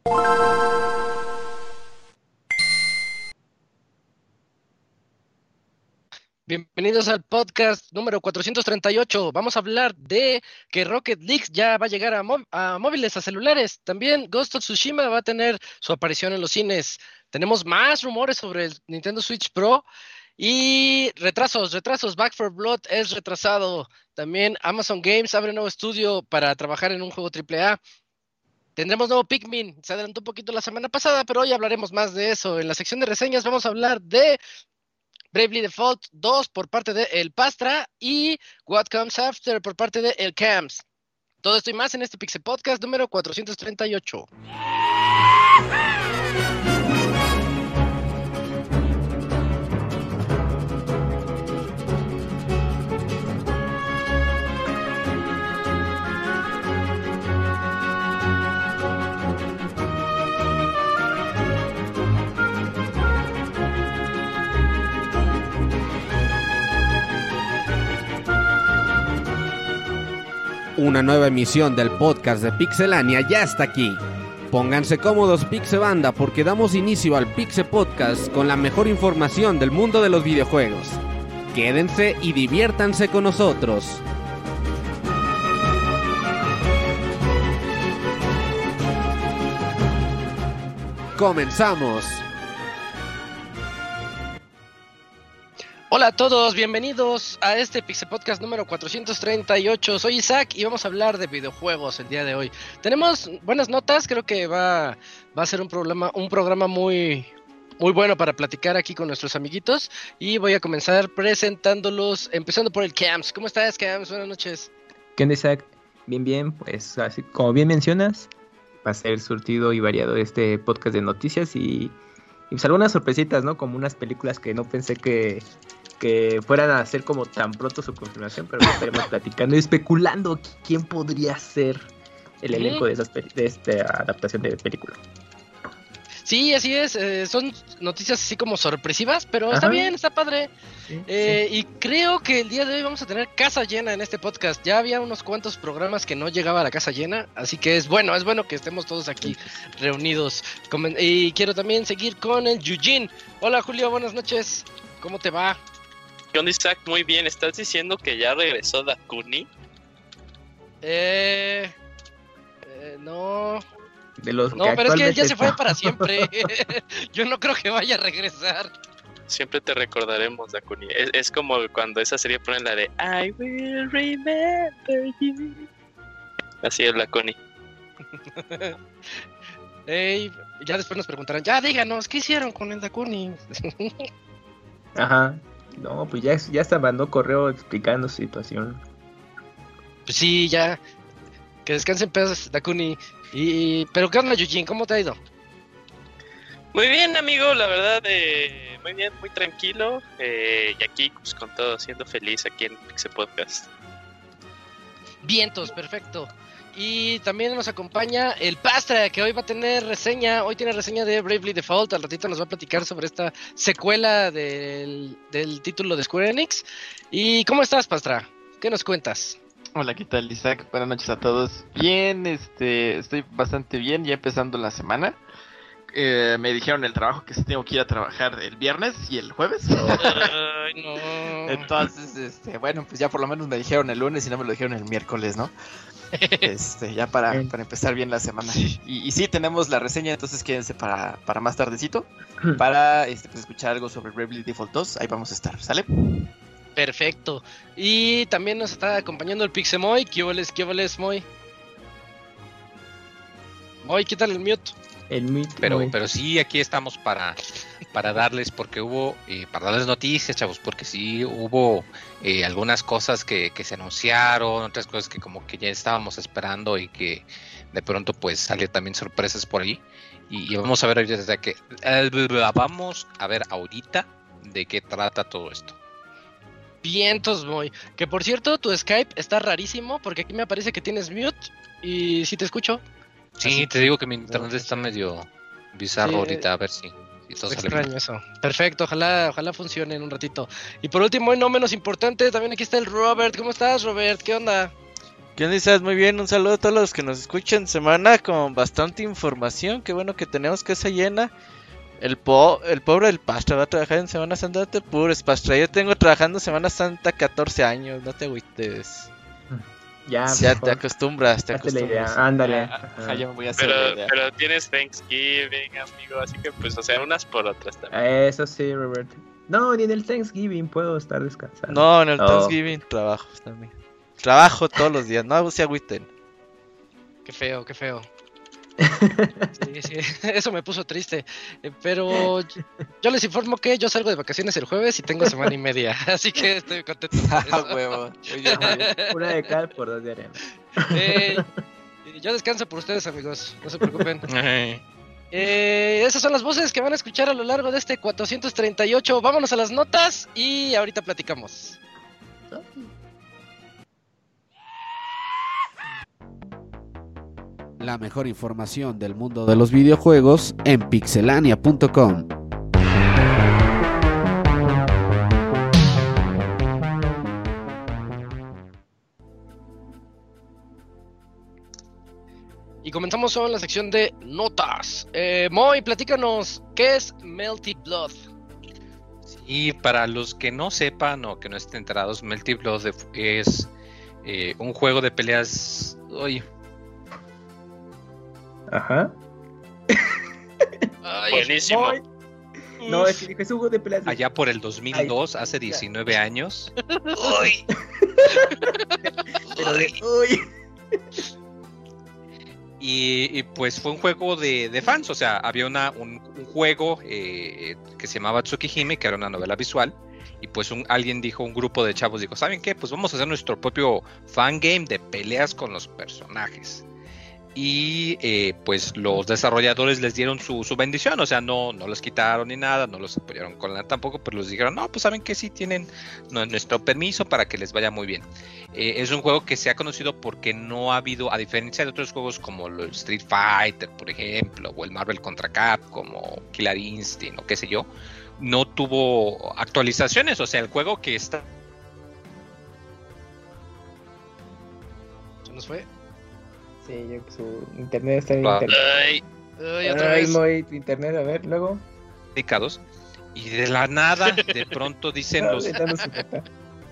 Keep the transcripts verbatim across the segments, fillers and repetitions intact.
Bienvenidos al podcast número cuatrocientos treinta y ocho. Vamos a hablar de que Rocket League ya va a llegar a, mó- a móviles, a celulares. También Ghost of Tsushima va a tener su aparición en los cines. Tenemos más rumores sobre el Nintendo Switch Pro y retrasos, retrasos. Back four Blood es retrasado. También Amazon Games abre nuevo estudio para trabajar en un juego triple A. Tendremos nuevo Pikmin. Se adelantó un poquito la semana pasada, pero hoy hablaremos más de eso. En la sección de reseñas vamos a hablar de Bravely Default dos por parte de El Pastra y What Comes After por parte de El Camps. Todo esto y más en este Pixel Podcast número cuatrocientos treinta y ocho. Una nueva emisión del podcast de Pixelania ya está aquí. Pónganse cómodos, Pixebanda, porque damos inicio al Pixel Podcast con la mejor información del mundo de los videojuegos. Quédense y diviértanse con nosotros. ¡Comenzamos! Hola a todos, bienvenidos a este Pixel Podcast número cuatrocientos treinta y ocho. Soy Isaac y vamos a hablar de videojuegos el día de hoy. Tenemos buenas notas, creo que va, va a ser un programa, un programa muy, muy bueno para platicar aquí con nuestros amiguitos. Y voy a comenzar presentándolos, empezando por el Camps. ¿Cómo estás, Camps? Buenas noches. ¿Qué onda, Isaac? Bien, bien, pues así como bien mencionas, va a ser surtido y variado este podcast de noticias y, y pues algunas sorpresitas, ¿no? Como unas películas que no pensé que... que fueran a hacer como tan pronto su confirmación, pero estaremos platicando y especulando quién podría ser el elenco de, esas de esta adaptación de película. Sí, así es, eh, son noticias así como sorpresivas, pero Ajá. Está bien, está padre. Sí, eh, sí. Y creo que el día de hoy vamos a tener casa llena en este podcast. Ya había unos cuantos programas que no llegaba a la casa llena, así que es bueno, es bueno que estemos todos aquí reunidos. Comen- Y quiero también seguir con el Yujin. Hola Julio, buenas noches, ¿cómo te va? ¿Qué onda, Isaac? Muy bien, ¿estás diciendo que ya regresó Dakuni? Eh... eh no... De los No, que pero es que él ya actualmente se fue está- para siempre. Yo no creo que vaya a regresar. Siempre te recordaremos, Dakuni. Es, es como cuando esa serie pone la de I will remember you. Así es, Dakuni. Ey, ya después nos preguntarán, ya díganos, ¿qué hicieron con el Dakuni? Ajá. No, pues ya, ya hasta mandó correo explicando su situación. Pues sí, ya. Que descansen en paz, Dakuni. Y, pero ¿qué onda, Yujin? ¿Cómo te ha ido? Muy bien, amigo, la verdad, eh, muy bien, muy tranquilo. Eh, y aquí, pues con todo, siendo feliz aquí en Pixel Podcast. Vientos, perfecto. Y también nos acompaña el Pastra, que hoy va a tener reseña. Hoy tiene reseña de Bravely Default. Al ratito nos va a platicar sobre esta secuela del, del título de Square Enix. ¿Y cómo estás, Pastra? ¿Qué nos cuentas? Hola, ¿qué tal, Isaac? Buenas noches a todos. Bien, este, estoy bastante bien, ya empezando la semana. Eh, me dijeron en el trabajo que sí tengo que ir a trabajar el viernes y el jueves. Ay, no. Entonces, este, bueno, pues ya por lo menos me dijeron el lunes y no me lo dijeron el miércoles, ¿no? Este, ya para, para empezar bien la semana. Y, y sí, tenemos la reseña, entonces quédense para, para más tardecito, para este, pues, escuchar algo sobre Bravely Default dos. Ahí vamos a estar, ¿sale? Perfecto. Y también nos está acompañando el Pixemoy. ¿Qué voles, qué voles, Moy? Moy, ¿qué tal el mute? El mito. Pero, pero sí, aquí estamos para, para darles, porque hubo, eh, para darles noticias, chavos, porque sí hubo eh, algunas cosas que, que se anunciaron, otras cosas que como que ya estábamos esperando y que de pronto pues salió también sorpresas por ahí. Y, y vamos a ver ahorita desde que eh, vamos a ver ahorita de qué trata todo esto. Vientos, Moy. Que por cierto, tu Skype está rarísimo porque aquí me aparece que tienes mute y sí te escucho. Sí, Así te digo que mi internet está medio bizarro Sí, ahorita, a ver si, si todo sale extraño bien. eso. Perfecto, ojalá, ojalá funcione en un ratito. Y por último y no menos importante, también aquí está el Robert. ¿Cómo estás, Robert? ¿Qué onda? ¿Qué dices? Muy bien, un saludo a todos los que nos escuchan. Semana con bastante información. Qué bueno que tenemos que se llena. El, po el pobre del Pastra va a trabajar en Semana Santa. No te pures, Pastra. Yo tengo trabajando en Semana Santa catorce años. No te agüites. Ya, Ya mejor. te acostumbras, te Hazte la idea. acostumbras. Ándale. Ah, Ajá. ajá, yo me voy a hacer Pero, la idea. pero tienes Thanksgiving, amigo, así que pues, o sea, unas por otras también. Eso sí, Robert. No, ni en el Thanksgiving puedo estar descansando. No, en el No. Thanksgiving trabajo también. Trabajo todos los días, no se agüiten. Qué feo, qué feo. Sí, sí, eso me puso triste. Eh, Pero yo les informo que yo salgo de vacaciones el jueves y tengo semana y media, así que estoy contento. por Ah, eso. huevo. Muy bien, muy bien. Una de cal por dos de arena. Eh, yo descanso por ustedes, amigos, no se preocupen. Eh, esas son las voces que van a escuchar a lo largo de este cuatrocientos treinta y ocho. Vámonos a las notas y ahorita platicamos. La mejor información del mundo de los videojuegos en pixelania punto com. Y comenzamos con la sección de notas. Eh, Moy, platícanos, ¿qué es Melty Blood? Y para los que no sepan o que no estén enterados, Melty Blood es eh, un juego de peleas. Oye, Ajá. Ay, Buenísimo. Moy. No, es que dijo, es un juego de peleas. de- allá por el dos mil dos, hace diecinueve años. Pero de... Uy. Y, y, pues fue un juego de, de fans, o sea, había una, un, un juego eh, que se llamaba Tsukihime, que era una novela visual, y pues un, alguien dijo, un grupo de chavos dijo, ¿saben qué? Pues vamos a hacer nuestro propio fangame de peleas con los personajes. Y eh, pues los desarrolladores les dieron su, su bendición, o sea, no, no les quitaron ni nada, no los apoyaron con nada tampoco, pero les dijeron, no, pues saben que sí tienen no, nuestro permiso para que les vaya muy bien. Eh, es un juego que se ha conocido porque no ha habido, a diferencia de otros juegos como el Street Fighter, por ejemplo, o el Marvel contra Capcom, como Killer Instinct, o qué sé yo, no tuvo actualizaciones, o sea, el juego que está... ¿Se nos fue? Sí, yo que su internet está en internet. Ay, Ay, otra Ay, vez. Moy, tu internet, a ver, luego. dedicados, y de la nada, de pronto dicen No, los... intentando sujetar.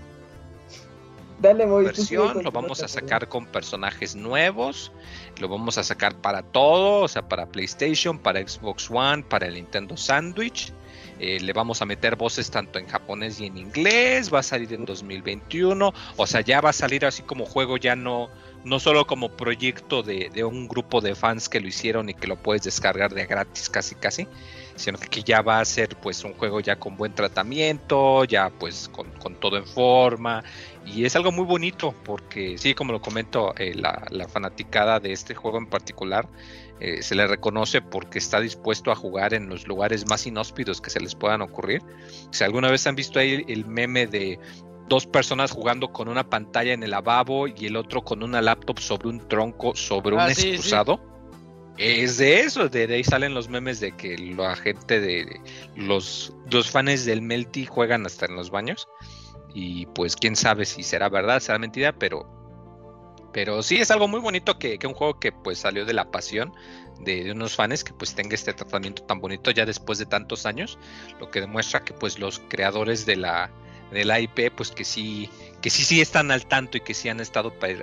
Dale, Moy. tú sigue versión, con lo tu vamos nota, a sacar con personajes nuevos, lo vamos a sacar para todo, o sea, para PlayStation, para Xbox One, para el Nintendo Sandwich, eh, le vamos a meter voces tanto en japonés y en inglés, va a salir en dos mil veintiuno, o sea, ya va a salir así como juego, ya no, no solo como proyecto de, de un grupo de fans que lo hicieron y que lo puedes descargar de gratis casi casi, sino que ya va a ser pues un juego ya con buen tratamiento, ya pues con, con todo en forma, y es algo muy bonito porque sí, como lo comento, eh, la, la fanaticada de este juego en particular eh, se le reconoce porque está dispuesto a jugar en los lugares más inhóspitos que se les puedan ocurrir. Si alguna vez han visto ahí el meme de dos personas jugando con una pantalla en el lavabo y el otro con una laptop sobre un tronco, sobre un Ah, sí, excusado, es de eso, de, de ahí salen los memes de que la gente de, de los, los fans del Melty juegan hasta en los baños. Y pues quién sabe si será verdad, será mentira, pero pero sí es algo muy bonito que, que un juego que pues salió de la pasión de, de unos fans que pues tenga este tratamiento tan bonito ya después de tantos años, lo que demuestra que pues los creadores de la de la I P pues que sí que sí sí están al tanto y que sí han estado para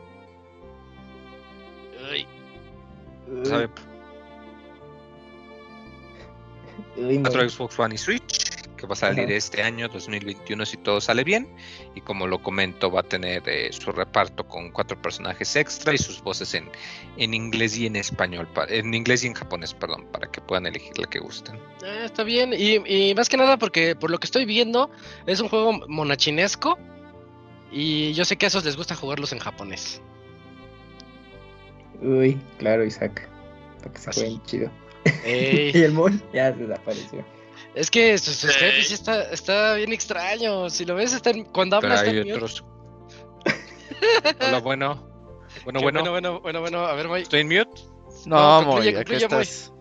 Ay, ¿sabe? Uy, Moy. Cuatro Xbox One y Switch, que va a salir Ajá. este año dos mil veintiuno si todo sale bien, y como lo comento va a tener eh, su reparto con cuatro personajes extra y sus voces en, en inglés y en español, pa- en inglés y en japonés, perdón, para que puedan elegir la que gusten. eh, está bien. Y, y más que nada porque por lo que estoy viendo es un juego monachinesco y yo sé que a esos les gusta jugarlos en japonés. Uy, claro, Isaac. Para que se Así. jueguen chido. Ey, Y el Moy ya desapareció. es que sus, sus Ey. jefes sí está, está bien extraño. Si lo ves, está en- cuando Pero habla está hay en mute. otros. Hola, bueno. Bueno, Qué bueno. bueno, bueno, bueno, bueno, a ver, Moy. ¿Estoy en mute? No, No, Moy, concluye, aquí concluye, Moy. estás.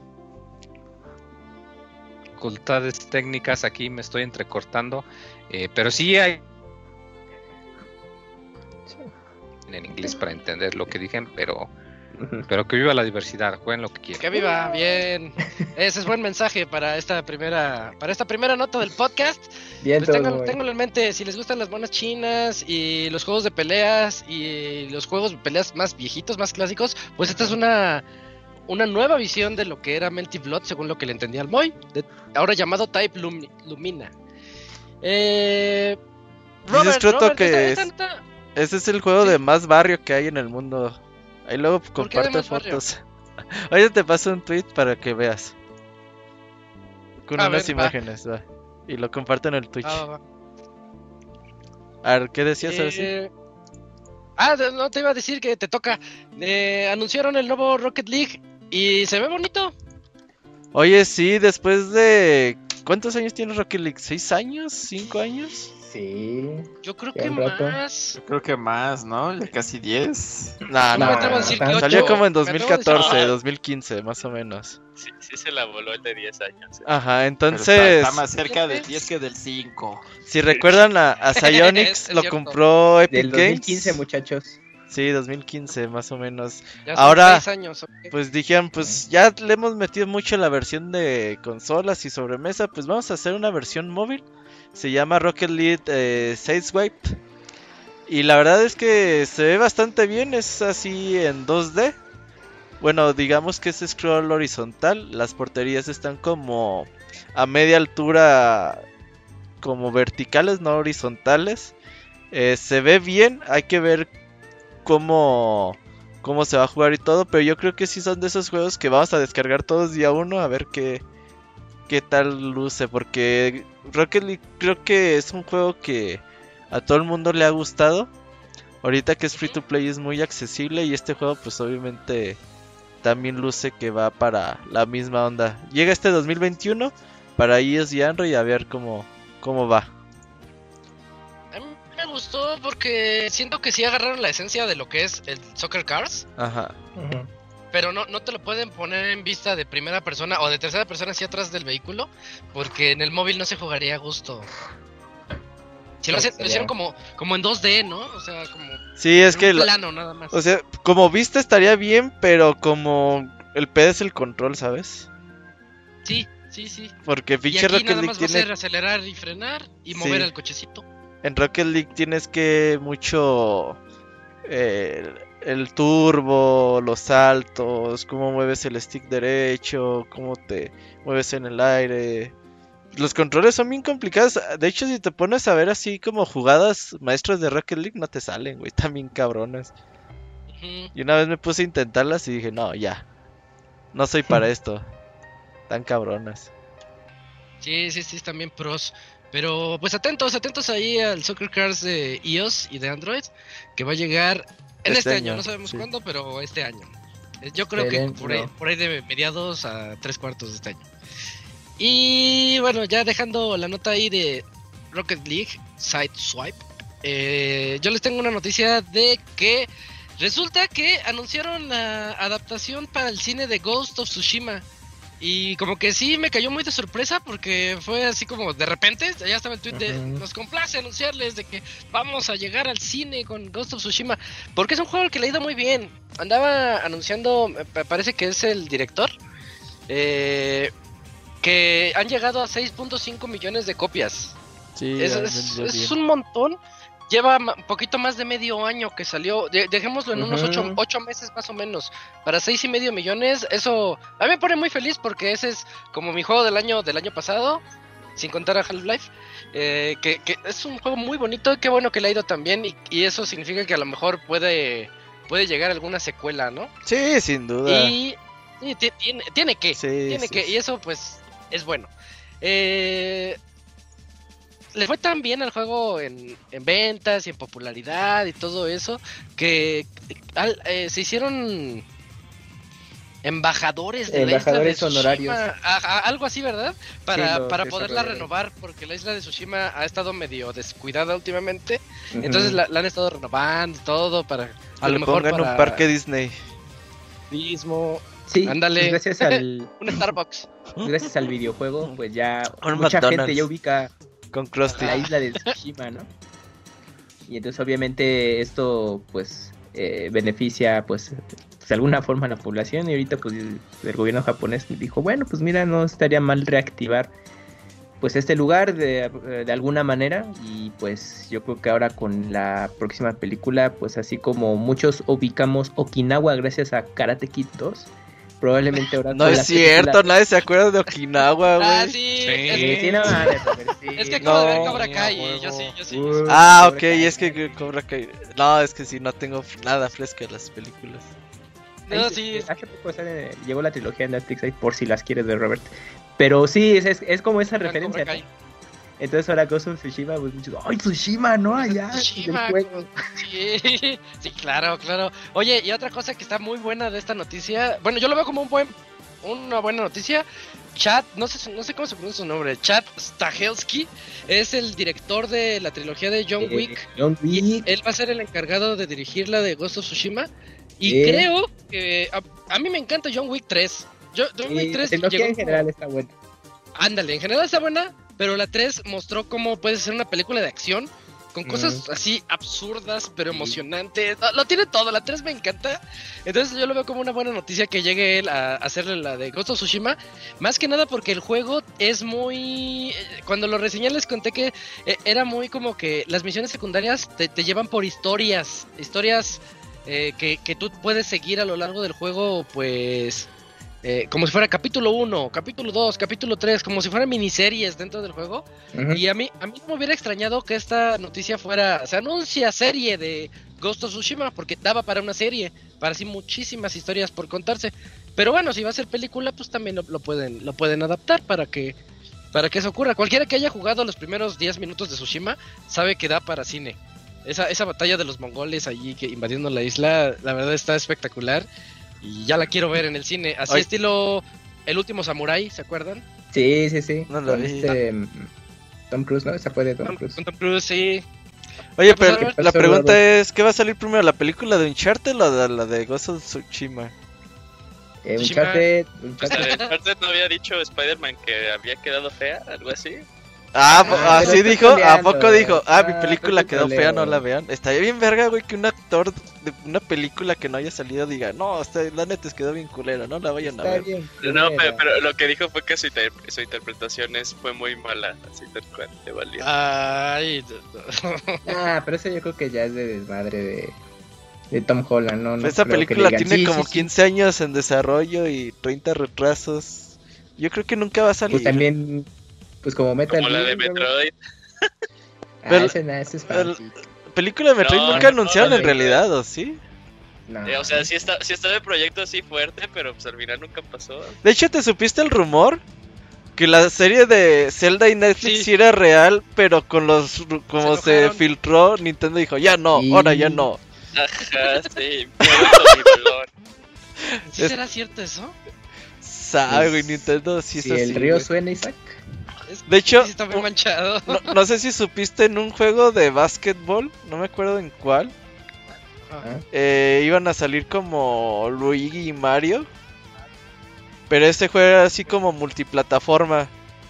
Dificultades técnicas aquí, me estoy entrecortando. Eh, pero sí hay. en inglés para entender lo que dicen, pero Ujú. pero que viva la diversidad, jueguen lo que quieran. Que viva, bien. Ese es buen mensaje para esta primera, para esta primera nota del podcast. Bien, Pues todo tengan, muy- ténganlo en mente, si les gustan las monas chinas y los juegos de peleas y los juegos de peleas más viejitos, más clásicos, pues esta es una, una nueva visión de lo que era Melty Blood, según lo que le entendía al Moy, de- ahora llamado Type Lumi- Lumina. Eh, Dices, Troto, Robert, que esta- es- esta nota- Ese es el juego Sí. de más barrio que hay en el mundo. Ahí luego qué de comparte más barrio? fotos. Oye, te paso un tweet para que veas. Con A unas ver, va. imágenes, va. Y lo comparto en el Twitch. Ah, va, va. A ver, ¿qué decías ahora sí? Eh, Ah, de- no te iba a decir que te toca. Eh, anunciaron el nuevo Rocket League y se ve bonito. Oye, sí, después de... ¿Cuántos años tiene Rocket League? ¿Seis años? ¿Cinco años? Sí. Yo creo Ya que un rato. más. Yo creo que más, ¿no? Ya casi diez. No, No no, me atrevo a no. decir que Salió Salió ocho. como en Me atrevo a decir- dos mil catorce, Ah, dos mil quince, más o menos. Sí, sí se la voló el de diez años. eh. Ajá, Pero entonces... está, está más cerca del diez que del cinco. Si recuerdan a, a Es Psyonix, lo cierto. compró Epic Del dos mil Games. quince, muchachos. Sí, dos mil quince, más o menos. ya son Ahora, seis años, ok. Pues dijeron, pues ya le hemos metido mucho la versión de consolas y sobremesa, pues vamos a hacer una versión móvil. Se llama Rocket League eh, Sideswipe. Y la verdad es que se ve bastante bien, es así en dos D. Bueno, digamos que es scroll horizontal. Las porterías están como a media altura, como verticales, no horizontales. Eh, se ve bien, hay que ver cómo, cómo se va a jugar y todo. Pero yo creo que sí son de esos juegos que vamos a descargar todos día uno a ver qué, qué tal luce. Porque Rocket League creo que es un juego que a todo el mundo le ha gustado. Ahorita que es free to play es muy accesible y este juego pues obviamente también luce que va para la misma onda. Llega este dos mil veintiuno para iOS y Android a ver cómo, cómo va. A mí me gustó porque siento que sí agarraron la esencia de lo que es el Soccer Cars, Ajá. Ujú. pero no, no te lo pueden poner en vista de primera persona o de tercera persona así atrás del vehículo, porque en el móvil no se jugaría a gusto. Si lo, hacen- lo hicieron como, como en dos D, ¿no? O sea, como Sí, es en que un la- plano nada más. o sea, como vista estaría bien, pero como el pedo es el control, ¿sabes? Sí, sí, sí. Porque Y pinche aquí Rocket nada League más va a tiene ser acelerar y frenar y Sí. mover el cochecito. en Rocket League tienes que mucho eh, el turbo, los saltos, cómo mueves el stick derecho, cómo te mueves en el aire. Los controles son bien complicados. De hecho, si te pones a ver así como jugadas maestras de Rocket League, no te salen, güey. Están bien cabronas. Ujú. Y una vez me puse a intentarlas y dije, no, ya. No soy para esto. Tan cabronas. Sí, sí, sí, están bien pros. Pero pues atentos, atentos ahí al Soccer Cars de iOS y de Android, que va a llegar en Este este, año. año, no sabemos sí. cuándo, pero este año. Eh, Yo creo Excelente, que por ahí, ¿no? por ahí de mediados a tres cuartos de este año. Y bueno, ya dejando la nota ahí de Rocket League, Sideswipe, eh, yo les tengo una noticia de que resulta que anunciaron la adaptación para el cine de Ghost of Tsushima. Y como que sí me cayó muy de sorpresa porque fue así como de repente, ya estaba el tweet de Ujú. nos complace anunciarles de que vamos a llegar al cine con Ghost of Tsushima, porque es un juego que le ha ido muy bien. Andaba anunciando, me pa- parece que es el director, eh, que han llegado a seis punto cinco millones de copias. Sí, Es, ya es- vendió es bien. un montón. Lleva ma- un poquito más de medio año que salió. De- dejémoslo en unos Ujú. ocho, ocho meses más o menos. Para seis y medio millones. Eso a mí me pone muy feliz porque ese es como mi juego del año del año pasado. Sin contar a Half-Life. eh, que, que es un juego muy bonito. Qué bueno que le ha ido tan bien. Y, y eso significa que a lo mejor puede, puede llegar alguna secuela, ¿no? Sí, sin duda. Y, y ti- tiene, tiene que. Sí, Tiene sí, que, sí. y eso pues es bueno. Eh, le fue tan bien al juego en, en ventas y en popularidad y todo eso que al- eh, se hicieron embajadores de Embajadores la isla de honorarios. Tsushima, a- a- algo así, ¿verdad? Para, Sí, los para poderla desarrolladores. renovar porque la isla de Tsushima ha estado medio descuidada últimamente, Ujú. entonces la, la han estado renovando y todo para a Que lo le mejor pongan para un parque Disney. turismo, Sí, ándale. pues gracias al un Starbucks. gracias al videojuego, pues ya Un mucha McDonald's. gente ya ubica Con Krusty. la isla de Tsushima, ¿no? Y entonces obviamente esto pues eh, beneficia pues de alguna forma a la población, y ahorita pues el, el gobierno japonés dijo, bueno, pues mira, no estaría mal reactivar pues este lugar de, de alguna manera, y pues yo creo que ahora con la próxima película, pues así como muchos ubicamos Okinawa gracias a Karate Kid dos, probablemente ahora No con es la cierto, película... nadie se acuerda de Okinawa, güey. Ah, sí. Sí. Es, Sí, sí, no, mames, a ver, sí. es que acabo de ver No, Cobra Kai a y yo huevo. sí, yo sí. Uh, yo sí. Ah, Cobra ok, Kai. y es que que Cobra Kai. No, es que sí, no tengo nada fresca las películas. No, Ahí, sí. hace poco sale- llegó la trilogía de Netflix ahí por si las quieres ver, Robert. Pero sí, es, es, es como esa Cobra referencia, Kai. ¿no? Entonces ahora Ghost of Tsushima, pues muchos, ¡ay, Tsushima, no! Allá, Tsushima, del juego. como- sí, sí, claro, claro. Oye, y otra cosa que está muy buena de esta noticia, bueno, yo lo veo como un buen, una buena noticia. Chad, no sé, no sé cómo se pronuncia su nombre, Chad Stahelski es el director de la trilogía de John Eh, Wick. John Y Wick. él va a ser el encargado de dirigir la de Ghost of Tsushima. Y Eh. creo que a, a mí me encanta John Wick tres. Yo, John Y Wick la tres trilogía llegó en como- general está buena. Ándale, en general está buena, pero la tres mostró cómo puede ser una película de acción con cosas así absurdas pero emocionantes. Lo, lo tiene todo, la tres me encanta. Entonces yo lo veo como una buena noticia que llegue él a hacerle la de Ghost of Tsushima. Más que nada porque el juego es muy... eh, Cuando lo reseñé les conté que eh, era muy como que las misiones secundarias te, te llevan por historias. Historias eh, que, que tú puedes seguir a lo largo del juego, pues... Eh, como si fuera capítulo uno, capítulo dos, capítulo tres, como si fueran miniseries dentro del juego. Ujú. Y a mí, a mí me hubiera extrañado que esta noticia fuera, se anuncia serie de Ghost of Tsushima, porque daba para una serie, para así muchísimas historias por contarse. Pero bueno, si va a ser película, pues también lo, lo pueden, lo pueden adaptar para que, para que eso ocurra. Cualquiera que haya jugado los primeros diez minutos de Tsushima sabe que da para cine. Esa, esa batalla de los mongoles allí que invadiendo la isla, la verdad está espectacular. Y ya la quiero ver en el cine, así Ay. estilo El Último Samurái, ¿se acuerdan? Sí, sí, sí. No la Con vi. este, mm, Tom Cruise, ¿no? Esa fue de Tom Con Cruise. con Tom Cruise, sí. Oye, Ah, pues, pero a ver. la Pasó, pregunta Robert. es, ¿qué va a salir primero, la película de Uncharted o la, la de Ghost of Tsushima? Eh, Tsushima. Uncharted, O Uncharted. sea, Uncharted no había dicho Spider-Man que había quedado fea, algo así. Ah, po- Ah, así pero dijo, estoy ¿a troleando. poco dijo? Ah, mi Ah, película estoy quedó fea, no troleando. la vean. Estaría bien verga, güey, que un actor de una película que no haya salido diga, no, esta, la neta es quedó bien culera, no la vayan a Está ver. bien. No, culera. pero, pero lo que dijo fue que su, inter- su interpretación es, fue muy mala, así tal cual, le valió. Ay, Ah, pero eso yo creo que ya es de desmadre de, de Tom Holland, ¿no? no Esta creo que película le digan, tiene "Sí, como sí, sí". quince años en desarrollo y treinta retrasos. Yo creo que nunca va a salir. Pues también, pues como Metal Como la de Gear, luego- Metroid. Ah, Pero- ese, no, ese es el- fácil. Película de Metroid No, nunca no, anunciaron no, en no. realidad, ¿o sí? No. Eh, o sea, sí está, sí está el proyecto así fuerte, pero pues al final nunca pasó. De hecho, ¿te supiste el rumor? Que la serie de Zelda y Netflix Sí. sí era real, pero con los ru- como se, enojaron. filtró, Nintendo dijo, ya no, Y- ahora ya no. Ajá, sí, pero mi dolor. ¿sí Es- será cierto eso? Sabe, güey, Pues, Nintendo sí si es así. el río güey. suena, Isaac. Es- De hecho, sí está muy un- manchado. No, no sé si supiste en un juego de básquetbol, no me acuerdo en cuál, Ajá. eh, iban a salir como Luigi y Mario. Pero este juego era así como multiplataforma.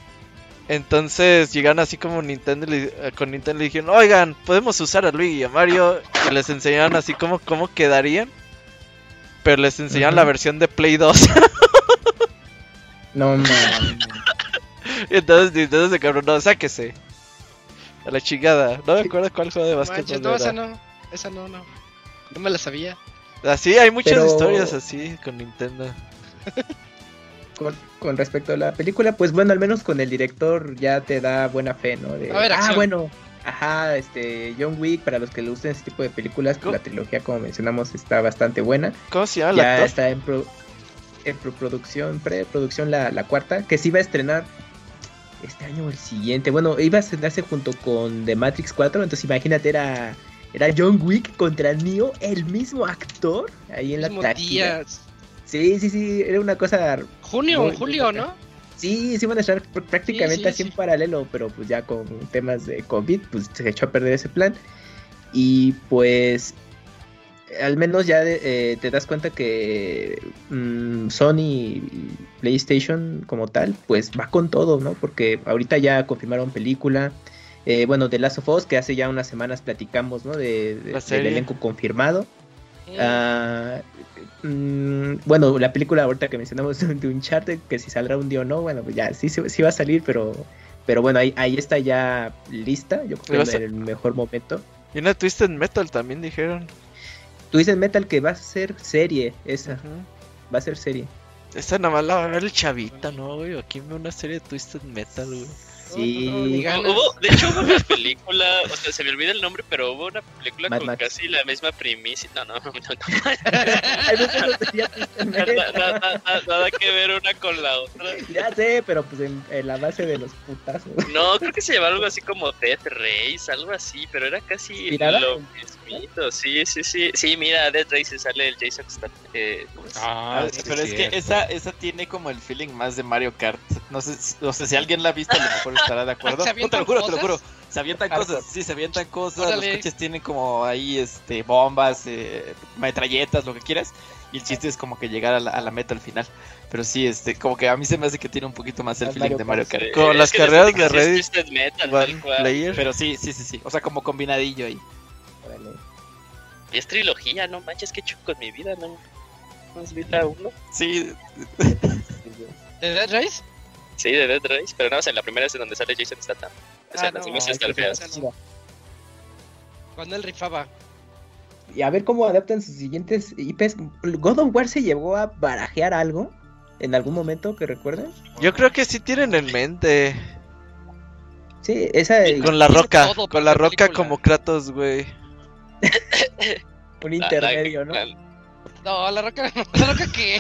Entonces llegan así como Nintendo y le- eh, con Nintendo le dijeron, oigan, podemos usar a Luigi y a Mario. Y les enseñaron así como cómo quedarían. Pero les enseñaron Ujú. la versión de Play dos. No mames. Y entonces Nintendo se cabrón, no, sáquese. A la chingada. No me acuerdo cuál juego de Manches, básquetbol no, era. esa no, esa no, no. No me la sabía. Así, hay muchas Pero- historias así con Nintendo. Con, con respecto a la película, pues bueno, al menos con el director ya te da buena fe, ¿no? De, A ver, ah, acción. bueno, ajá, este, John Wick, para los que le gusten ese tipo de películas, pues ¿Cómo? la trilogía, como mencionamos, está bastante buena. ¿Cómo se llama el Ya actor? está en, pro- en preproducción, preproducción la, la cuarta, que se iba a estrenar este año o el siguiente. Bueno, iba a estrenarse junto con The Matrix cuatro, entonces imagínate, era, era John Wick contra Neo, el mismo actor, ahí en la Mismo taquilla. día. Sí, sí, sí, era una cosa... Junio, Muy- en julio, ¿no? Sí, sí van a estar pr- prácticamente Sí, sí, así en sí. paralelo, pero pues ya con temas de COVID, pues se echó a perder ese plan. Y pues al menos ya eh, te das cuenta que mm, Sony y PlayStation como tal, pues va con todo, ¿no? Porque ahorita ya confirmaron película. Eh, bueno, The Last of Us, que hace ya unas semanas platicamos, ¿no? De, de- La del serie. elenco confirmado. Ah, mm, bueno, la película ahorita que mencionamos de Uncharted, que si saldrá un día o no, bueno, pues ya sí, sí, sí va a salir, pero pero bueno, ahí, ahí está ya lista, yo creo que en el mejor momento. Y una Twisted Metal también dijeron. Twisted Metal que va a ser serie, esa, Ujú. va a ser serie. Esta nada más la va a ver el chavita, ¿no, güey? Aquí me una serie de Twisted Metal, güey. Sí, No, no, ni ganas. Hubo, de hecho, hubo una película, o sea, se me olvida el nombre, pero hubo una película Mad con Max. casi la misma primicia. No, no, no, no. Ay, no, eso no sería Twisted Nada, Metal. nada- nada- nada que ver una con la otra. Ya sé, pero pues en, en la base de los putazos. No, creo que se llamaba algo así como Death Race, algo así, pero era casi ¿Inspirada? lo mismito. Sí, sí, sí. Sí, mira, Death Race sale el Jason Statham. Eh, ¿cómo se llama? Ah, Ah, sí, pero es cierto. que esa, esa tiene como el feeling más de Mario Kart. No sé, si- o sea, si alguien la ha visto, a lo mejor estará de acuerdo. ¿Se No, te avientan lo juro, te lo cosas? juro. Se avientan Hardcore. cosas, sí, se avientan cosas. Órale. Los coches tienen como ahí este bombas, eh, metralletas, lo que quieras. Y el chiste es como que llegar a la, a la meta al final. Pero sí, este, como que a mí se me hace que tiene un poquito más el Más feeling Mario de Mario Kart. Kart. Como Eh, las es que carreras desde que de sí es Reddit, Twisted Metal, One tal cual. Player. Pero sí, sí, sí, sí. O sea, como combinadillo ahí. Órale. Y es trilogía, no manches, qué chulo con mi vida, no. Más vi la uno. Sí, ¿De Dead Race? Sí, de Dead Race, pero no, o sea, en la primera es en donde sale Jason Statham. O sea, Ah, las no, demás Ay, están qué feas. chida. Cuando él rifaba. Y a ver cómo adaptan sus siguientes I Ps. ¿God of War se llevó a barajear algo en algún momento que recuerden? Yo creo que sí tienen en mente. Sí, esa Con la Tiene roca, todo con para la esa roca película. como Kratos, güey. un La- intermedio, ¿no? la- la- No, la roca, la roca que.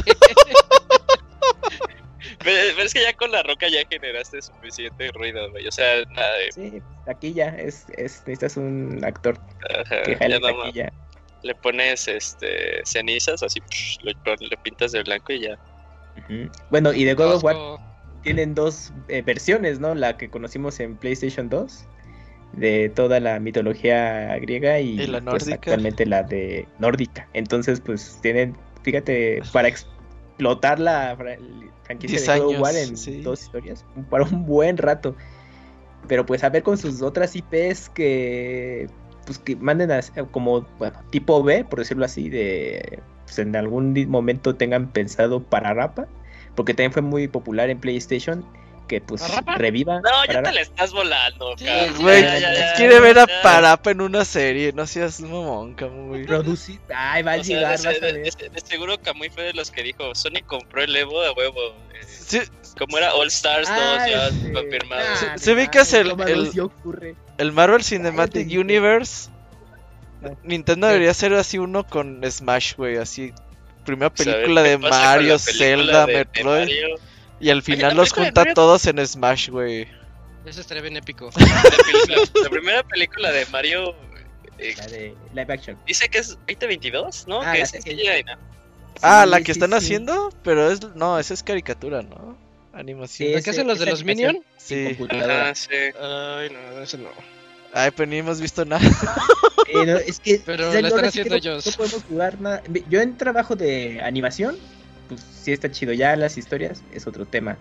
Pero, pero es que ya con la roca ya generaste suficiente ruido, güey. O sea, nada de. Sí, taquilla, es, es, necesitas un actor Ajá, que ya jale nada más taquilla. le pones este cenizas, así psh, le, le pintas de blanco y ya. Ujú. Bueno, y de God of War Costco. tienen dos eh, versiones, ¿no? La que conocimos en PlayStation dos, de toda la mitología griega, y, Y la pues nórdica. actualmente la de nórdica. Entonces, pues tienen, fíjate, para explotar la fra- franquicia diez de God of años, War en sí. dos historias, para un buen rato. Pero pues a ver con sus otras I Ps que pues que manden a, como, bueno, tipo B, por decirlo así, de pues en algún di- momento tengan pensado para Rapa, porque también fue muy popular en PlayStation, que pues ¿Pararapa? reviva. No, ya Pararapa. te la estás volando, Sí, cabrón. sí, Güey, Ya, ya, ya, quiere ver a ya. Parapa en una serie, no seas mamón, güey. Producir. Ay, va a O sea, llegar, de, vas a de- ver. de- de seguro Kamui fue de los que dijo, Sony compró el Evo a huevo. Eh, Sí, Como era All Stars dos, Ah, ya este, confirmado. nah, Se- de se ubicas el- Toma el- dos, ya ocurre. el Marvel Cinematic Cállate, Universe. No. Nintendo debería ser así uno con Smash, güey, así. Primera Saber película qué de pasa con Mario, la película Zelda, de- de Metroid. Mario. Y al final la los película de junta Mario- todos en Smash, güey. Eso estaría bien épico. La, película- la primera película de Mario eh, La de live action. dice que es veinte veintidós, ¿no? Ah, que la es sé. C G I, ¿no? Ah, Sí, la que sí, están sí. haciendo, pero es no, esa es caricatura, ¿no? Animación. Sí, ¿La es- que hacen los de esa los animación Minion? sin Sí. computadora. Ajá, sí. Ay, no, eso no. Ay, pero ni hemos visto nada. Eh, no, es que Pero o sea, la no, están ahora sí que haciendo no- ellos. No podemos jugar nada. Yo en trabajo de animación, pues sí está chido. Ya las historias es otro tema.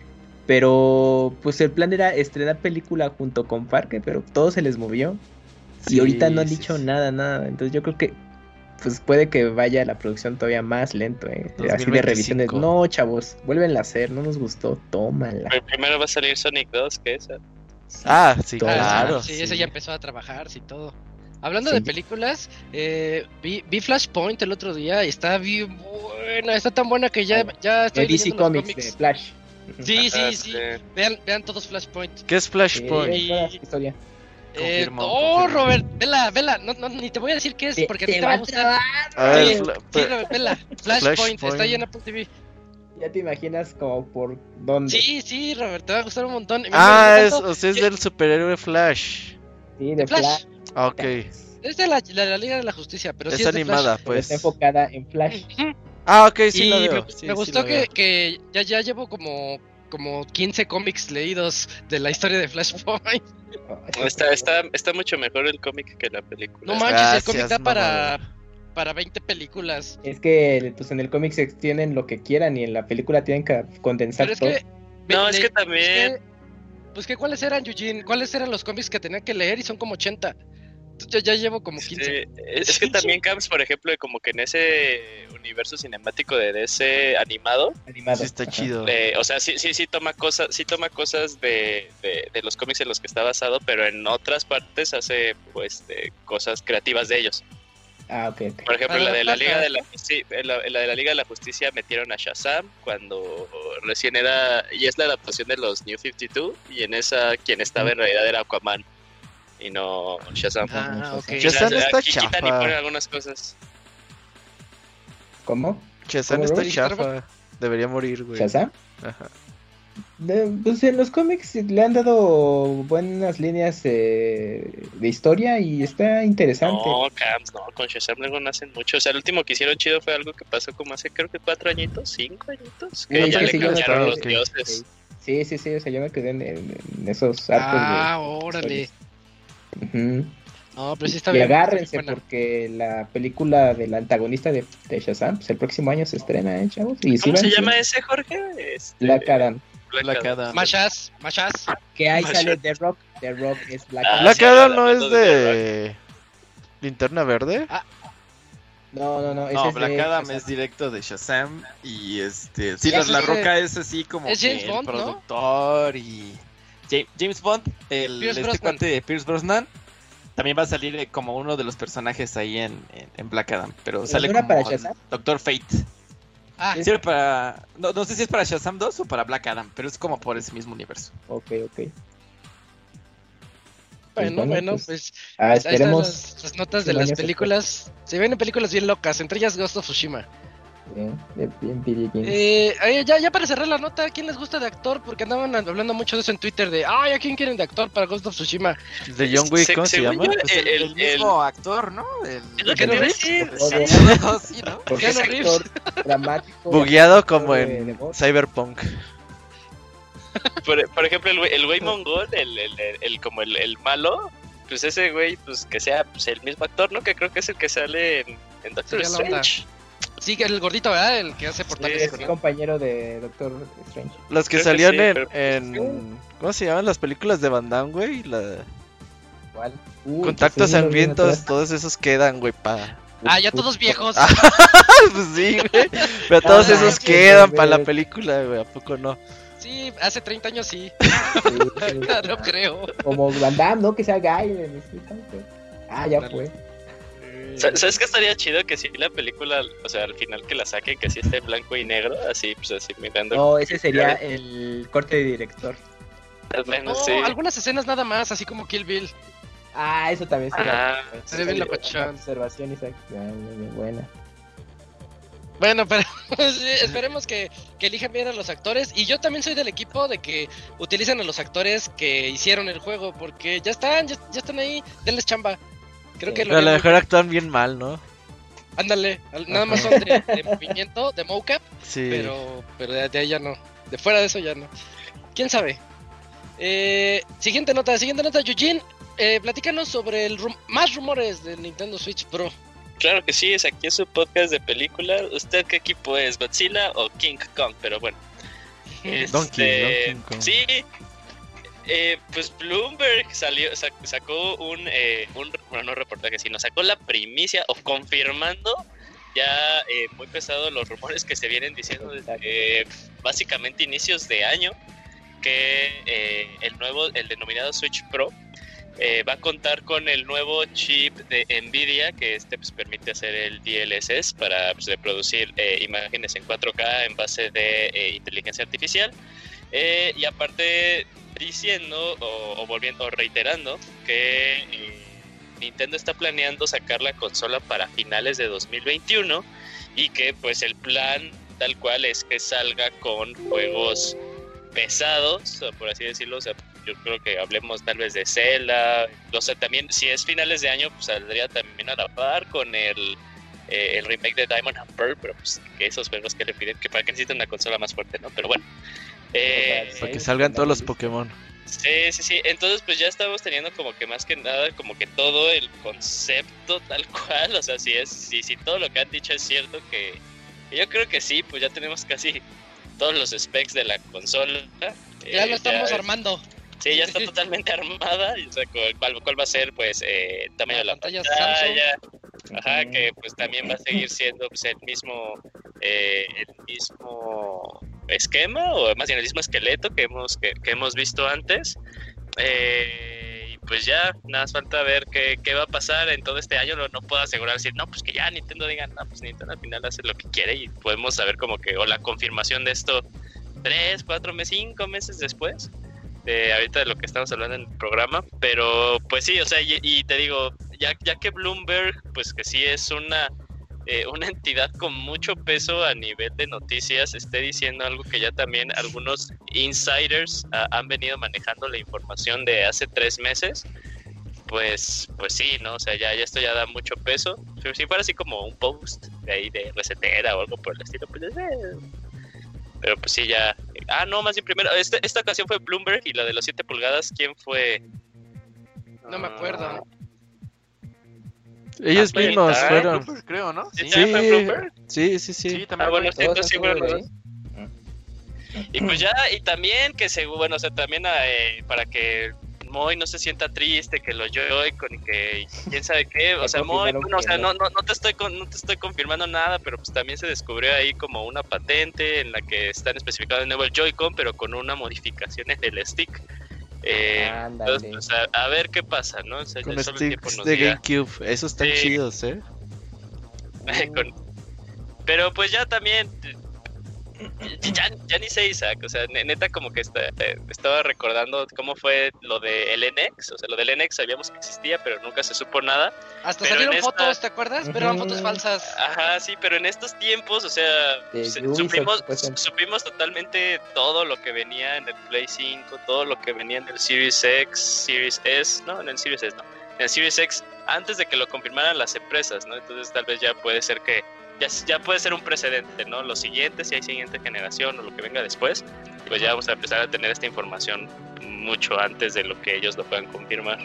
Pero pues el plan era estrenar película junto con Parque, pero todo se les movió. Y Sí, ahorita no han sí, dicho sí. nada, nada. Entonces yo creo que pues puede que vaya la producción todavía más lento, ¿eh? Así de dos mil veinticinco. revisiones. No, chavos, vuelven a hacer, no nos gustó, tómala. Pero primero va a salir Sonic dos, que esa. Ah, sí, Todo. claro. Sí, ese ya empezó a trabajar, sí, todo. Hablando Sí. de películas, eh, vi, vi Flashpoint el otro día y está bien buena, está tan buena que ya, ya estoy El D C leyendo los Comics, de cómics. Flash. Sí, Ajá, sí, sí. sí. Vean, vean todos Flashpoint. ¿Qué es Sí, Flashpoint? Y- buena historia. Eh, Confirmo, no, confirmo. Robert, vela, vela, no, no, ni te voy a decir qué es Te- porque a te ti te va va a a gustar. A ver, Sí, Fla- sí, Robert, vela, Flashpoint, Flashpoint. está ahí en Apple T V. Ya te imaginas como por dónde. Sí, sí, Robert, te va a gustar un montón. Me- me Ah, gustó es, tanto o sea, es que- del superhéroe Flash. Sí, de de Flash. Flash. Ah, ok. Es de la, la, la Liga de la Justicia, pero Es sí es de animada, Flash. Pero está pues. enfocada en Flash. Ujú. Ah, ok, sí y la me, veo. me Sí, sí gustó la que, veo. que ya, ya llevo como, como quince cómics leídos de la historia de Flashpoint. Está, está, está mucho mejor el cómic que la película. No manches, el Gracias, cómic da para, mamador. para veinte películas. Es que pues en el cómic se extienden lo que quieran y en la película tienen que condensar Pero es todo. que... No, le- es que también- Pues que, pues que ¿cuáles eran, Eugene? ¿Cuáles eran los cómics que tenía que leer? Y son como ochenta. yo ya llevo como quince. Sí, es, es que también Camps, por ejemplo, como que en ese universo cinemático de D C animado, Animado. Sí está Ajá. chido. eh, o sea, sí, sí, sí toma cosas, sí toma cosas de, de, de los cómics en los que está basado, pero en otras partes hace pues de cosas creativas de ellos. Ah, ok, ok. Por ejemplo, Para la de la adaptarla. Liga de la, sí, en la, en la de la Liga de la Justicia metieron a Shazam cuando recién era, y es la adaptación de los New cincuenta y dos, y en esa quien estaba en realidad era Aquaman y no Shazam. Ah, ok. Shazam O sea, está aquí quitan y chafa. ponen algunas cosas. ¿Cómo? Shazam ¿Cómo, está Robert? chafa. Debería morir, güey. ¿Shazam? Ajá. De- pues en los cómics le han dado buenas líneas eh, de historia y está interesante. No, Camps, no, con Shazam luego no hacen mucho. O sea, el último que hicieron chido fue algo que pasó como hace creo que cuatro añitos, cinco añitos, que Sí, ya sí, le sí, yo me cambiaron acuerdo los que- dioses. Sí, sí, sí, o sea, yo me quedé en, en- en esos arcos Ah, órale. de... Ujú. No, pero sí está Y bien. agárrense buena. porque la película del antagonista de, de Shazam, pues el próximo año se estrena, ¿eh, chavos? Y sí ¿Cómo van, se sí. llama ese, Jorge? Este, Black Adam. Black Black Adam. Adam. Mashas, Mashas. Que ahí Ah, sale sure. The Rock. The Rock es Black Ah, Adam. Black sí, Adam hablando no es de de Linterna Verde. No, no, no. ese No, es Black de Adam Shazam. es directo de Shazam y este sí, Ese la, la es- Roca es así como es que James el Bond, ¿no? productor y Ja- James Bond, el Pierce este Brosnan. cuate de Pierce Brosnan también va a salir eh, como uno de los personajes ahí en, en, en Black Adam, pero ¿Pero sale no era como para Shazam? Doctor Fate. Ah, Sí. Sirve para no, no sé si es para Shazam dos o para Black Adam, pero es como por ese mismo universo. Ok, ok. bueno, bueno, bueno, pues, pues Ah, ahí están esperemos. las, las notas que de las vaya a ser películas. Se vienen películas bien locas, entre ellas Ghost of Tsushima. Bien, bien, bien, bien, bien. Eh, eh, ya, ya para cerrar la nota, ¿a quién les gusta de actor? Porque andaban hablando mucho de eso en Twitter, de, ay, ¿a quién quieren de actor para Ghost of Tsushima? De John Wick, Se- ¿cómo se según llama? yo, Pues el, el- el mismo actor, ¿no? El, Es lo que te iba a decir. O sí. de- sí, ¿no? Porque Keanu es Reeves. actor dramático. Bugueado actor como de- de en voz. Cyberpunk. Por, por ejemplo, el güey, el güey mongol, el, el, el, el- como el, el malo, pues ese güey, pues que sea pues, el mismo actor, ¿no? Que creo que es el que sale en, en Doctor Sería la onda. Strange. Sí, que el gordito, ¿verdad? El que hace portales. Es con él. compañero de Doctor Strange. Los que Creo que salían sí, en, pero- en- ¿cómo se llaman las películas de Van Damme, güey? La... ¿Cuál? Uy, Contactos pues, uno bien sangrientos, atrás. todos esos quedan, güey, pa. Ah, ya todos viejos. Ah, pues sí, güey. Pero todos Ah, esos sí, quedan sí, para la güey. película, güey. ¿A poco no? Sí, hace treinta años sí. Sí, sí. No creo. Como Van Damme, ¿no? Que sea Guy. en Street Fighter. Ah, ya fue. Sa- ¿Sabes qué estaría chido? Que si la película, o sea, al final que la saquen, que sí esté en blanco y negro, así, pues así mirando. No, ese sería el corte de director. Bueno, No, sí. algunas escenas nada más, así como Kill Bill. Ah, eso también sería. Ah, sería bien locochón. Observación, Isaac. Ah, muy bien, buena. Bueno, pero sí, esperemos que, que elijan bien a los actores. Y yo también soy del equipo de que utilicen a los actores que hicieron el juego, porque ya están, ya, ya están ahí, denles chamba. Creo Sí. que lo Pero a lo harían muy mejor actúan bien mal, ¿no? bien. Ándale, al- nada más son de, de movimiento, de mocap, Sí. pero, pero de, de ahí ya no. De fuera de eso ya no. ¿Quién sabe? Eh, siguiente nota, siguiente nota, Eugene. Eh, platícanos sobre el rum- más rumores del Nintendo Switch Pro. Claro que sí, es aquí en su podcast de película. ¿Usted qué equipo es? ¿Godzilla o King Kong? Pero bueno. Donkey, Este, Donkey Kong. Sí, eh, pues Bloomberg salió, sac- sacó un, eh, un, bueno, no reportaje, sino sacó la primicia o confirmando ya eh, muy pesado los rumores que se vienen diciendo desde eh, básicamente inicios de año, que eh, el nuevo, el denominado Switch Pro, eh, va a contar con el nuevo chip de Nvidia, que este pues, permite hacer el D L S S para pues, reproducir eh, imágenes en cuatro K en base de eh, inteligencia artificial. Eh, y aparte diciendo o, o volviendo o reiterando que eh, Nintendo está planeando sacar la consola para finales de dos mil veintiuno y que pues el plan tal cual es que salga con juegos pesados, por así decirlo. O sea, yo creo que hablemos tal vez de Zelda, o sea, también si es finales de año pues saldría también a la par con el eh, el remake de Diamond and Pearl, pero pues que esos juegos que le piden, que para que necesiten una consola más fuerte, ¿no? Pero bueno, eh, Para que salgan todos los Pokémon. sí, sí, sí, entonces pues ya estamos teniendo como que más que nada como que todo el concepto tal cual, o sea, si es, si, si todo lo que han dicho es cierto, que, que yo creo que sí, pues ya tenemos casi todos los specs de la consola. Ya Eh, lo estamos ya- armando. Sí, ya está totalmente armada, y, o sea, cuál, cuál va a ser, pues, eh, tamaño de la pantalla, pantalla. Ajá, que pues también va a seguir siendo pues, el mismo eh, el mismo esquema, o más bien el mismo esqueleto que hemos, que, que hemos visto antes. Eh, y pues ya, nada más falta ver qué, qué va a pasar en todo este año. No, no puedo asegurar decir, no, pues que ya Nintendo diga, no, pues Nintendo al final hace lo que quiere, y podemos saber como que, o la confirmación de esto tres, cuatro meses, cinco meses después de ahorita de lo que estamos hablando en el programa. Pero pues sí, o sea, y, y te digo, ya, ya que Bloomberg, pues que sí es una eh, una entidad con mucho peso a nivel de noticias, esté diciendo algo que ya también algunos insiders uh, han venido manejando la información de hace tres meses, pues pues sí, ¿no? O sea, ya, ya esto ya da mucho peso. Si fuera así como un post de ahí de recetera o algo por el estilo, pues eh, pero pues sí, ya. Ah, no, más bien primero, este, esta ocasión fue Bloomberg, y la de los siete pulgadas, ¿quién fue? No me acuerdo. Ellos Ah, mismos ah, fueron. Blooper, creo, ¿no? Sí, ¿Ya fue Bloomberg? sí, sí, sí. Sí, también Ah, bueno, fue. sí, entonces sí fueron los dos. ahí. Y pues ya, y también que se, bueno, o sea, también eh, para que Moy no se sienta triste, que los Joy-Con y que y quién sabe qué, o sea, Moy, bueno, o sea, no, no, no te estoy con, no te estoy confirmando nada, pero pues también se descubrió ahí como una patente en la que están especificados de nuevo el Joy-Con, pero con una modificación en el stick. Eh, Ándale. entonces, pues, a, a ver qué pasa, ¿no? O sea, Con ya solo el tiempo sticks nos de dirá. GameCube. Esos están Sí. chidos, ¿eh? Con- Pero pues ya también, ya, ya ni sé, Isaac, o sea, neta como que está, estaba recordando cómo fue lo de el N X, o sea, lo del N X sabíamos que existía, pero nunca se supo nada. Hasta Pero salieron en esta- fotos, ¿te acuerdas? Pero eran Ujú. fotos falsas. Ajá, sí, pero en estos tiempos, o sea, De se- Ubisoft, supimos, supuestamente. supimos totalmente todo lo que venía en el Play cinco, todo lo que venía en el Series X, Series S, no, en el Series S no, en el Series X, antes de que lo confirmaran las empresas, ¿no? Entonces tal vez ya puede ser que, ya, ya puede ser un precedente, ¿no? Los siguientes, si hay siguiente generación o lo que venga después, pues ya vamos a empezar a tener esta información mucho antes de lo que ellos lo puedan confirmar.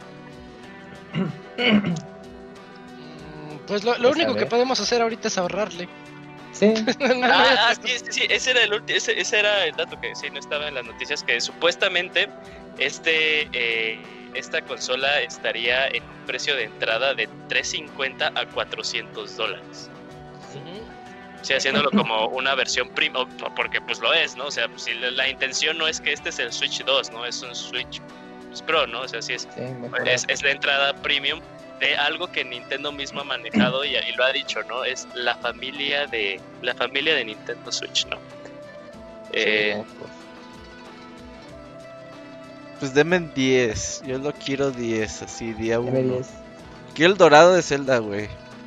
Mm, Pues lo, lo Pues, a único que ver. podemos hacer ahorita es ahorrarle. Sí. Ah, ah, sí, sí, sí, ese era el ulti- ese, ese era el dato que sí no estaba en las noticias, que supuestamente este eh, esta consola estaría en un precio de entrada de trescientos cincuenta a cuatrocientos dólares. Ujú. Sí, haciéndolo como una versión prima, porque pues lo es, ¿no? O sea, pues, si la, la intención no es que este es el Switch dos, ¿no? Es un Switch pues, Pro, ¿no? O sea, sí es, Sí, mejor. es, es la entrada premium de algo que Nintendo mismo ha manejado y, y lo ha dicho, ¿no? Es la familia de la familia de Nintendo Switch, ¿no? Eh, Sí, pues. Pues denme diez. Yo lo quiero diez, así, día M uno. diez. Quiero el dorado de Zelda, güey.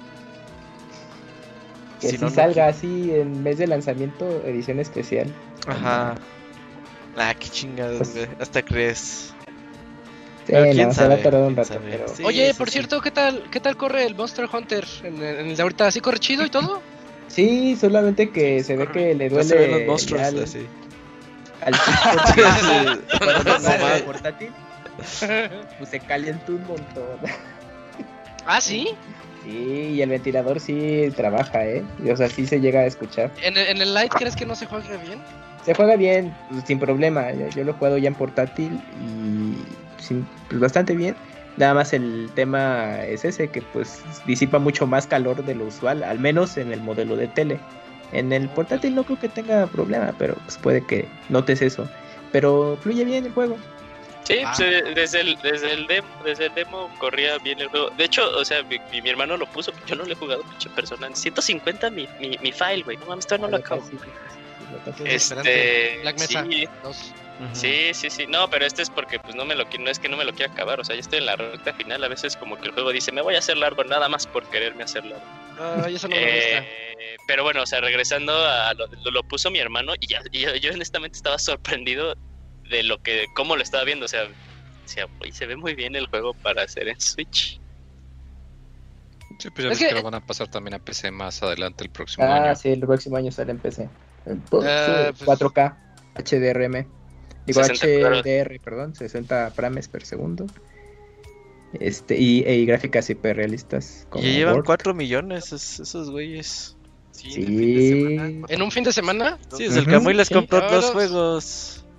Que Si si no, no salga así en mes de lanzamiento, edición especial. Ajá. Ah, qué chingados, Pues- güey. Hasta crees. Sí, Pero no, quién se va sabe, a tardar un quién rato, sabe. pero... Sí, Oye, sí, por sí. cierto, ¿qué tal qué tal corre el Monster Hunter en, el- en el de ahorita? ¿Así corre chido y todo? Sí, solamente que Sí, se ve corre. que le Ya se ven los duele monstruos ya al, así. al chico Sí. cuando No, lo pone mames. en portátil, pues se calienta un montón. Ah, ¿sí? Sí, y el ventilador sí trabaja, ¿eh? Y, o sea, sí se llega a escuchar. ¿En el, en el Lite crees que no se juega bien? Se juega bien, pues, sin problema. Yo, yo lo he jugado ya en portátil y sin, pues, bastante bien. Nada más el tema es ese, que pues disipa mucho más calor de lo usual, al menos en el modelo de tele. En el portátil no creo que tenga problema, pero pues puede que notes eso. Pero fluye bien el juego. Sí, Ah. pues, eh, desde el desde el demo, desde el demo corría bien el juego. De hecho, o sea, mi, mi, mi hermano lo puso, yo no lo he jugado, pinche persona. En ciento cincuenta mi, mi, mi file, güey. No mames, todavía no lo acabo. Sí, sí, sí, lo casi- Este, Black Mesa sí, dos. sí, sí, sí. No, pero este es porque pues no me lo qui- no es que no me lo quiera acabar, o sea, ya estoy en la recta final. A veces como que el juego dice, me voy a hacer largo nada más por quererme hacer largo. Ay, eso no me gusta. Eh, pero bueno, o sea, regresando a lo, lo, lo puso mi hermano y, ya, y yo, yo honestamente estaba sorprendido de lo que, cómo lo estaba viendo, o sea, decía, "Uy, se ve muy bien el juego para hacer en Switch". Sí, pues ya Es ves que- que lo van a pasar también a P C más adelante el próximo Ah, año. sí, el próximo año sale en P C. En po- Ah, sí, pues- cuatro K, H D R M. Digo sesenta cuadros. H D R, perdón, sesenta frames per segundo. Este, y, y gráficas hiperrealistas. como Ya llevan Word. cuatro millones esos, esos güeyes. Sí, en el fin de semana. Sí. ¿En un fin de semana? Sí, es el Ujú, Camuy les sí. compró Ah, dos los- juegos.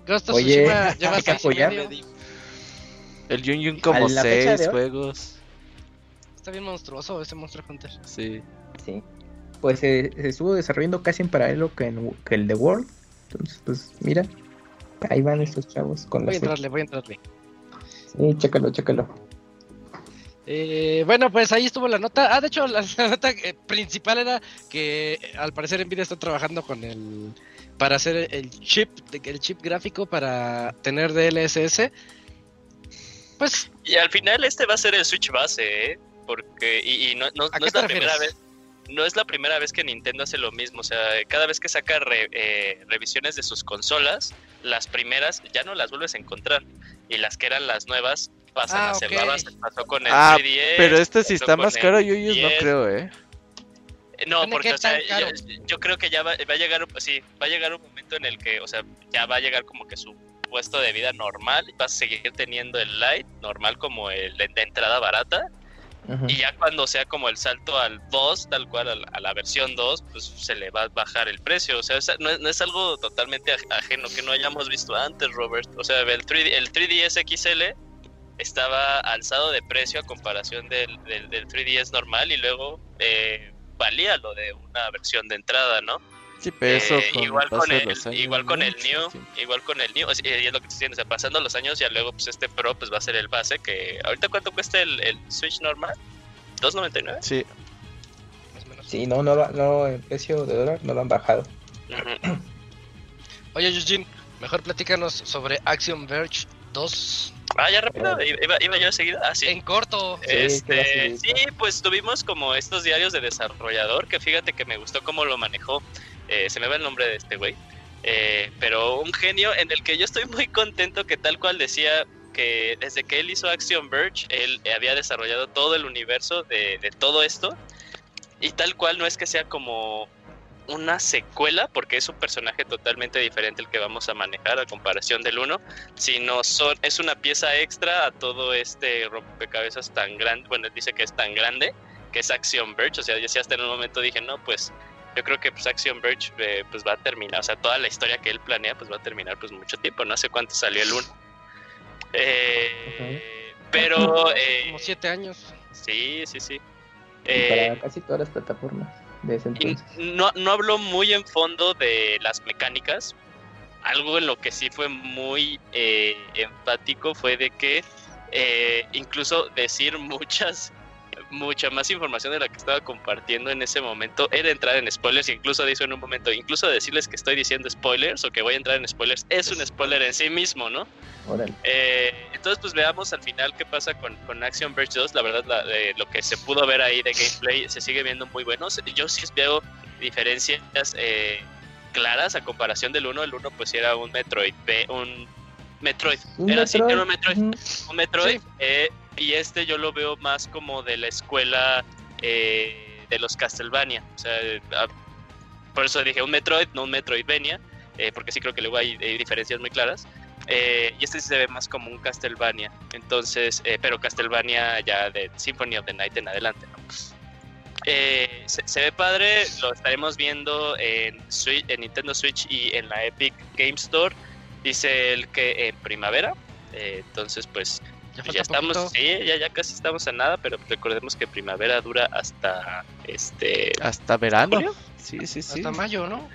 Ghost of Oye, Tsushima lleva hay que seis y apoyar. medio. El Yun Yun como A la fecha de seis hoy- juegos. Está bien monstruoso ese Monster Hunter. Sí. Sí. Pues eh, se estuvo desarrollando casi en paralelo que, en, que el The World. Entonces, pues mira, ahí van estos chavos con Voy a la Switch. entrarle, voy a entrarle. Sí, chécalo, chécalo. Eh, bueno, pues ahí estuvo la nota. Ah, de hecho, la, la nota eh, principal era que eh, al parecer Nvidia está trabajando con el para hacer el chip, el chip gráfico para tener D L S S. Pues, Y al final este va a ser el Switch base, ¿eh? Porque, y, y no, no, ¿a no qué es te la primera refieres? vez. No es la primera vez que Nintendo hace lo mismo, o sea, cada vez que saca re- eh, revisiones de sus consolas, las primeras ya no las vuelves a encontrar, y las que eran las nuevas pasan Ah, a ser ok. la base. Pasó con el Ah, tres D S, pero este si pasó está con más el caro, Yuyus, no diez. creo, ¿eh? Eh, No, Depende porque qué o sea, tan caro. yo, yo creo que ya va, va a llegar, un- sí, va a llegar un momento en el que, o sea, ya va a llegar como que su puesto de vida normal, vas a seguir teniendo el Lite normal como el de, de entrada barata. Ujú. Y ya cuando sea como el salto al dos, tal cual a la, a la versión dos, pues se le va a bajar el precio. O sea, es- no, es, no es algo totalmente aj- ajeno que no hayamos visto antes, Robert. O sea, el, tres D el tres D S X L estaba alzado de precio a comparación del, del, del tres D S normal y luego eh, valía lo de una versión de entrada, ¿no? Sí, pero eso Eh, con igual el paso con de el, los años, igual con el mucho New, tiempo. igual con el New, o sea, y es lo que estoy diciendo, o sea, pasando los años ya luego pues este Pro pues va a ser el base que ahorita cuánto cuesta el, el Switch normal, dos noventa y nueve. Sí, más o menos. Sí, no, no, lo- no, el precio de dólar no lo han bajado. Ujú. Oye, Eugene, mejor platícanos sobre Axiom Verge dos. Ah, ya rápido, iba, iba yo a seguir. Ah, sí. En corto. Sí, qué Este, facilito. sí, pues tuvimos como estos diarios de desarrollador que fíjate que me gustó cómo lo manejó. Eh, se me va el nombre de este güey. Eh, pero un genio en el que yo estoy muy contento que tal cual decía que desde que él hizo Axiom Verge, él había desarrollado todo el universo de, de todo esto. Y tal cual no es que sea como una secuela, porque es un personaje totalmente diferente el que vamos a manejar a comparación del uno, sino son, es una pieza extra a todo este rompecabezas tan grande, bueno, él dice que es tan grande, que es Axiom Verge, o sea, yo sí hasta en un momento dije, no, pues yo creo que pues Axiom Verge eh, pues va a terminar, o sea, toda la historia que él planea pues va a terminar pues mucho tiempo, no sé cuánto salió el uno. Eh, pero... Eh, Como siete años. sí, sí, sí. Y Eh, para casi todas las plataformas de ese y entonces. no, no habló muy en fondo de las mecánicas. Algo en lo que sí fue muy eh, empático fue de que eh, incluso decir muchas, mucha más información de la que estaba compartiendo en ese momento era entrar en spoilers. Incluso dijo en un momento, incluso decirles que estoy diciendo spoilers o que voy a entrar en spoilers es un spoiler en sí mismo, ¿no? Órale. Eh, entonces pues veamos al final qué pasa con, con Axiom Verge dos. La verdad la, eh, lo que se pudo ver ahí de gameplay se sigue viendo muy bueno. Yo sí veo diferencias eh, claras a comparación del uno. El uno pues era un Metroid B, un Metroid, Un era así, Metroid. era un Metroid, Ujú. un Metroid Sí. eh, y este yo lo veo más como de la escuela eh, de los Castlevania. O sea, eh, a- por eso dije un Metroid, no un Metroidvania, eh, porque sí creo que luego hay, hay diferencias muy claras. Eh, y este sí se ve más como un Castlevania, entonces, eh, pero Castlevania ya de Symphony of the Night en adelante, ¿no? Eh, se, se ve padre, lo estaremos viendo en, Switch, en Nintendo Switch y en la Epic Game Store. Dice el que en primavera, eh, entonces pues Ya pues falta ya estamos, poquito. sí, ya, ya casi estamos a nada, pero recordemos que primavera dura hasta este hasta verano. ¿Julio? Sí, sí, sí. Hasta mayo, ¿no?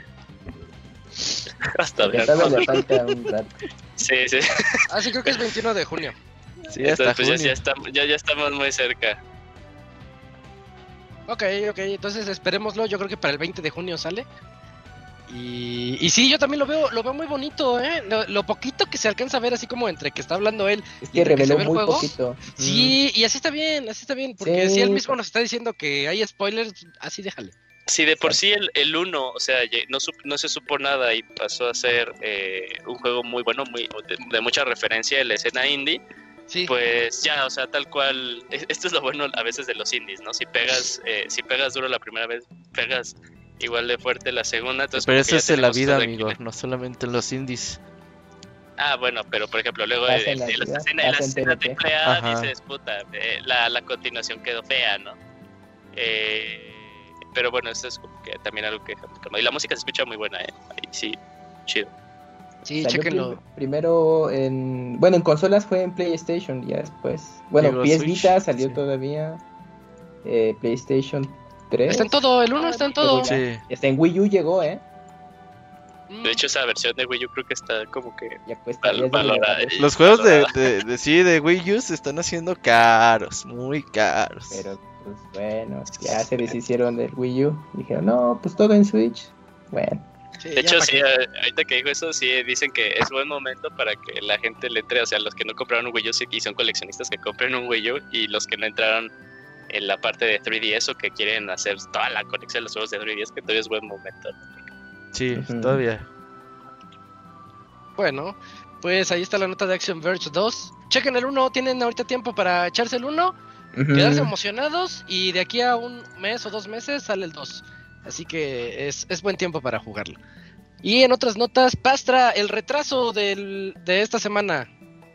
hasta Ya verano. todavía le falta un rato. Sí, sí. Ah, sí, creo que es veintiuno de junio. Sí, hasta Entonces, pues ya, junio. ya estamos, ya, ya estamos muy cerca. Ok, ok, entonces esperémoslo. Yo creo que para el veinte de junio sale. Y, y sí, yo también lo veo, lo veo muy bonito, ¿eh? Lo, lo poquito que se alcanza a ver, así como entre que está hablando él. Es ¿Y que entre que se reveló ve el muy juego? poquito. Sí, y así está bien, así está bien. Porque Sí, si él mismo pues. nos está diciendo que hay spoilers, así déjale. Sí, de por sí el, el uno, o sea, ye- no, sup- no se supo nada y pasó a ser eh, un juego muy bueno, muy de, de mucha referencia en la escena indie. Sí, Pues ya, o sea, tal cual, e- esto es lo bueno a veces de los indies, ¿no? Si pegas, eh, si pegas duro la primera vez, pegas igual de fuerte la segunda. Entonces Pero como eso que ya es en la tenemos vida, esta amigo, tranquilidad. no solamente en los indies. Ah, bueno, pero por ejemplo, luego Pasa de, en la de la vida, escena, en la pasa en escena T V P. triple A Ajá. dices, puta, eh, la, la continuación quedó fea, ¿no? Eh, pero bueno, esto es como que también algo que... Y la música se escucha muy buena, ¿eh? Ahí sí, chido. Sí, Salió chéquenlo. prim- primero en... Bueno, en consolas fue en PlayStation, ya después. Bueno, Llegó P S Switch, Vita salió sí. todavía. Eh, PlayStation tres. Está en todo, el uno está en todo. Luego ya- Sí. Hasta en Wii U llegó, ¿eh? Mm. De hecho, esa versión de Wii U creo que está como que Ya cuesta. val- ya es de valorada. millones, Los juegos de, de, de- sí, de Wii U se están haciendo caros, muy caros. Pero pues bueno, ya se deshicieron del Wii U. Dijeron, no, pues todo en Switch. Bueno, Sí, De ya hecho, pa' sí, qué. eh, ahorita que dijo eso, sí dicen que es buen momento para que la gente le entre, o sea, los que no compraron un Wii U sí- y son coleccionistas que compren un Wii U, y los que no entraron en la parte de tres D S o que quieren hacer toda la colección de los juegos de tres D S, que todavía es buen momento. Sí, Ujú. todavía. Bueno, pues ahí está la nota de Action Verge dos. Chequen el uno, tienen ahorita tiempo para echarse el uno, ujú. quedarse emocionados y de aquí a un mes o dos meses sale el dos. Así que es, es buen tiempo para jugarlo. Y en otras notas, Pastra, el retraso del, de esta semana.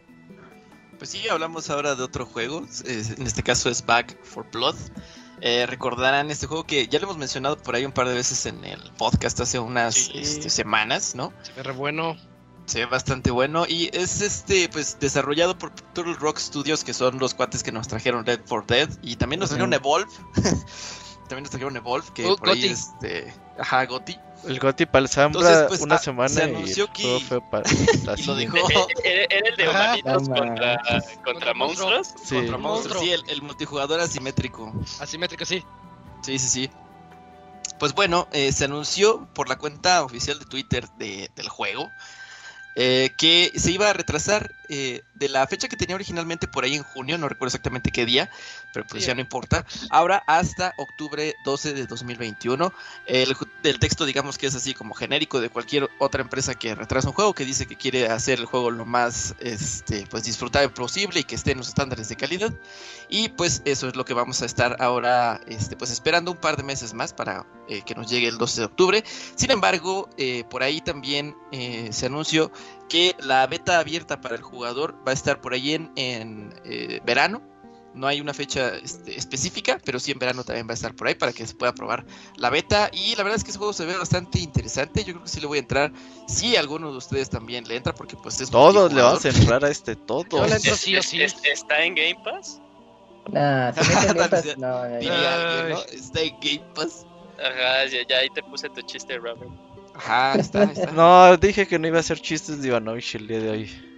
Pues sí, hablamos ahora de otro juego, es- en este caso es Back for Blood. Eh, recordarán este juego que ya lo hemos mencionado por ahí un par de veces en el podcast hace unas Sí. este, semanas, ¿no? Se ve re bueno. Se ve bastante bueno y es este pues desarrollado por Turtle Rock Studios, que son los cuates que nos trajeron Red for Dead y también nos trajeron Ujú. Evolve. También nos trajeron Evolve, que Oh, por ahí Goti. este, ajá, Goti. El Goti para el Zambra Entonces, pues, una ah, semana se y el anunció que- juego fue para la Lo siguiente. dijo Era, era el de Ajá. humanitos No contra, manches. contra monstruos. Sí. contra monstruos, Monstruo. sí, el, el multijugador asimétrico. Asimétrico, sí. Sí, sí, sí. Pues bueno, eh, se anunció por la cuenta oficial de Twitter de- del juego eh, que se iba a retrasar eh, de la fecha que tenía originalmente por ahí en junio, no recuerdo exactamente qué día, pero pues Sí. ya no importa. Ahora hasta octubre doce de dos mil veintiuno. El, ju- el texto digamos que es así como genérico de cualquier otra empresa que retrasa un juego, que dice que quiere hacer el juego lo más este, pues disfrutable posible y que esté en los estándares de calidad. Y pues eso es lo que vamos a estar ahora este, pues esperando un par de meses más para eh, que nos llegue el doce de octubre. Sin embargo, eh, por ahí también eh, se anunció que la beta abierta para el jugador va a estar por ahí en, en eh, verano. No hay una fecha este, específica, pero sí en verano también va a estar por ahí para que se pueda probar la beta. Y la verdad es que ese juego se ve bastante interesante. Yo creo que sí le voy a entrar. Si alguno de ustedes también le entra, porque pues es Todos le multijugador. vamos a entrar a este, Yo todos. le entro Es- sí o es- sí. es- ¿Está en Game Pass? Nah, se meten en estas- Diría- no, ya- Diría alguien, ¿no? Ay. Está en Game Pass. Ajá, ya, ya ahí te puse tu chiste, Robert. Ajá, ahí está, ahí está. No, dije que no iba a hacer chistes de Ivanovich el día de hoy.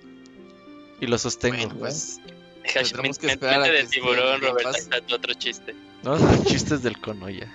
Y lo sostengo. Bueno, pues Hashtag Tendremos que mente esperar a de que esté tiburón, en Game Robert. Pass. Ahí está tu otro chiste. No, son chistes del Conoya.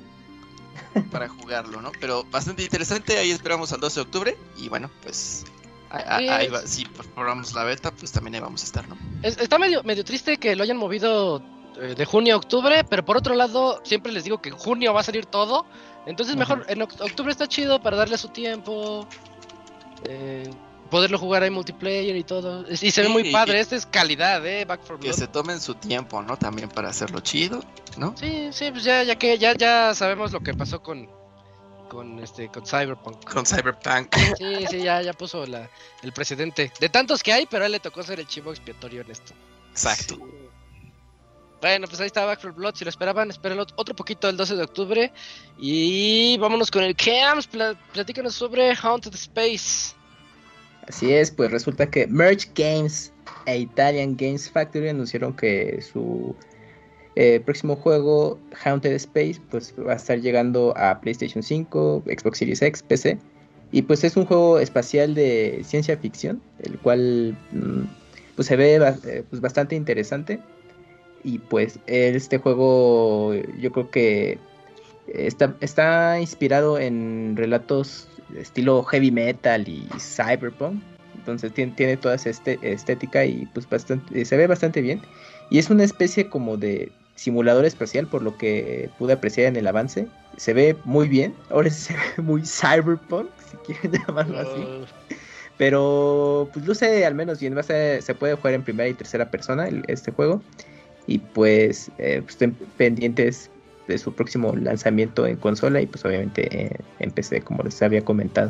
para jugarlo, ¿no? Pero bastante interesante, ahí esperamos al doce de octubre y bueno, pues a- a- Así ahí es. va, si probamos la beta, pues también ahí vamos a estar, ¿no? Es- está medio, medio triste que lo hayan movido eh, de junio a octubre, pero por otro lado, siempre les digo que en junio va a salir todo. Entonces, mejor en oct- octubre está chido para darle su tiempo. eh, poderlo jugar ahí multiplayer y todo. Y se ve Sí, muy y- padre. y- Este es calidad, eh. Back for Que Blood. se tomen su tiempo, ¿no? También para hacerlo chido, ¿no? Sí, sí, pues ya, ya que ya, ya sabemos lo que pasó con, con este, con Cyberpunk. Con Cyberpunk. Sí, sí, ya, ya puso la, el precedente. De tantos que hay, pero a él le tocó ser el chivo expiatorio en esto. Exacto. Bueno, pues ahí está Back for Blood. Si lo esperaban, espérenlo otro poquito el doce de octubre. Y vámonos con el Camps. Pla- platícanos sobre Haunted Space. Así es, pues resulta que Merge Games e Italian Games Factory anunciaron que su eh, próximo juego, Haunted Space, pues va a estar llegando a PlayStation cinco, Xbox Series X, P C. Y pues es un juego espacial de ciencia ficción, el cual mm, pues se ve ba- eh, pues bastante interesante. Y pues este juego yo creo que está, está inspirado en relatos estilo heavy metal y cyberpunk. Entonces tiene, tiene toda esa este, estética y pues bastante, se ve bastante bien. Y es una especie como de simulador espacial, por lo que pude apreciar en el avance. Se ve muy bien. Ahora sí se ve muy cyberpunk, si quieren llamarlo así. Uh, Pero pues luce al menos bien. Va a ser- se puede jugar en primera y tercera persona el- este juego. Y pues, eh, pues estén pendientes de su próximo lanzamiento en consola y pues obviamente eh, en P C, como les había comentado.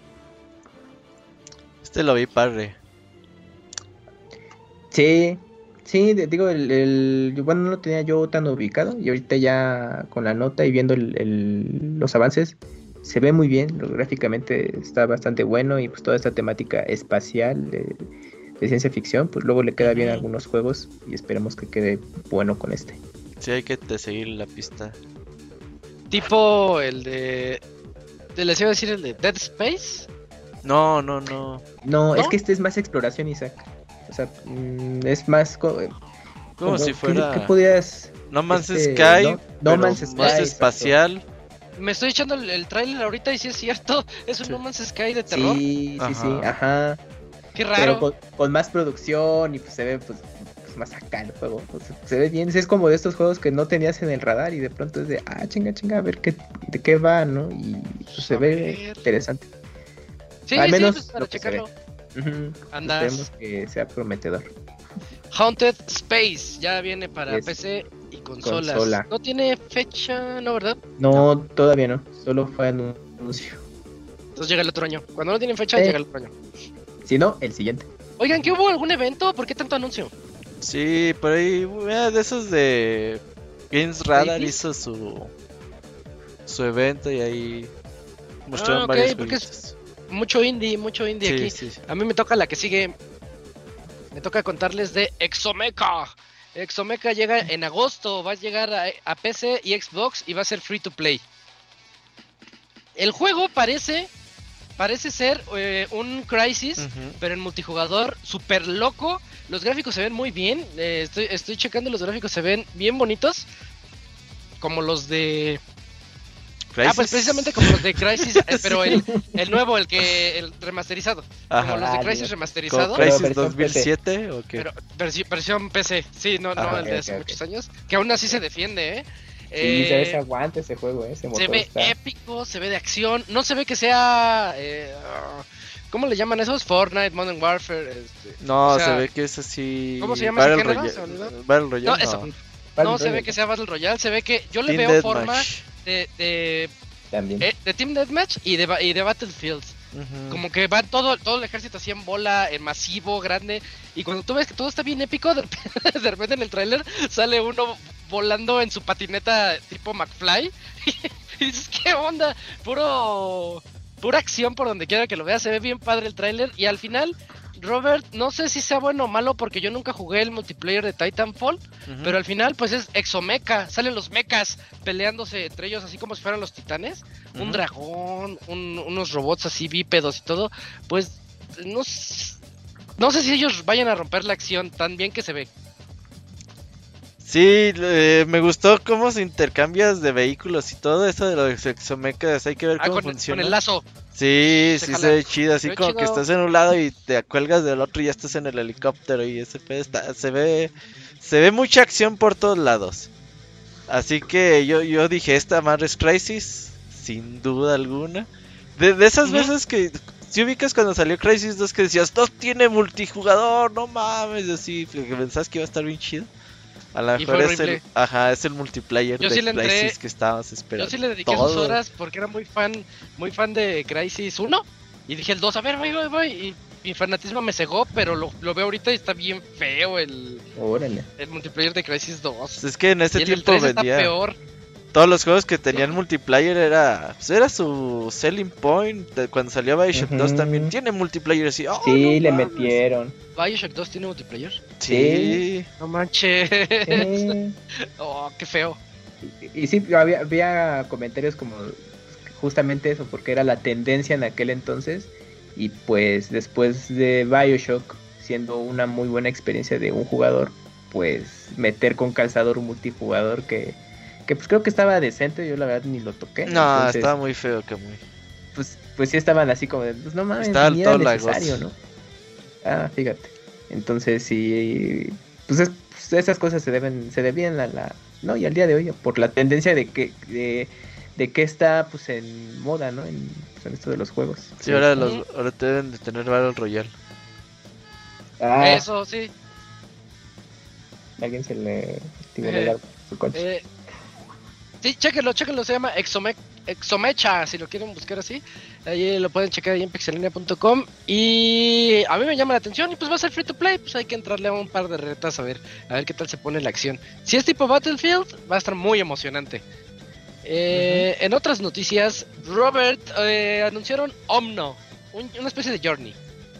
Este lo vi padre. Sí, sí, de- digo, el, el- yo, bueno, no lo tenía yo tan ubicado y ahorita ya con la nota y viendo el- el- los avances, se ve muy bien, lo- gráficamente está bastante bueno y pues toda esta temática espacial de, de ciencia ficción, pues luego le queda bien a Ujú. algunos juegos y esperemos que quede bueno con este. Sí, hay que te seguir la pista. Tipo el de... Te les iba a decir el de Dead Space. No, no, no. No, ¿No? es que este es más exploración, Isaac. O sea, mm, es más... co- Como como si que- fuera ¿Qué podías...? No Man's este, Sky, No- No pero Man's Sky, más exacto. espacial. Me estoy echando el, el tráiler ahorita y sí es cierto. Es un Sí. No Man's Sky de terror. Sí, sí, sí, Ajá. ajá. Qué Pero raro. con, con más producción y pues se ve pues, pues, más acá el juego. Pues, se ve bien, es como de estos juegos que no tenías en el radar y de pronto es de, ah, chinga, chinga, a ver qué, de qué va, ¿no? Y pues, se A ve ver. interesante. Sí, al sí, menos pues, para lo que se checarlo. Ujú. Andas. Esperemos que sea prometedor. Haunted Space ya viene para Es P C y consolas. consola. No tiene fecha, ¿no, verdad? No, todavía no, solo fue anuncio. Entonces llega el otro año. Cuando no tienen fecha, Eh. llega el otro año. Si no, el siguiente. Oigan, ¿qué hubo algún evento? ¿Por qué tanto anuncio? Sí, por ahí, mira, de esos de Games Radar ¿Davis? hizo su su evento y ahí mostraron Ah, ok, varios porque es- jueguitos. Mucho indie, mucho indie Sí, aquí. sí, sí. A mí me toca la que sigue. Me toca contarles de Exomecha. Exomecha llega en agosto. Va a llegar a, a P C y Xbox y va a ser free to play. El juego parece. Parece ser eh, un Crysis, Ujú. pero en multijugador súper loco. Los gráficos se ven muy bien. eh, estoy, estoy checando, los gráficos se ven bien bonitos. Como los de. Ah, pues Crysis. precisamente como los de Crysis, eh, pero el, el nuevo, el que el remasterizado. Ajá. Como los de Ah, Crysis Dios. ¿Con remasterizado. Pero Crysis versión dos mil siete o qué? Pero versi- versión P C, sí, no, no Ajá, el de ok, hace ok, muchos ok. años. Que aún así se defiende, ¿eh? Sí, se ve Eh, ese aguante ese juego, ¿eh? Ese se motor ve está- épico, se ve de acción. No se ve que sea. Eh, ¿Cómo le llaman esos? Fortnite, Modern Warfare. Este, No, o sea, se ve que es así. ¿cómo se llama ese Battle género? Royale- ¿Se me olvidó? Battle Royale, no, no. eso. Battle No se ve Royale que sea Battle Royale. Se ve que yo le Team veo Deathmatch. forma de, de, también. eh, de Team Deathmatch y de, ba- y de Battlefields. Ujú. Como que va todo, todo el ejército así en bola, en masivo, grande. Y cuando tú ves que todo está bien épico, de repente, de repente en el tráiler sale uno volando en su patineta tipo McFly. Y dices, ¿qué onda? Puro, pura acción por donde quiera que lo veas. Se ve bien padre el tráiler. Y al final, Robert, no sé si sea bueno o malo porque yo nunca jugué el multiplayer de Titanfall. Ujú. Pero al final, pues es exomecha. Salen los mechas peleándose entre ellos, así como si fueran los titanes. Un Ujú. dragón, un- unos robots así bípedos y todo. Pues no, s- no sé si ellos vayan a romper la acción tan bien que se ve. Sí, eh, me gustó cómo se intercambias de vehículos y todo eso de los exomechas. Hay que ver Ah, cómo con, con funciona. el lazo. Sí, Se sí jala. se ve chido, así Se ve como que chido. estás en un lado y te cuelgas del otro y ya estás en el helicóptero y ese pedo está, se ve, se ve mucha acción por todos lados. Así que yo, yo dije, esta madre es Crysis, sin duda alguna. De, de esas Ujú. veces que, si ubicas cuando salió Crysis dos que decías, no tiene multijugador, no mames, así, que pensabas que iba a estar bien chido. A lo Y fue mejor es el, horrible. ajá, es el multiplayer Yo de sí le entré- Crysis que estabas esperando. Yo sí le dediqué sus Todo. horas porque era muy fan, muy fan de Crysis uno. Y dije el dos, a ver, voy, voy, voy. Y mi fanatismo me cegó, pero lo, lo veo ahorita y está bien feo el, Órale. el multiplayer de Crysis dos. Pues es que en ese y el tiempo tres está vendía peor. todos los juegos que tenían multiplayer, era pues era su selling point. De- cuando salió Bioshock Ujú. dos también tiene multiplayer así. ¡oh, Sí, no le mames! metieron. Bioshock dos tiene multiplayer. Sí. No manches. Sí. Oh, qué feo. Y, y sí, había, había comentarios como justamente eso, porque era la tendencia en aquel entonces. Y pues después de Bioshock, siendo una muy buena experiencia de un jugador, pues meter con calzador un multijugador que, que pues creo que estaba decente, yo la verdad ni lo toqué. No, Entonces, estaba muy feo que muy. pues, pues sí estaban así como de, pues no mames, Estaba ni era todo necesario, lagoso. ¿no? Ah, fíjate. Entonces sí, pues, es- pues, esas cosas se deben, se debían a la, no, y al día de hoy, por la tendencia de que, de, de que está pues en moda, ¿no? En, pues, en esto de los juegos. Sí, ahora, los, ahora te deben de tener Battle Royale. Ah, Eso, sí. alguien se le activó Eh, la- su coche. Eh, sí, chéquenlo, chéquenlo, se llama Exome- Exomecha, si lo quieren buscar así. Ahí lo pueden checar ahí en pixelania punto com. Y a mí me llama la atención y pues va a ser free to play, pues hay que entrarle a un par de retas a ver, a ver qué tal se pone la acción. Si es tipo Battlefield, va a estar muy emocionante. Eh, uh-huh. En otras noticias, Robert, eh, anunciaron Omno, un, una especie de Journey.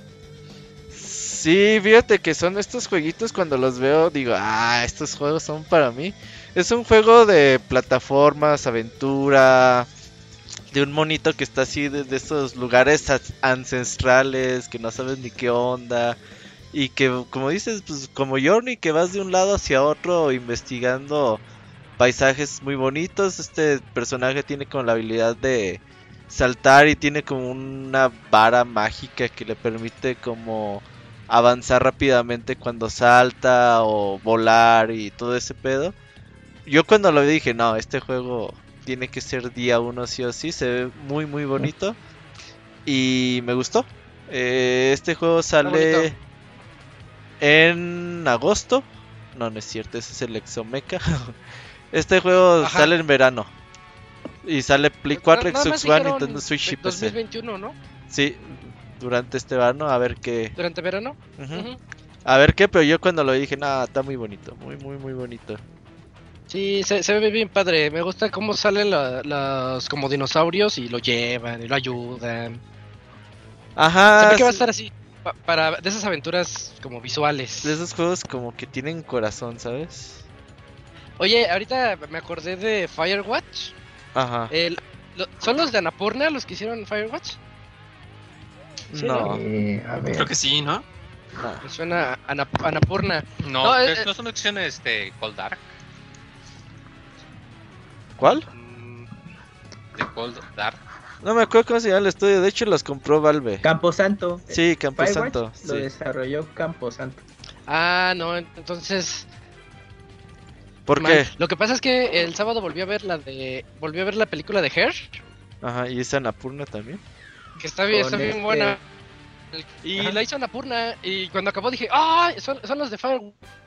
Sí, fíjate que son estos jueguitos cuando los veo, digo, ah, estos juegos son para mí. Es un juego de plataformas, aventura, de un monito que está así desde estos lugares ancestrales, que no sabes ni qué onda. Y que, como dices, pues como Journey, que vas de un lado hacia otro investigando paisajes muy bonitos. Este personaje tiene como la habilidad de saltar y tiene como una vara mágica que le permite como avanzar rápidamente cuando salta o volar y todo ese pedo. Yo cuando lo vi dije, no, este juego tiene que ser día uno sí o sí, se ve muy muy bonito y me gustó. Eh, este juego sale en agosto. No, no es cierto, ese es el Exomeca. Este juego Ajá. sale en verano. Y sale Play cuatro, Xbox One, Nintendo Switch y P C. dos mil veintiuno, ¿no? Sí, durante este verano, a ver qué. ¿Durante verano? Uh-huh. Uh-huh. A ver qué, pero yo cuando lo dije, nada, está muy bonito, muy, muy, muy bonito. Sí, se, se ve bien padre. Me gusta cómo salen la, los como dinosaurios y lo llevan y lo ayudan. Ajá. Se ve que va a estar así, pa, para de esas aventuras como visuales. De esos juegos como que tienen corazón, ¿sabes? Oye, ahorita me acordé de Firewatch. Ajá. El, lo, ¿Son los de Annapurna los que hicieron Firewatch? ¿Sí, no. Eh, a ver. Creo que sí, ¿no? No. Me suena a Anap Annapurna. No, no, eh, ¿no son opciones de Cold Dark? ¿Cuál? De Cold Dark. No me acuerdo cómo se llama el estudio, de hecho los compró Valve. Camposanto. Sí, Camposanto. Sí. Lo desarrolló Camposanto. Ah, no, entonces... ¿Por Man, qué? Lo que pasa es que el sábado volví a ver la de... Volví a ver la película de Her. Ajá, y esa Annapurna también. Que está bien, está bien este... buena. Y Ajá. la hizo Annapurna, y cuando acabó dije, ¡ah! Son, son los de Fire.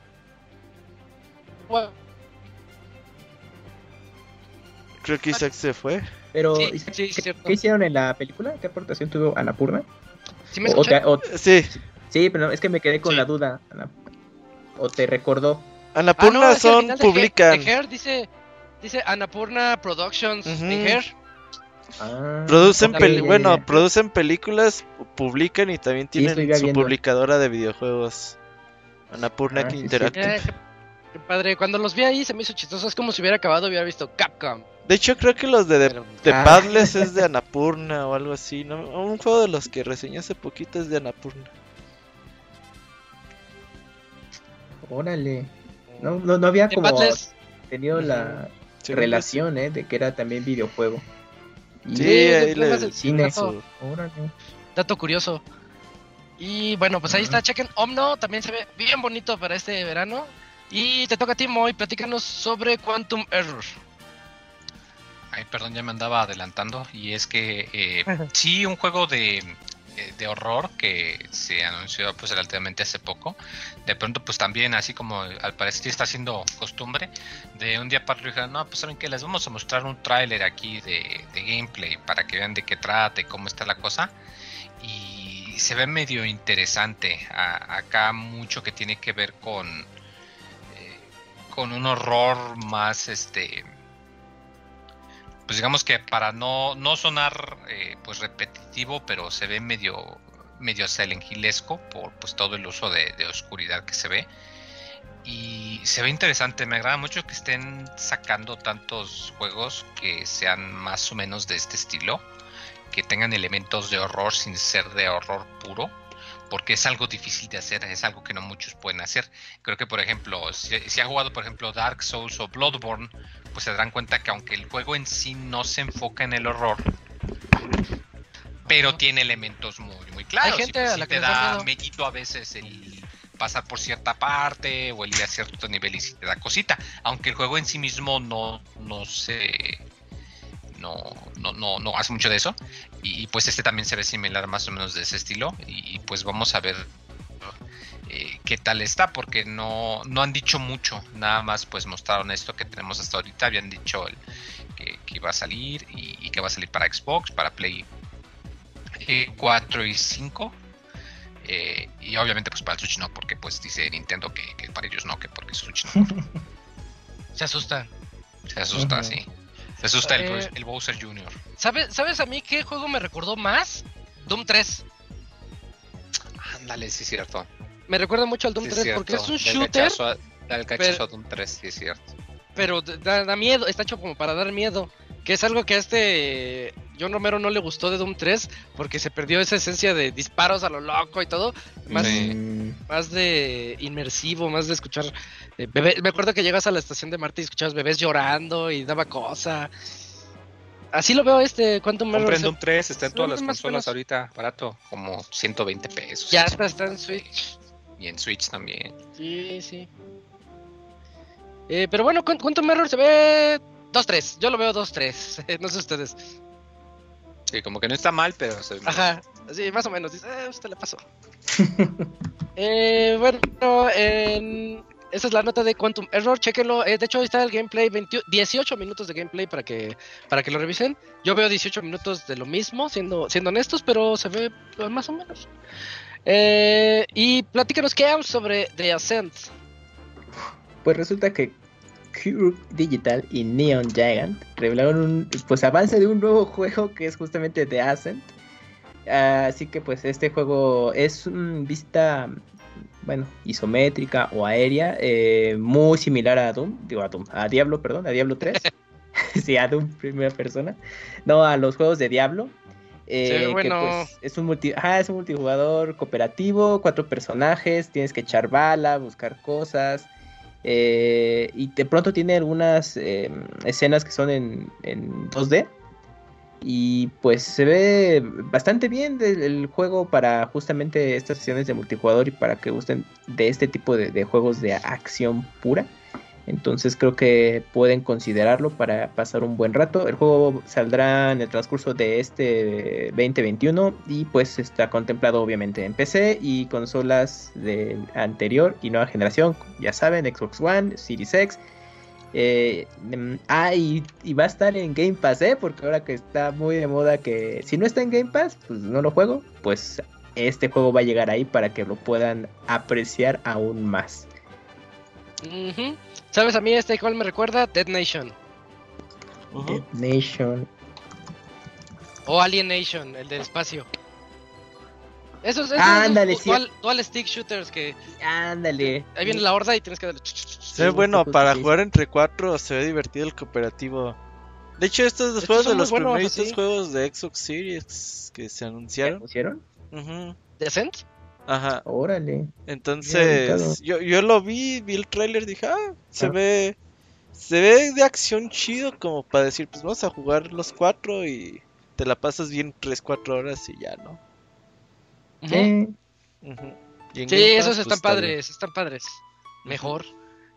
Creo que Isaac se fue. Pero, sí, Isaac, sí, ¿qué, ¿qué hicieron en la película? ¿Qué aportación tuvo Annapurna? ¿Sí me escuchan? O, o, sí. Sí, pero es que me quedé con sí. la duda. ¿O te recordó? Annapurna ah, no, son, de publican. De Her dice, dice Annapurna Productions uh-huh. de Her. Ah, producen peli ya, bueno, ya, ya. producen películas, publican y también tienen sí, su viendo. publicadora de videojuegos. Annapurna ah, sí, Interactive. Sí. Qué padre, cuando los vi ahí se me hizo chistoso, es como si hubiera acabado hubiera visto Capcom. De hecho creo que los de The, The ah. Padles es de Annapurna o algo así, ¿no? Un juego de los que reseñé hace poquito es de Annapurna. Órale. No, no, no había como Padles. tenido la sí, relación, ¿eh? De que era también videojuego. Y sí, ahí le el cine. Dato, Órale. Dato curioso. Y bueno, pues ahí uh-huh. está, chequen Omno, también se ve bien bonito para este verano. Y te toca a ti, Moy, platícanos sobre Quantum Error. Ay, perdón, ya me andaba adelantando. Y es que eh, sí, un juego de, de horror que se anunció pues relativamente hace poco. De pronto pues también, así como al parecer está haciendo costumbre, de un día para otro dijeron, no, pues saben que les vamos a mostrar un tráiler aquí de, de gameplay para que vean de qué trata y cómo está la cosa. Y se ve medio interesante. A, acá mucho que tiene que ver con... con un horror más este pues digamos que para no, no sonar eh, pues repetitivo, pero se ve medio medio Silent Hillesco por pues todo el uso de, de oscuridad que se ve y se ve interesante. Me agrada mucho que estén sacando tantos juegos que sean más o menos de este estilo, que tengan elementos de horror sin ser de horror puro, porque es algo difícil de hacer, es algo que no muchos pueden hacer. Creo que, por ejemplo, si, si ha jugado, por ejemplo, Dark Souls o Bloodborne, pues se darán cuenta que aunque el juego en sí no se enfoca en el horror, pero tiene elementos muy, muy claros. Hay gente y pues a sí la que te da da miedo. medito a veces el pasar por cierta parte o el ir a cierto nivel y si te da cosita, aunque el juego en sí mismo no, no se... No, no, no, no hace mucho de eso. Y pues este también se ve similar más o menos de ese estilo. Y pues vamos a ver eh, qué tal está, porque no, no han dicho mucho. Nada más pues mostraron esto que tenemos hasta ahorita. Habían dicho el, que, que iba a salir y, y que va a salir para Xbox, para Play eh, cuatro y cinco. Eh, y obviamente pues para el Switch no, porque pues dice Nintendo que, que para ellos no, que porque Switch no. Se asusta. Se asusta, uh-huh. sí. Eso está el, Eh, el Bowser junior ¿Sabes, ¿Sabes a mí qué juego me recordó más? Doom tres. Ándale, sí es cierto. Me recuerda mucho al Doom Sí tres cierto. porque es un Del shooter, cachazo a- Del cachazo pero- a Doom tres, sí es cierto. pero da, da miedo, está hecho como para dar miedo. Que es algo que a este John Romero no le gustó de Doom tres porque se perdió esa esencia de disparos a lo loco y todo. Más, Sí. Mm, más de inmersivo, más de escuchar eh, bebé. Me acuerdo que llegas a la estación de Marte y escuchabas bebés llorando y daba cosa. Así lo veo este Quantum Mirror. Compren se- Doom tres, está en se todas ve las más o consolas menos. ahorita, barato, como ciento veinte pesos. Ya está, está en Switch. Y en Switch también. Sí, sí. Eh, pero bueno, Quant- Quantum Mirror se ve dos tres. Yo lo veo dos tres. No sé ustedes. Sí, como que no está mal, pero se... Ajá, sí, más o menos. Dice, eh, usted le pasó. eh, bueno, en- esa es la nota de Quantum Error. Chequenlo. Eh, de hecho, ahí está el gameplay. veinte dieciocho minutos de gameplay para que para que lo revisen. Yo veo dieciocho minutos de lo mismo, siendo, siendo honestos, pero se ve pues, más o menos. Eh, y platícanos qué hay sobre The Ascent. Pues resulta que Cube Digital y Neon Gigant revelaron un pues avance de un nuevo juego que es justamente The Ascent. Así que pues este juego es un vista, bueno, isométrica o aérea, eh, muy similar a Doom, digo a Doom, a Diablo, perdón, a Diablo tres. Sí, a Doom primera persona. No, a los juegos de Diablo. Eh, Se ve que, bueno. pues, es un multi, ajá, es un multijugador cooperativo, cuatro personajes, tienes que echar bala, buscar cosas. Eh, y de pronto tiene algunas eh, escenas que son en, en dos D. Y pues se ve bastante bien el, el juego para justamente estas sesiones de multijugador y para que gusten de este tipo de, de juegos de acción pura. Entonces creo que pueden considerarlo para pasar un buen rato. El juego saldrá en el transcurso de este veinte veintiuno y pues está contemplado obviamente en P C y consolas de anterior y nueva generación. Ya saben, Xbox One, Series X. Eh, mm, ah, y, y va a estar en Game Pass, ¿eh? Porque ahora que está muy de moda que si no está en Game Pass, pues no lo juego. Pues este juego va a llegar ahí para que lo puedan apreciar aún más. Ujú. ¿Sabes a mí este cuál me recuerda? Dead Nation. Dead Nation. O Alien Nation, el del espacio. Esos, esos Ándale, esos sí. dual, dual stick shooters que Ándale. ahí viene la horda y tienes que darle. Se ve Sí, bueno justo para sí. jugar entre cuatro, se ve divertido el cooperativo. De hecho, estos Estos juegos son de muy los buenos, primeritos así. juegos de Xbox Series que se ¿Ya anunciaron. pusieron? Ujú. ¿Descent? Ajá. Órale. Bien ubicado. Entonces, yo, yo lo vi, vi el tráiler, dije, ah, se Ah. ve se ve de acción chido como para decir, pues vamos a jugar los cuatro y te la pasas bien tres, cuatro horas y ya, ¿no? Ujú. Sí. Ujú. Y en Sí, Game Pass, esos pues, están está bien. padres, están padres. Mejor.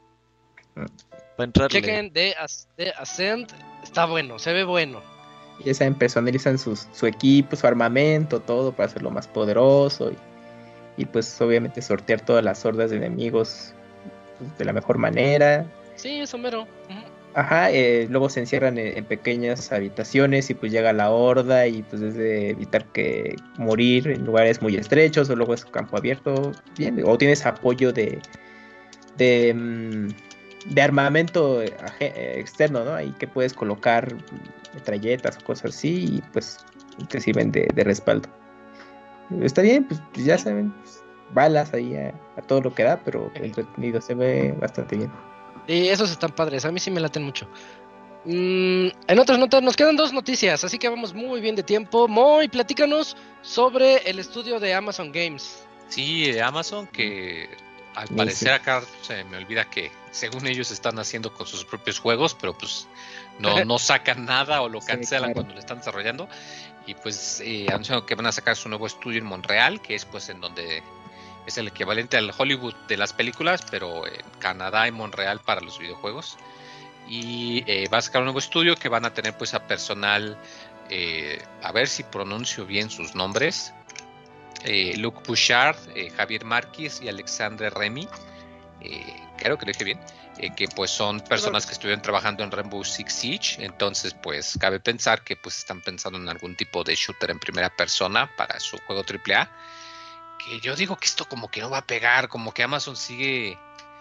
Para entrarle. Chequen The, As- The Ascent, está bueno, se ve bueno. Ya saben, personalizan sus, su equipo, su armamento, todo para hacerlo más poderoso. Y, y pues obviamente sortear todas las hordas de enemigos pues, de la mejor manera. Sí, eso mero. Ujú. Ajá, eh, luego se encierran en, en pequeñas habitaciones y pues llega la horda y pues es de evitar que morir en lugares muy estrechos o luego es campo abierto, bien, o tienes apoyo de de, mm, de armamento eh, aje- eh, externo, ¿no? Ahí que puedes colocar metralletas o cosas así y pues te sirven de, de respaldo. Está bien, pues ya saben, pues, balas ahí a, a todo lo que da, pero entretenido, se ve bastante bien. Y esos están padres, a mí sí me laten mucho. Mm, en otras notas, nos quedan dos noticias, así que vamos muy bien de tiempo. Moy, platícanos sobre el estudio de Amazon Games. Sí, de Amazon, que al Sí, parecer sí. acá se me olvida que según ellos están haciendo con sus propios juegos, pero pues no, no sacan nada o lo Sí, cancelan claro. cuando lo están desarrollando. Y pues eh, anunciaron que van a sacar su nuevo estudio en Montreal, que es pues en donde es el equivalente al Hollywood de las películas, pero en Canadá y Montreal para los videojuegos. Y eh, va a sacar un nuevo estudio que van a tener pues a personal, eh, a ver si pronuncio bien sus nombres. Eh, Luc Bouchard, eh, Javier Márquez y Alexandre Remy, eh, creo que lo dije bien, eh, que pues son personas que estuvieron trabajando en Rainbow Six Siege. Entonces pues cabe pensar que pues están pensando en algún tipo de shooter en primera persona para su juego triple A, que yo digo que esto como que no va a pegar, como que Amazon sigue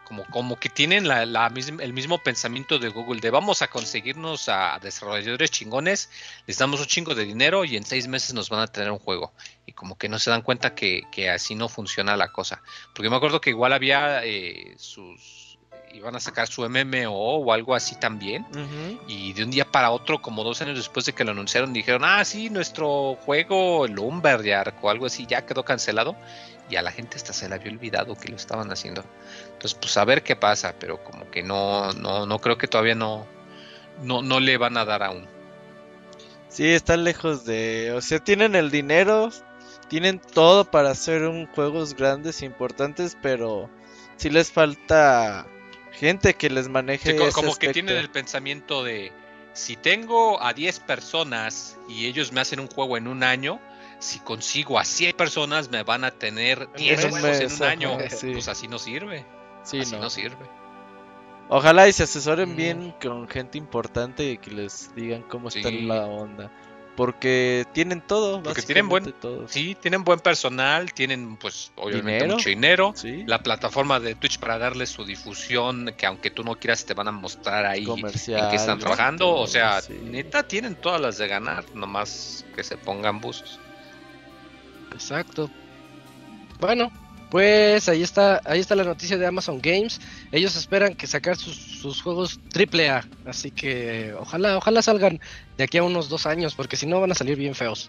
como, como que tienen la, la misma, el mismo pensamiento de Google, de vamos a conseguirnos a desarrolladores chingones, les damos un chingo de dinero y en seis meses nos van a tener un juego. Y como que no se dan cuenta que, que así no funciona la cosa. Porque me acuerdo que igual había eh, sus... iban a sacar su M M O o algo así también. Uh-huh. Y de un día para otro, como dos años después de que lo anunciaron, dijeron, ah, sí, nuestro juego Lumberjack o algo así ya quedó cancelado. Y a la gente hasta se le había olvidado que lo estaban haciendo. Entonces, pues a ver qué pasa, pero como que no, no, no creo que todavía no, no, no le van a dar aún. Sí, están lejos de, o sea, tienen el dinero, tienen todo para hacer un juegos grandes, importantes, pero sí les falta gente que les maneje. Sí, como, ese como aspecto. Que tienen el pensamiento de, si tengo a diez personas y ellos me hacen un juego en un año, si consigo a cien personas me van a tener diez juegos mes, en un ajá, año. Sí. Pues así no sirve. Sí, así no. no sirve. Ojalá y se asesoren mm. bien con gente importante y que les digan cómo sí. está la onda. Porque tienen todo, porque tienen buen, todo. Sí, tienen buen personal, tienen pues obviamente ¿Dinero? mucho dinero, ¿Sí? La plataforma de Twitch para darles su difusión, que aunque tú no quieras te van a mostrar ahí comercial, en qué están trabajando, todo, o sea, sí. neta tienen todas las de ganar, nomás que se pongan buzos. Exacto. Bueno, pues ahí está, ahí está la noticia de Amazon Games. Ellos esperan que sacar sus, sus juegos triple A, así que ojalá, ojalá salgan de aquí a unos dos años, porque si no van a salir bien feos.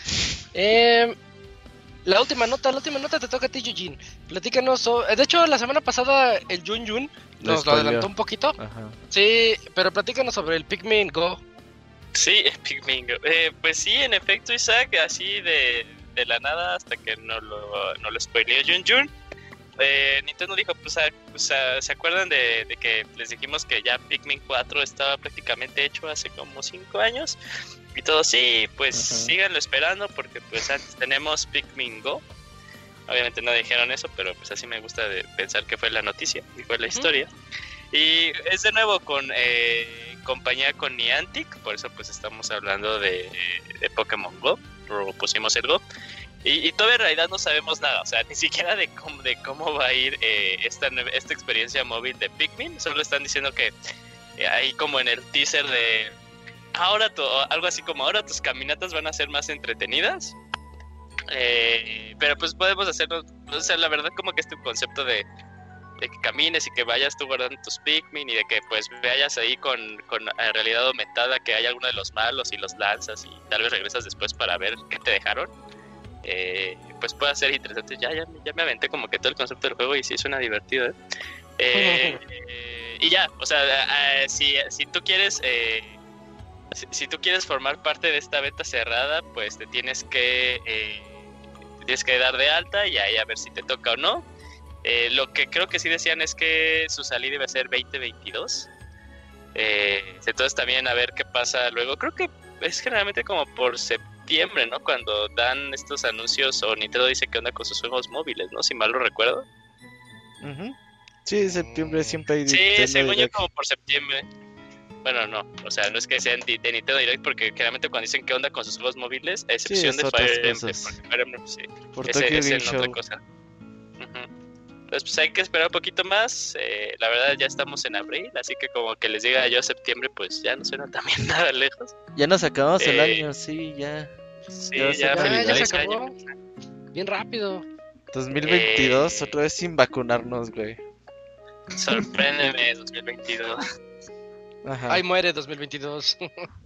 Eh, la última nota, la última nota te toca a ti, Eugene. Platícanos. Sobre, de hecho, la semana pasada el Jun Jun nos lo adelantó un poquito. Ajá. Sí, pero platícanos sobre el Pikmin Go. Sí, el Pikmin Go. Eh, pues sí, en efecto, Isaac, así de de la nada hasta que no lo, no lo spoileó Jun Jun. Eh, Nintendo dijo, pues, a, pues a, ¿se acuerdan de, de que les dijimos que ya Pikmin cuatro estaba prácticamente hecho hace como cinco años? Y todo, sí, pues uh-huh. síganlo esperando porque pues antes tenemos Pikmin Go. Obviamente no dijeron eso, pero pues así me gusta de pensar que fue la noticia y fue la uh-huh. historia. Y es de nuevo con eh, compañía con Niantic, por eso pues estamos hablando de, de Pokémon Go. Pusimos el Go y, y todavía en realidad no sabemos nada, o sea, ni siquiera de cómo, de cómo va a ir eh, esta, esta experiencia móvil de Pikmin. Solo están diciendo que eh, ahí como en el teaser de ahora tu, algo así como ahora tus caminatas van a ser más entretenidas, eh, pero pues podemos hacerlo, o sea, la verdad como que este concepto de de que camines y que vayas tú guardando tus Pikmin y de que pues vayas ahí con, con realidad aumentada que hay alguno de los malos y los lanzas y tal vez regresas después para ver qué te dejaron, eh, pues puede ser interesante. Ya, ya, ya me aventé como que todo el concepto del juego y sí suena divertido, ¿eh? Eh, eh, y ya, o sea, eh, si, si tú quieres eh, si, si tú quieres formar parte de esta beta cerrada, pues te tienes que eh, te tienes que dar de alta y ahí a ver si te toca o no. Eh, lo que creo que sí decían es que su salida iba a ser veinte veintidós. Eh, entonces también a ver qué pasa luego. Creo que es generalmente como por septiembre, ¿no? Cuando dan estos anuncios o Nintendo dice que onda con sus juegos móviles, ¿no? Si mal lo recuerdo. Uh-huh. Sí, septiembre siempre hay. Sí, según yo como por septiembre. Bueno, no, o sea, no es que sean de, de Nintendo Direct, porque generalmente cuando dicen qué onda con sus juegos móviles, a excepción sí, de Fire Emblem, Fire Emblem, sí, por ese es otra cosa. Uh-huh. Entonces pues hay que esperar un poquito más. Eh, la verdad ya estamos en abril, así que como que les diga yo septiembre, pues ya no suena también nada lejos. Ya nos acabamos eh, el año, sí, ya. Sí, ya, ya, ya, ya se acabó. Año. Bien rápido. dos mil veintidós, eh, otra vez sin vacunarnos, güey. Sorpréndeme, dos mil veintidós. Ajá. Ay, muere dos mil veintidós.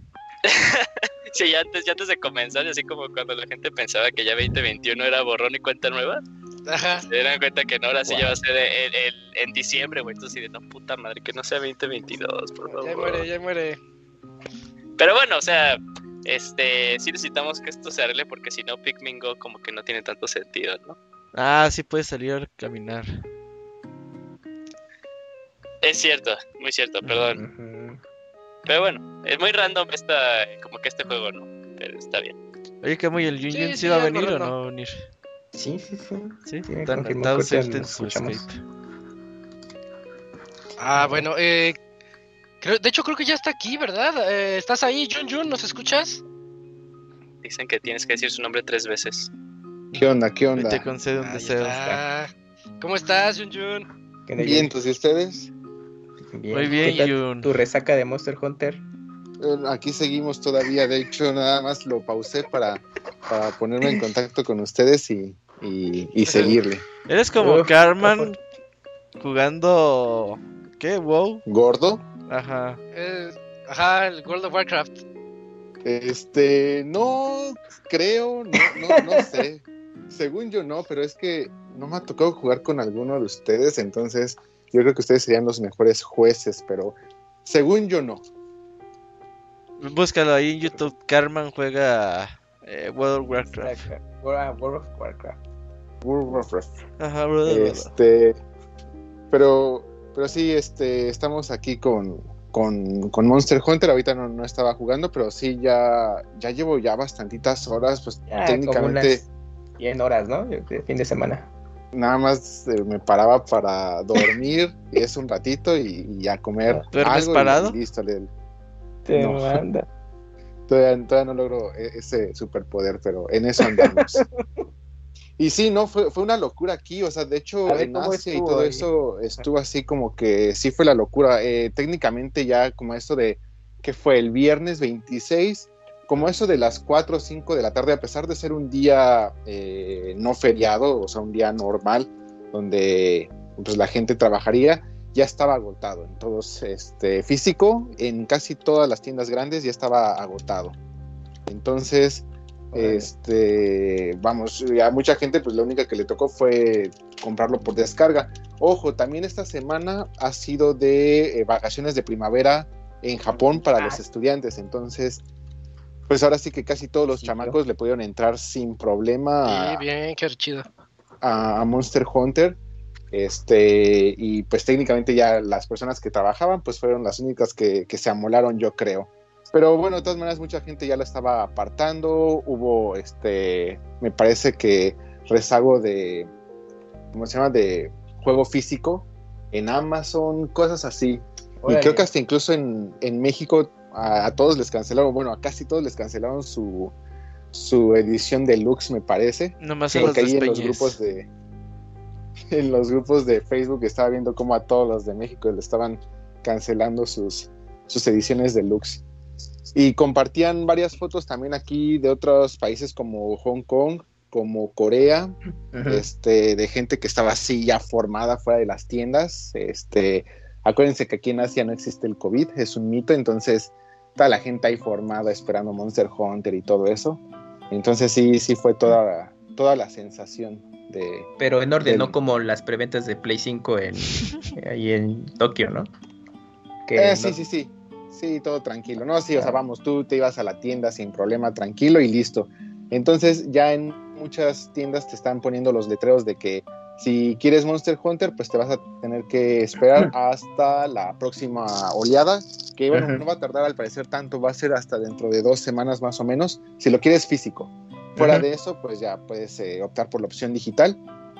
Sí, ya antes, ya antes de comenzar, así como cuando la gente pensaba que ya veinte veintiuno era borrón y cuenta nueva. Ajá. Se dieron cuenta que no, ahora sí wow. ya va a ser el, el, en diciembre, güey. Entonces, de no, puta madre, que no sea veinte veintidós, por favor. Ya muere, ya muere. Pero bueno, o sea, este, sí necesitamos que esto se arregle porque si no, Pikmin Go como que no tiene tanto sentido, ¿no? Ah, sí puede salir a caminar. Es cierto, muy cierto, perdón. Uh-huh. Pero bueno, es muy random esta, como que este juego, ¿no? Pero está bien. Oye, ¿qué muy el Jun Jun sí, sí va a venir o no va a venir? Sí, sí, sí. Sí, están conectados en su Skype. Ah, bueno, eh, creo, de hecho creo que ya está aquí, ¿verdad? Eh, ¿Estás ahí, Jun Jun? ¿Nos escuchas? Dicen que tienes que decir su nombre tres veces. ¿Qué onda, qué onda? Y te concede un deseo. Está. ¿Cómo estás, Jun Jun? Bien, pues, ¿y ustedes? Bien. Muy bien, ¿Qué tal Yun. tu resaca de Monster Hunter? Eh, Aquí seguimos todavía, de hecho nada más lo pausé para, para ponerme en contacto con ustedes y, y, y seguirle. Eres como Uf, Carmen jugando... ¿Qué? ¿WoW? ¿Gordo? Ajá. Eh, ajá, el World of Warcraft. Este, no creo, no, no, no sé. Según yo no, pero es que no me ha tocado jugar con alguno de ustedes, entonces yo creo que ustedes serían los mejores jueces, pero según yo no. Búscalo ahí en YouTube. Carmen juega eh, World of Warcraft. World World of Warcraft. World of Warcraft. Ajá, World of Warcraft. Este, pero, pero sí, este, estamos aquí con, con, con Monster Hunter. Ahorita no, no estaba jugando, pero sí ya, ya llevo ya bastantitas horas, pues Ya, técnicamente como unas cien horas, ¿no? De fin de semana. nada más eh, me paraba para dormir y es un ratito y, y a comer ¿Duermes algo y- parado? y listo. Le, Te No. manda. Todavía, todavía no logro e- ese superpoder, pero en eso andamos. Y sí, no, fue, fue una locura aquí, o sea, de hecho A ver, en ¿cómo Asia y estuvo todo ahí? eso estuvo así como que sí fue la locura. Eh, técnicamente ya como eso de que fue el viernes veintiséis, como eso de las cuatro o cinco de la tarde, a pesar de ser un día eh, no feriado, o sea, un día normal, donde pues la gente trabajaría, ya estaba agotado. Entonces, este, físico, en casi todas las tiendas grandes ya estaba agotado. Entonces, Órale. este, vamos, a mucha gente pues la única que le tocó fue comprarlo por descarga. Ojo, también esta semana ha sido de eh, vacaciones de primavera en Japón para Ah. los estudiantes, entonces pues ahora sí que casi todos los Sí, chamacos le pudieron entrar sin problema Sí, a, bien, qué chido. a- a Monster Hunter. Este, y pues técnicamente ya las personas que trabajaban pues fueron las únicas que, que se amolaron, yo creo. Pero bueno, de todas maneras mucha gente ya lo estaba apartando. Hubo este, me parece que rezago de, ¿cómo se llama? De juego físico en Amazon, cosas así. Órale. Y creo que hasta incluso en, en México a, a todos les cancelaron, bueno, a casi todos les cancelaron su, su edición deluxe, me parece. Nomás Sí, a los Porque ahí en los despeñes. grupos de en los grupos de Facebook estaba viendo cómo a todos los de México le estaban cancelando sus, sus ediciones deluxe. Y compartían varias fotos también aquí de otros países como Hong Kong, como Corea, Ujú. este, de gente que estaba así ya formada fuera de las tiendas. Este, acuérdense que aquí en Asia no existe el COVID, es un mito, entonces toda la gente ahí formada esperando Monster Hunter y todo eso. Entonces sí, sí fue toda, toda la sensación de... Pero en orden, del- no como las preventas de Play cinco en, ahí en Tokio, ¿no? Que Eh, no- sí, sí, sí. Sí, todo tranquilo. No, sí, o sea, vamos, tú te ibas a la tienda sin problema, tranquilo y listo. Entonces, ya en muchas tiendas te están poniendo los letreros de que si quieres Monster Hunter, pues te vas a tener que esperar hasta la próxima oleada, que bueno, Ajá. no va a tardar al parecer tanto, va a ser hasta dentro de dos semanas más o menos, si lo quieres físico. Fuera Ajá. de eso, pues ya puedes eh, optar por la opción digital.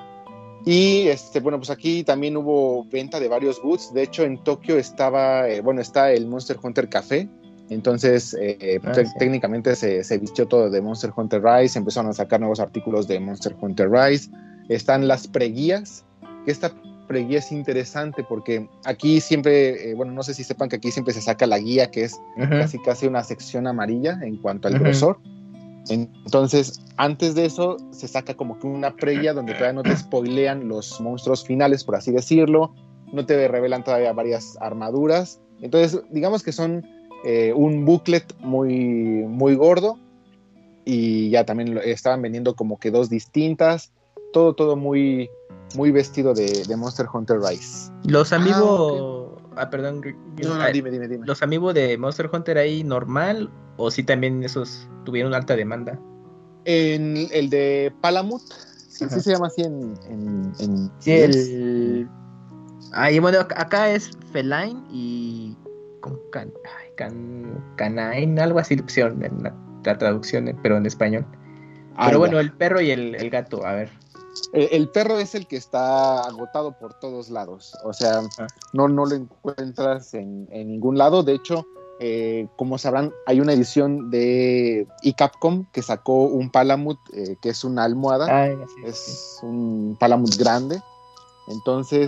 Y este, bueno, pues aquí también hubo venta de varios booths. De hecho, en Tokio estaba, eh, bueno, está el Monster Hunter Café. Entonces, eh, Ah, te- sí. técnicamente se, se vistió todo de Monster Hunter Rise. Empezaron a sacar nuevos artículos de Monster Hunter Rise. Están las preguías. Que esta preguía es interesante porque aquí siempre, eh, bueno, no sé si sepan que aquí siempre se saca la guía, que es Ujú. casi casi una sección amarilla en cuanto al Ujú. grosor. Entonces, antes de eso, se saca como que una previa donde todavía no te spoilean los monstruos finales, por así decirlo. No te revelan todavía varias armaduras. Entonces, digamos que son eh, un booklet muy, muy gordo. Y ya también lo estaban vendiendo como que dos distintas. Todo, todo muy, muy vestido de, de Monster Hunter Rise. Los Ah, amigos. Ah, perdón. No, no, ah, dime, dime, dime. ¿Los amigos de Monster Hunter ahí normal? ¿O sí también esos tuvieron alta demanda? En el de Palamut, sí, Ajá. sí se llama así en, en, en Sí, el. Ah, y bueno, ac- acá es Feline y. Con can... ay, can... Canine, algo así le pusieron en la, la traducción, pero en español. Ah, Pero ya. bueno, el perro y el, el gato, a ver. El, el perro es el que está agotado por todos lados. O sea, Ah. no, no lo encuentras en, en ningún lado. De hecho, eh, como sabrán, hay una edición de y Capcom que sacó un Palamut, eh, que es una almohada. Ay, así, sí. Es un Palamut grande. Entonces,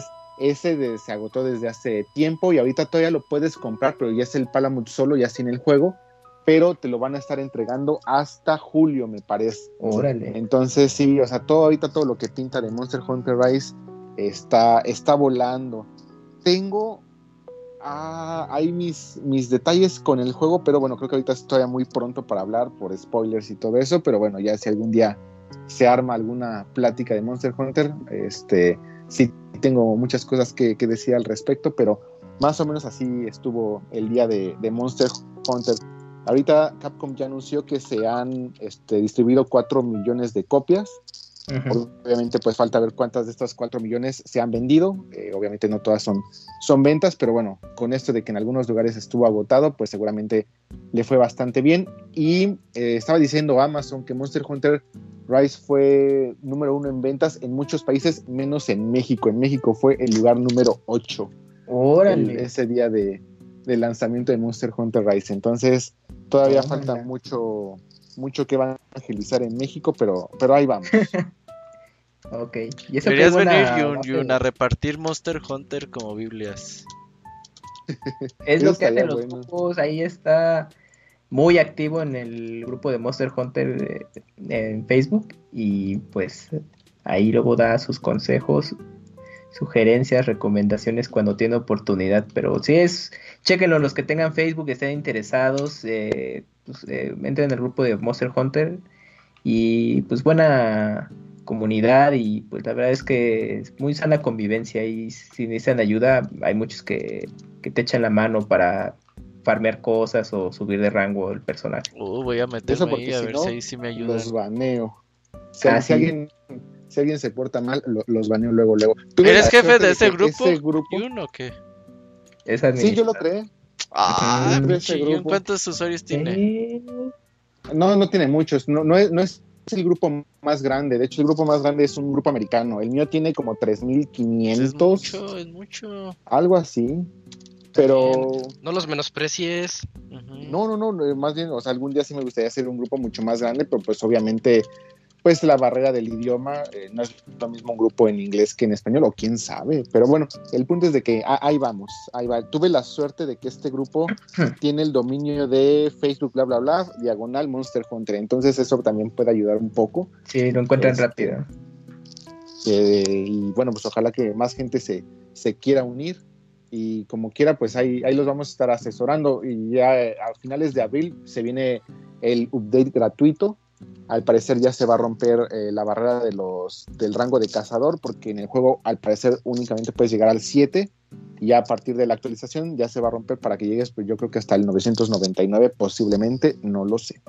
ese de, se agotó desde hace tiempo y ahorita todavía lo puedes comprar, pero ya es el Palamute solo, ya sin el juego, pero te lo van a estar entregando hasta julio, me parece. Órale. Entonces sí, o sea, todo ahorita todo lo que pinta de Monster Hunter Rise está, está volando. Tengo ah, ahí mis, mis detalles con el juego, pero bueno, creo que ahorita es todavía muy pronto para hablar por spoilers y todo eso, pero bueno, ya si algún día se arma alguna plática de Monster Hunter, este, sí tengo muchas cosas que, que decir al respecto, pero más o menos así estuvo el día de, de Monster Hunter. Ahorita Capcom ya anunció que se han este, distribuido cuatro millones de copias. Uh-huh. Obviamente pues falta ver cuántas de estas cuatro millones se han vendido. Eh, obviamente no todas son, son ventas, pero bueno, con esto de que en algunos lugares estuvo agotado, pues seguramente le fue bastante bien. Y eh, estaba diciendo Amazon que Monster Hunter Rise fue número uno en ventas en muchos países, menos en México. En México fue el lugar número ocho. Órale. El, ese día de, de lanzamiento de Monster Hunter Rise. Entonces todavía Órale. falta mucho, mucho que evangelizar en México, pero, pero ahí vamos. Ok. ¿Y eso Deberías qué venir, buena Yun, Yun, a repartir Monster Hunter como Biblias. Es Eso lo que estaría hacen los bueno. grupos. Ahí está muy activo en el grupo de Monster Hunter eh, en Facebook. Y pues ahí luego da sus consejos, sugerencias, recomendaciones cuando tiene oportunidad. Pero sí es, chéquenlo los que tengan Facebook, estén interesados, eh, pues, eh, entren en el grupo de Monster Hunter. Y pues buena comunidad, y pues la verdad es que es muy sana convivencia, y si necesitan ayuda hay muchos que, que te echan la mano para farmear cosas o subir de rango el personaje. Uh, voy a Eso meterme porque ahí a si ver no, si ahí sí me ayudan. los baneo. Si, Ah, si sí. alguien, si alguien se porta mal, lo- los baneo luego, luego. Tuve ¿Eres la jefe suerte de ese que grupo? ese grupo ¿Yun o qué? Esa sí, yo lo creé. Ah, Ujú. pinche Ese Yun, grupo. ¿cuántos usuarios tiene? Eh, No, no tiene muchos. No, no, es, no es el grupo más grande. De hecho, el grupo más grande es un grupo americano. El mío tiene como tres mil Es quinientos, mucho, es mucho. algo así. Pero No los menosprecies. Ujú. no, no, no, no, más bien, o sea, algún día sí me gustaría hacer un grupo mucho más grande, pero pues obviamente, pues la barrera del idioma, eh, no es lo mismo un grupo en inglés que en español, o quién sabe, pero bueno, el punto es de que ah, ahí vamos, ahí va. Tuve la suerte de que este grupo tiene el dominio de Facebook, bla, bla, bla, diagonal Monster Hunter, entonces eso también puede ayudar un poco. sí, lo encuentran Este, rápido. Eh, y bueno, pues ojalá que más gente se, se quiera unir. Y como quiera, pues ahí, ahí los vamos a estar asesorando. Y ya eh, a finales de abril se viene el update gratuito. Al parecer ya se va a romper eh, la barrera de los, del rango de cazador, porque en el juego al parecer únicamente puedes llegar al siete. Y ya a partir de la actualización ya se va a romper para que llegues, pues yo creo que hasta el novecientos noventa y nueve posiblemente, no lo sé.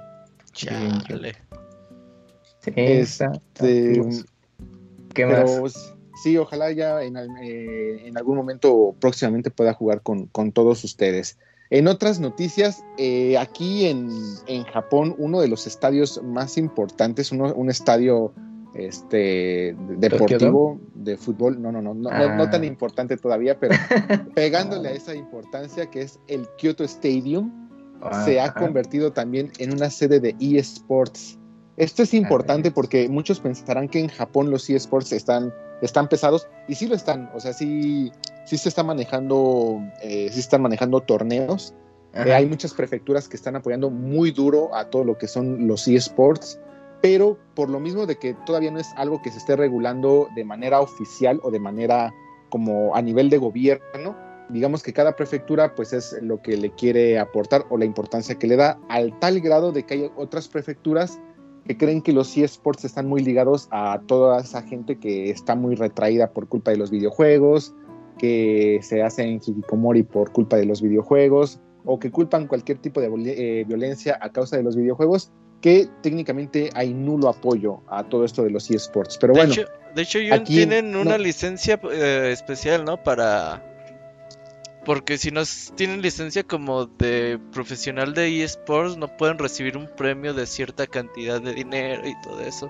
Chale. Sí, está- está Este, activos. ¿Qué más? Pero sí, ojalá ya en, al- eh, en algún momento próximamente pueda jugar con, con todos ustedes. En otras noticias, eh, aquí en, en Japón, uno de los estadios más importantes, uno, un estadio este, deportivo de fútbol, no, no, no, no, Ah. no, no tan importante todavía, pero pegándole a esa importancia que es el Kyoto Stadium, se ha Ajá. convertido también en una sede de eSports. Esto es importante porque muchos pensarán que en Japón los eSports están, están pesados, y sí lo están, o sea, sí, sí se está manejando, eh, sí están manejando torneos. Ajá. Eh, hay muchas prefecturas que están apoyando muy duro a todo lo que son los eSports, pero por lo mismo de que todavía no es algo que se esté regulando de manera oficial o de manera como a nivel de gobierno, digamos que cada prefectura pues es lo que le quiere aportar o la importancia que le da, al tal grado de que hay otras prefecturas que creen que los eSports están muy ligados a toda esa gente que está muy retraída por culpa de los videojuegos, que se hacen hikikomori por culpa de los videojuegos, o que culpan cualquier tipo de eh, violencia a causa de los videojuegos, que técnicamente hay nulo apoyo a todo esto de los eSports. Pero de bueno, hecho, de hecho Yun, aquí tienen una no. licencia eh, especial, ¿no? Para... Porque si no s- tienen licencia como de profesional de eSports, no pueden recibir un premio de cierta cantidad de dinero y todo eso.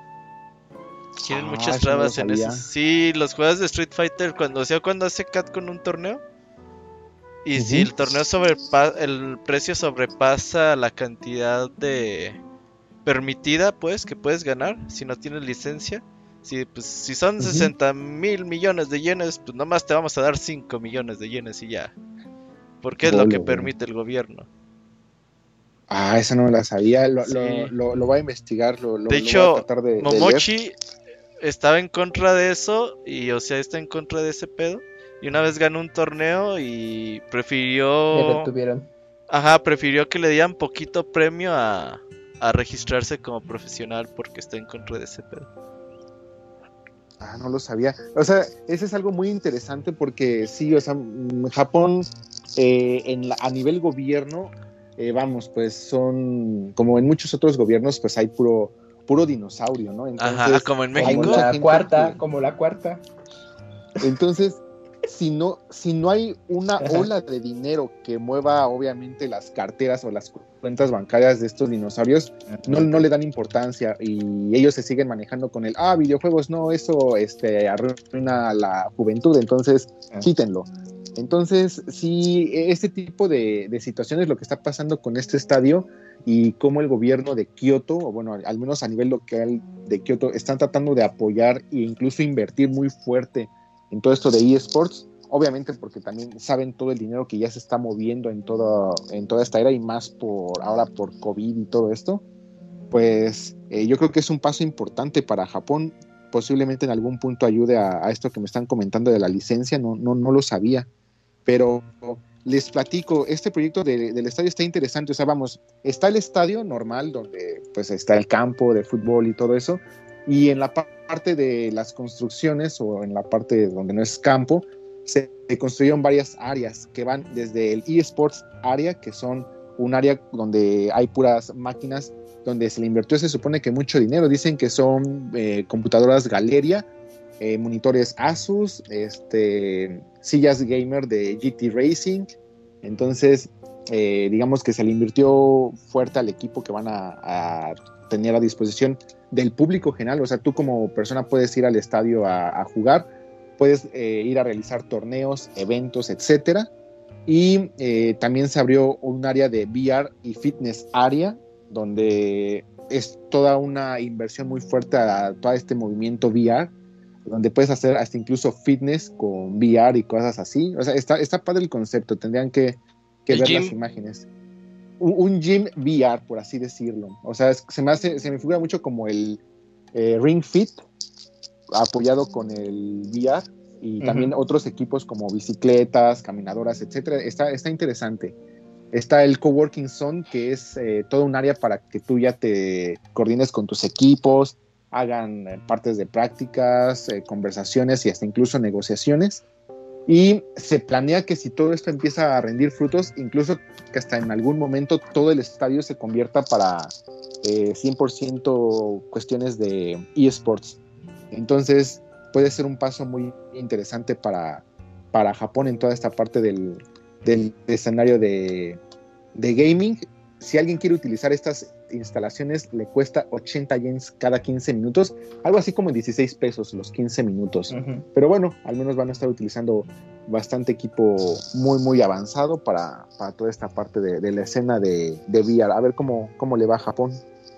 Tienen Ah, muchas eso no lo trabas en eso. sabía. Sí, los juegos de Street Fighter, cuando, o sea, cuando hace Cat con un torneo. Y si Ujú. el torneo sobrepasa, el precio sobrepasa la cantidad de permitida, pues, que puedes ganar, si no tienes licencia, Si, pues, si son sesenta mil millones de yenes, pues nomás te vamos a dar cinco millones de yenes y ya. Porque es Bolo, lo que bolo. permite el gobierno. Ah, esa no la sabía, lo, Sí. lo, lo, lo voy a investigar, lo, lo, De lo voy hecho, a tratar de, de Momochi leer. estaba en contra de eso y o sea, está en contra de ese pedo. Y una vez ganó un torneo y Me prefirió... retuvieron. Ajá, prefirió que le dieran poquito premio a, a registrarse como profesional porque está en contra de ese pedo. Ah, no lo sabía. O sea, ese es algo muy interesante porque sí, o sea, mm, Japón eh, en la- a nivel gobierno, eh, vamos, pues son, como en muchos otros gobiernos, pues hay puro, puro dinosaurio, ¿no? Ajá, como en hay México. Como mucha la gente cuarta, que- como la cuarta. Entonces, si no, si no hay una Ajá. ola de dinero que mueva obviamente las carteras o las cuentas bancarias de estos dinosaurios, no, no le dan importancia y ellos se siguen manejando con el, ah, videojuegos, no, eso este, arruina la juventud, entonces Ah. quítenlo. Entonces, sí, este tipo de, de situaciones, lo que está pasando con este estadio y cómo el gobierno de Kioto, o bueno, al menos a nivel local de Kioto, están tratando de apoyar e incluso invertir muy fuerte en todo esto de eSports, obviamente porque también saben todo el dinero que ya se está moviendo en, todo, en toda esta era y más por ahora por COVID y todo esto, pues eh, yo creo que es un paso importante para Japón, posiblemente en algún punto ayude a, a esto que me están comentando de la licencia, no, no, no lo sabía, pero les platico, este proyecto de, del estadio está interesante, o sea, vamos, está el estadio normal donde pues está el campo de fútbol y todo eso, y en la parte de las construcciones o en la parte donde no es campo, se, se construyeron varias áreas que van desde el eSports área, que son un área donde hay puras máquinas, donde se le invirtió, se supone que mucho dinero, dicen que son eh, computadoras Galeria, eh, monitores Asus, este, sillas gamer de G T Racing, entonces eh, digamos que se le invirtió fuerte al equipo que van a, a tener a disposición del público general, o sea, tú como persona puedes ir al estadio a, a jugar, puedes eh, ir a realizar torneos, eventos, etcétera, y eh, también se abrió un área de V R y fitness área, donde es toda una inversión muy fuerte a todo este movimiento V R, donde puedes hacer hasta incluso fitness con V R y cosas así, o sea, está, está padre el concepto, tendrían que, que ver gym. las imágenes. Un, un gym V R, por así decirlo. O sea, es, se me hace, se me figura mucho como el eh, Ring Fit apoyado con el V R y también uh-huh. otros equipos como bicicletas, caminadoras, etcétera. Está, está interesante. Está el Coworking Zone, que es eh, todo un área para que tú ya te coordines con tus equipos, hagan eh, partes de prácticas, eh, conversaciones y hasta incluso negociaciones. Y se planea que si todo esto empieza a rendir frutos, incluso que hasta en algún momento todo el estadio se convierta para eh, cien por ciento cuestiones de eSports. Entonces puede ser un paso muy interesante para, para Japón en toda esta parte del, del escenario de, de gaming. Si alguien quiere utilizar estas instalaciones, le cuesta ochenta yens cada quince minutos, algo así como dieciséis pesos los quince minutos. Uh-huh. Pero bueno, al menos van a estar utilizando bastante equipo muy, muy avanzado para, para toda esta parte de, de la escena de, de V R. A ver cómo, cómo le va a Japón.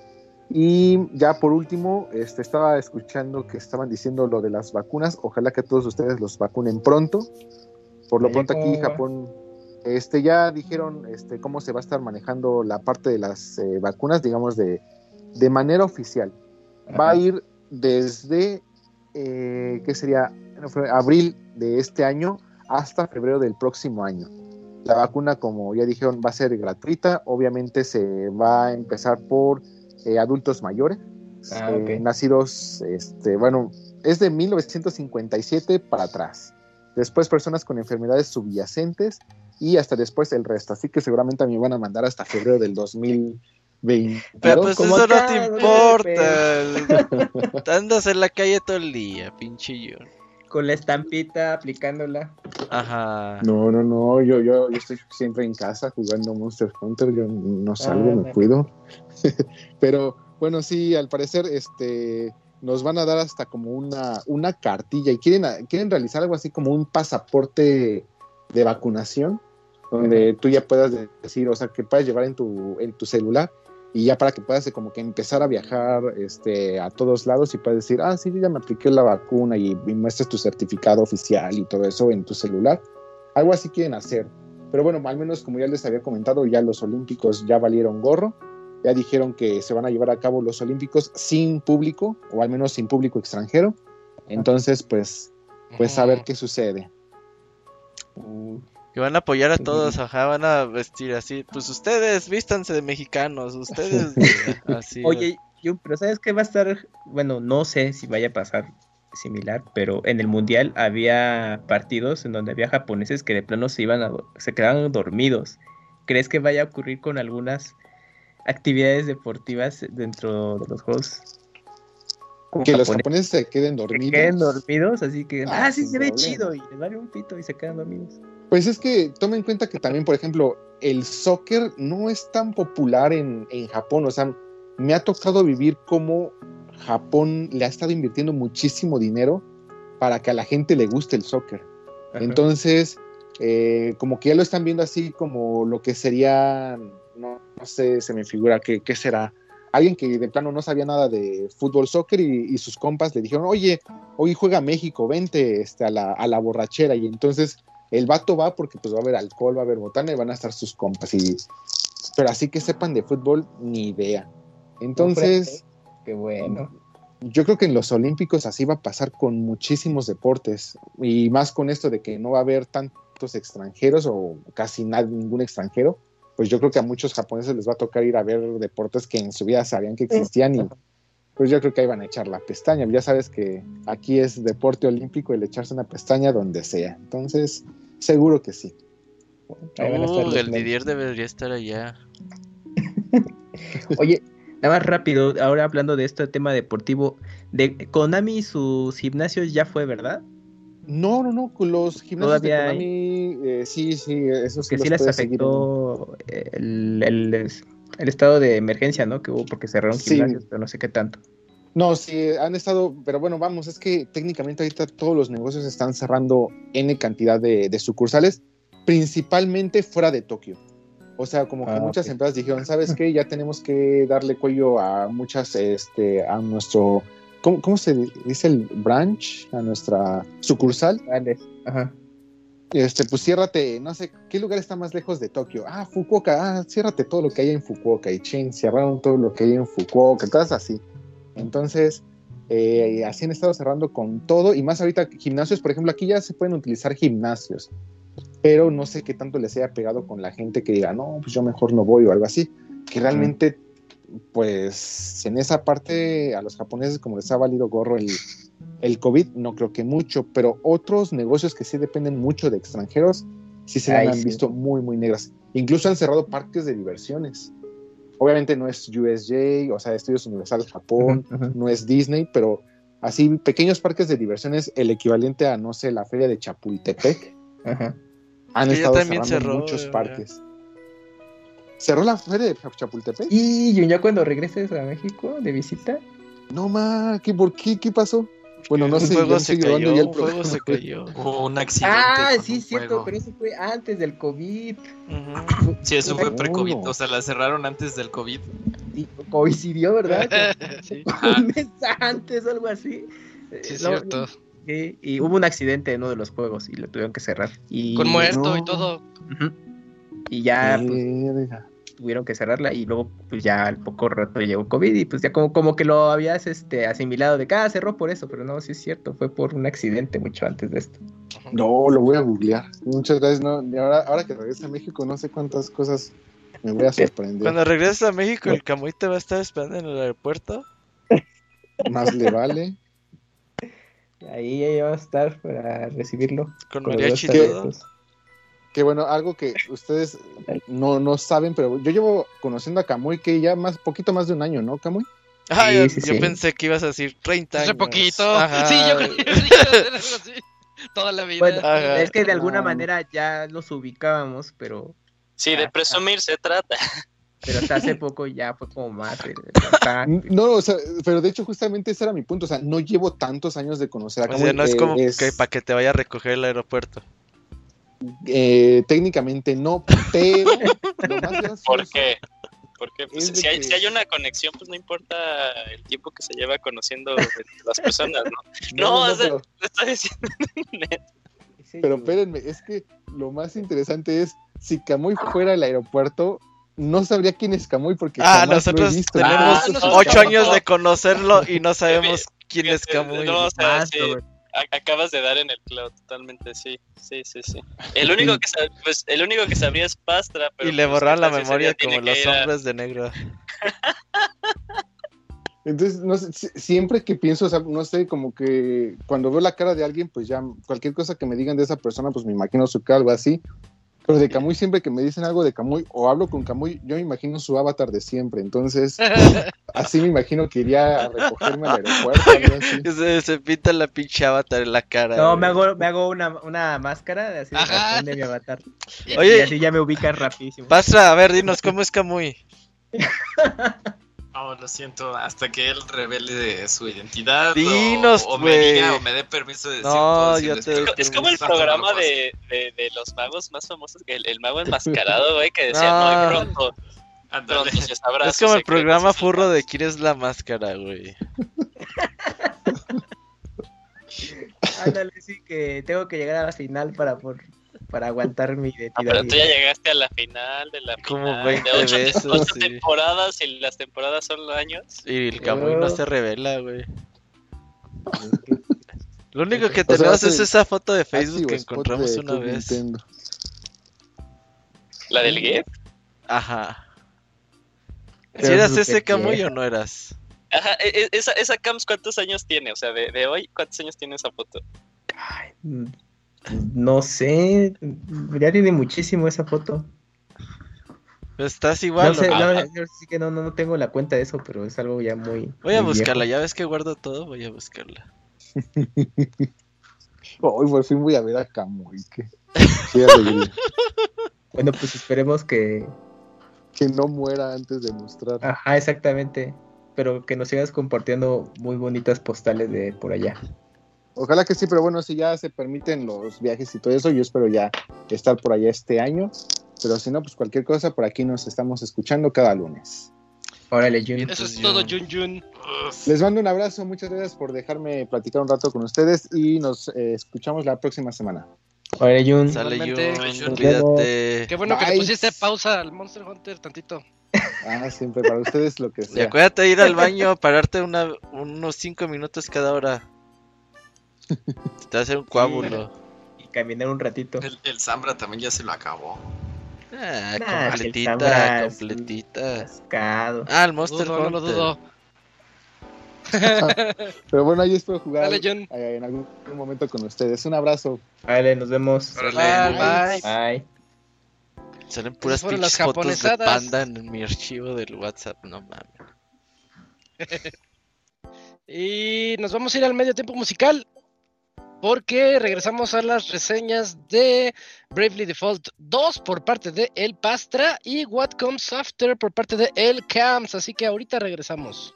Y ya por último, este, estaba escuchando que estaban diciendo lo de las vacunas. Ojalá que todos ustedes los vacunen pronto. Por lo pronto aquí Japón... Este, ya dijeron este, cómo se va a estar manejando la parte de las eh, vacunas, digamos, de, de manera oficial. Ajá. Va a ir desde, eh, ¿qué sería? Abril de este año hasta febrero del próximo año. La vacuna, como ya dijeron, va a ser gratuita. Obviamente se va a empezar por eh, adultos mayores, ah, okay. eh, nacidos, este, bueno, es de mil novecientos cincuenta y siete para atrás. Después personas con enfermedades subyacentes y hasta después el resto, así que seguramente a mí me van a mandar hasta febrero del dos mil veinte. Pero pues eso acá, no te importa. Andas en la calle todo el día, pinche yo. Con la estampita, aplicándola. Ajá. No, no, no, yo, yo, yo estoy siempre en casa jugando Monster Hunter, yo no salgo, ah, me no. cuido. Pero bueno, sí, al parecer este nos van a dar hasta como una, una cartilla y quieren, quieren realizar algo así como un pasaporte de vacunación, donde tú ya puedas decir, o sea, que puedas llevar en tu, en tu celular y ya para que puedas eh, como que empezar a viajar este, a todos lados y puedes decir, ah, sí, ya me apliqué la vacuna y, y muestres tu certificado oficial y todo eso en tu celular. Algo así quieren hacer. Pero bueno, al menos como ya les había comentado, ya los olímpicos ya valieron gorro. Ya dijeron que se van a llevar a cabo los olímpicos sin público, o al menos sin público extranjero. Entonces, pues, pues a ver qué sucede. Que van a apoyar a todos, ajá, van a vestir así. Pues ustedes vístanse de mexicanos, ustedes así. Oye, yo, pero ¿sabes qué va a estar? Bueno, no sé si vaya a pasar similar, pero en el mundial había partidos en donde había japoneses que de plano se iban a, se quedaban dormidos. ¿Crees que vaya a ocurrir con algunas actividades deportivas dentro de los juegos? Como que japoneses, los japoneses se queden dormidos. Se queden dormidos, así que, ah, ah sí se ve chido, y les vale un pito y se quedan dormidos. Pues es que toma en cuenta que también, por ejemplo, el soccer no es tan popular en, en Japón. O sea, me ha tocado vivir como Japón le ha estado invirtiendo muchísimo dinero para que a la gente le guste el soccer. Ajá. Entonces, eh, como que ya lo están viendo así como lo que sería, no, no sé, se me figura, ¿qué, qué será? Alguien que de plano no sabía nada de fútbol, soccer y, y sus compas le dijeron, oye, hoy juega México, vente este, a, la, a la borrachera. Y entonces el vato va porque pues va a haber alcohol, va a haber botana y van a estar sus compas. Y, pero así que sepan de fútbol, ni idea. Entonces, no, qué bueno. Yo creo que en los Olímpicos así va a pasar con muchísimos deportes. Y más con esto de que no va a haber tantos extranjeros o casi nada, ningún extranjero. Pues yo creo que a muchos japoneses les va a tocar ir a ver deportes que en su vida sabían que existían y pues yo creo que ahí van a echar la pestaña. Ya sabes que aquí es deporte olímpico el echarse una pestaña donde sea. Entonces, seguro que sí. Ahí van a estar uh, el Didier debería estar allá. Oye, nada más rápido, ahora hablando de este tema deportivo, de Konami sus gimnasios ya fue, ¿verdad? No, no, no, con los gimnasios de Konami, eh, sí, sí, eso sí. Que sí les afectó el, el, el estado de emergencia, ¿no? Que hubo porque cerraron sí. gimnasios, pero no sé qué tanto. No, sí, han estado, pero bueno, vamos, es que técnicamente ahorita todos los negocios están cerrando N cantidad de, de sucursales, principalmente fuera de Tokio. O sea, como que ah, muchas okay. empresas dijeron, ¿sabes qué? Ya tenemos que darle cuello a muchas, este, a nuestro... ¿Cómo, ¿Cómo se dice el branch? A nuestra sucursal. Vale. Ajá. Este, pues ciérrate, no sé, ¿qué lugar está más lejos de Tokio? Ah, Fukuoka, ah, ciérrate todo lo que hay en Fukuoka. Y chin, cerraron todo lo que hay en Fukuoka, cosas así. Entonces, eh, así han estado cerrando con todo. Y más ahorita, gimnasios, por ejemplo, aquí ya se pueden utilizar gimnasios. Pero no sé qué tanto les haya pegado con la gente que diga, no, pues yo mejor no voy o algo así. Que realmente... Uh-huh. Pues en esa parte a los japoneses como les ha valido gorro el, el COVID, no creo que mucho, pero otros negocios que sí dependen mucho de extranjeros, sí se Ay, han sí. visto muy, muy negras. Incluso han cerrado parques de diversiones. Obviamente no es U S J, o sea, Estudios Universal Japón, uh-huh, uh-huh. no es Disney, pero así pequeños parques de diversiones, el equivalente a, no sé, la feria de Chapultepec, uh-huh. han estado cerrando cerró, muchos ya. parques. ¿Cerró la feria de Chapultepec? ¿Y ya cuando regreses a México de visita? No, ma, ¿qué, ¿por qué? ¿Qué pasó? Bueno, no un sé. Juego se cayó, ya el un juego se cayó. Hubo un accidente. Ah, sí, cierto, pero eso fue antes del COVID. Uh-huh. Sí, eso fue pre-COVID, o sea, la cerraron antes del COVID. Sí, coincidió, ¿verdad? Sí. Un mes antes o algo así. Sí, es no, cierto. Sí, y hubo un accidente en uno de los juegos y lo tuvieron que cerrar. Y... Con muerto no. y todo. Uh-huh. Y ya pues, tuvieron que cerrarla y luego pues ya al poco rato llegó COVID y pues ya como, como que lo habías este, asimilado de que ah, cerró por eso, pero no, sí es cierto, fue por un accidente mucho antes de esto. No, lo voy a googlear. Muchas gracias. No, y ahora, ahora que regrese a México no sé cuántas cosas me voy a sorprender. Cuando regreses a México el Camuy te va a estar esperando en el aeropuerto. Más le vale. Ahí ya va a estar para recibirlo. Con mariachi y todo. Que bueno, algo que ustedes no, no saben, pero yo llevo conociendo a Camuy que ya más, poquito más de un año, ¿no, Camuy? Ah, sí, yo, sí, yo sí. pensé que ibas a decir treinta años. Hace poquito. Ajá. Sí, yo creo que iba a hacer algo así. Toda la vida. Bueno, Ajá. es que de alguna manera ya nos ubicábamos, pero... Sí, de presumir se trata. Pero hasta hace poco ya fue como más. No, o sea, pero de hecho justamente ese era mi punto, o sea, no llevo tantos años de conocer a Camuy. O sea, no es como es... que para que te vaya a recoger el aeropuerto. Eh, técnicamente no, pero lo más gracioso, ¿por qué? Porque pues, Es de si, hay, que- si hay una conexión, pues no importa el tiempo que se lleva conociendo las personas, ¿no? No, o sea, pero, lo está diciendo. pero espérenme, es que lo más interesante es, si Kamui fuera al aeropuerto, no sabría quién es Kamui porque Ah, jamás lo he nosotros visto. tenemos Ah, Entonces, no, ocho no, años no. de conocerlo y no sabemos quién es Kamui. No, o sea, Más, sí, Robert. a- acabas de dar en el clavo, totalmente, sí, sí, sí, sí. El único que sab- pues, el único que sabría es Pastra, pero Y le pues, borraron ¿qué la tal si ese memoria día tiene como que los ir a- hombres de negro. entonces, no sé, si- siempre que pienso, o sea, no sé, como que cuando veo la cara de alguien, pues ya cualquier cosa que me digan de esa persona, pues me imagino su cara, algo así. Pero de Kamui, siempre que me dicen algo de Kamui o hablo con Kamui, yo me imagino su avatar de siempre. Entonces, así me imagino que iría a recogerme al aeropuerto. Algo así. Que se, se pinta la pinche avatar en la cara. No, güey. me hago, me hago una, una máscara de así de Ajá. cartón de mi avatar. Y, Oye. y así ya me ubicas rapidísimo. Pastra, a ver, dinos, ¿cómo es Kamui? No, lo siento, hasta que él revele de su identidad Dinos, o, o me güey. diga o me dé permiso de decir No, todo, yo decirles, te- pero Es como el tanto no lo programa puedo hacer. de, de, de los magos más famosos, el, el mago enmascarado, güey, que decía, No. no, hay pronto, Ándale. pronto se sabrá Es su como el secreto, programa sus furro de secretos. quién es la máscara, güey. Ándale, sí, que tengo que llegar a la final para, por, para aguantar mi Ah, identidad. pero tú ya llegaste a la final de la Como final veinte de ocho, te- veces, ocho sí. temporadas y las temporadas son años. Y el Kamui no se revela, güey. Lo único que O sea, tenemos hace- es esa foto de Así, Facebook o que spot encontramos de una Club vez. Nintendo. La del GIF. Ajá. Pero ¿Si eras súper ese Kamui vieja. o no eras? Ajá, e- e- esa, esa Cams, ¿cuántos años tiene? O sea, de, de hoy, ¿cuántos años tiene esa foto? Mm, No sé, ya tiene muchísimo esa foto. Estás igual, No sé, ¿o no, no? yo sí que no, no, no tengo la cuenta de eso, pero es algo ya muy. Voy a muy buscarla, viejo. ya ves que guardo todo, voy a buscarla. Hoy por fin voy a ver a Kamui. Qué, qué alegría. Bueno, pues esperemos que. Que no muera antes de mostrar. Ajá, exactamente. Pero que nos sigas compartiendo muy bonitas postales de por allá. Ojalá que sí, pero bueno, si ya se permiten los viajes y todo eso, yo espero ya estar por allá este año. Pero si no, pues cualquier cosa, por aquí nos estamos escuchando cada lunes. Órale, Jun. Eso es todo, Jun Jun. Les mando un abrazo, muchas gracias por dejarme platicar un rato con ustedes y nos eh, escuchamos la próxima semana. Órale, Jun. Sale Igualmente. Jun, Nos vemos. cuídate. Qué bueno que Bye. le pusiste pausa al Monster Hunter tantito. Ah, siempre para ustedes lo que Y sea. acuérdate de ir al baño, pararte una, unos cinco minutos cada hora. Te va a hacer un coágulo. Y caminar un ratito. El, el Zambra también ya se lo acabó. Ah, Nah, completita, el Zambra es completita. Pescado. Ah, el Lo Monster dudo, no lo Hunter. dudo. Pero bueno, ahí espero jugar Dale, John. eh, en algún momento con ustedes. Un abrazo. Vale, nos vemos. Órale. Bye, bye. Bye. Salen puras fueron las pinches fotos de japonesadas. panda en mi archivo del WhatsApp, no mames. Y nos vamos a ir al medio tiempo musical. Porque regresamos a las reseñas de Bravely Default dos por parte de El Pastra y What Comes After por parte de El Camps. Así que ahorita regresamos.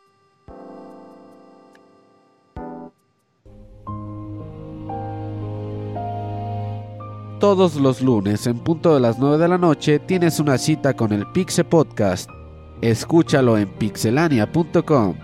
Todos los lunes en punto de las nueve de la noche tienes una cita con el Pixe Podcast. Escúchalo en pixelania punto com.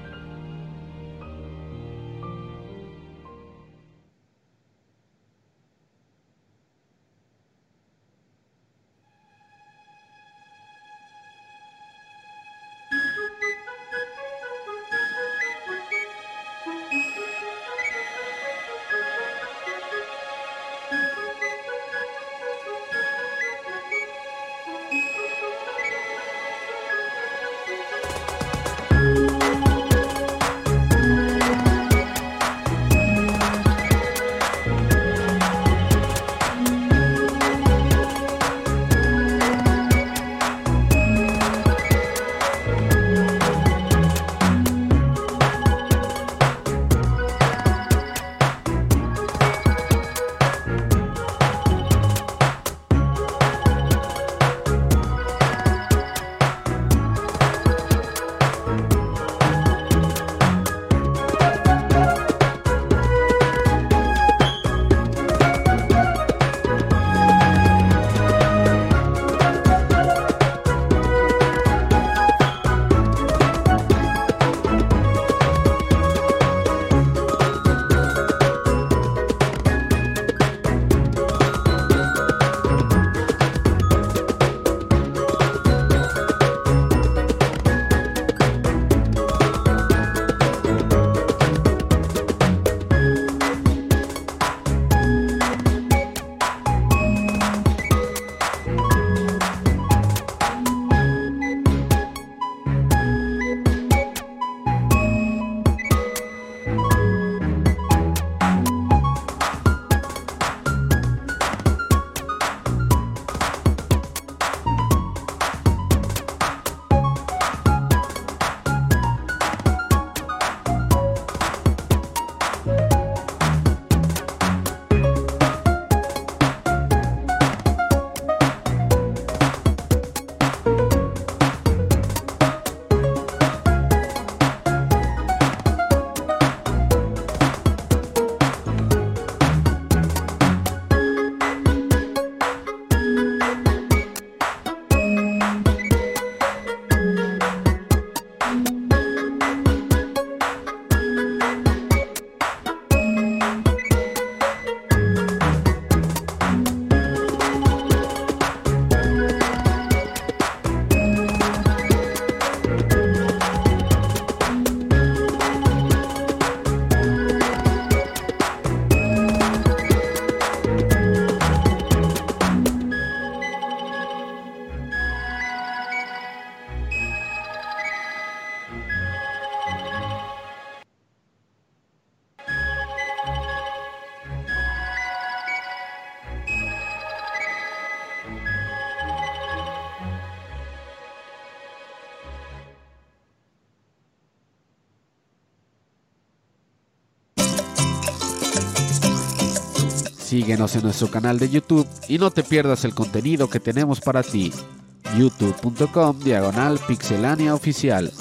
Síguenos en nuestro canal de YouTube y no te pierdas el contenido que tenemos para ti. youtube.com diagonal pixelania oficial.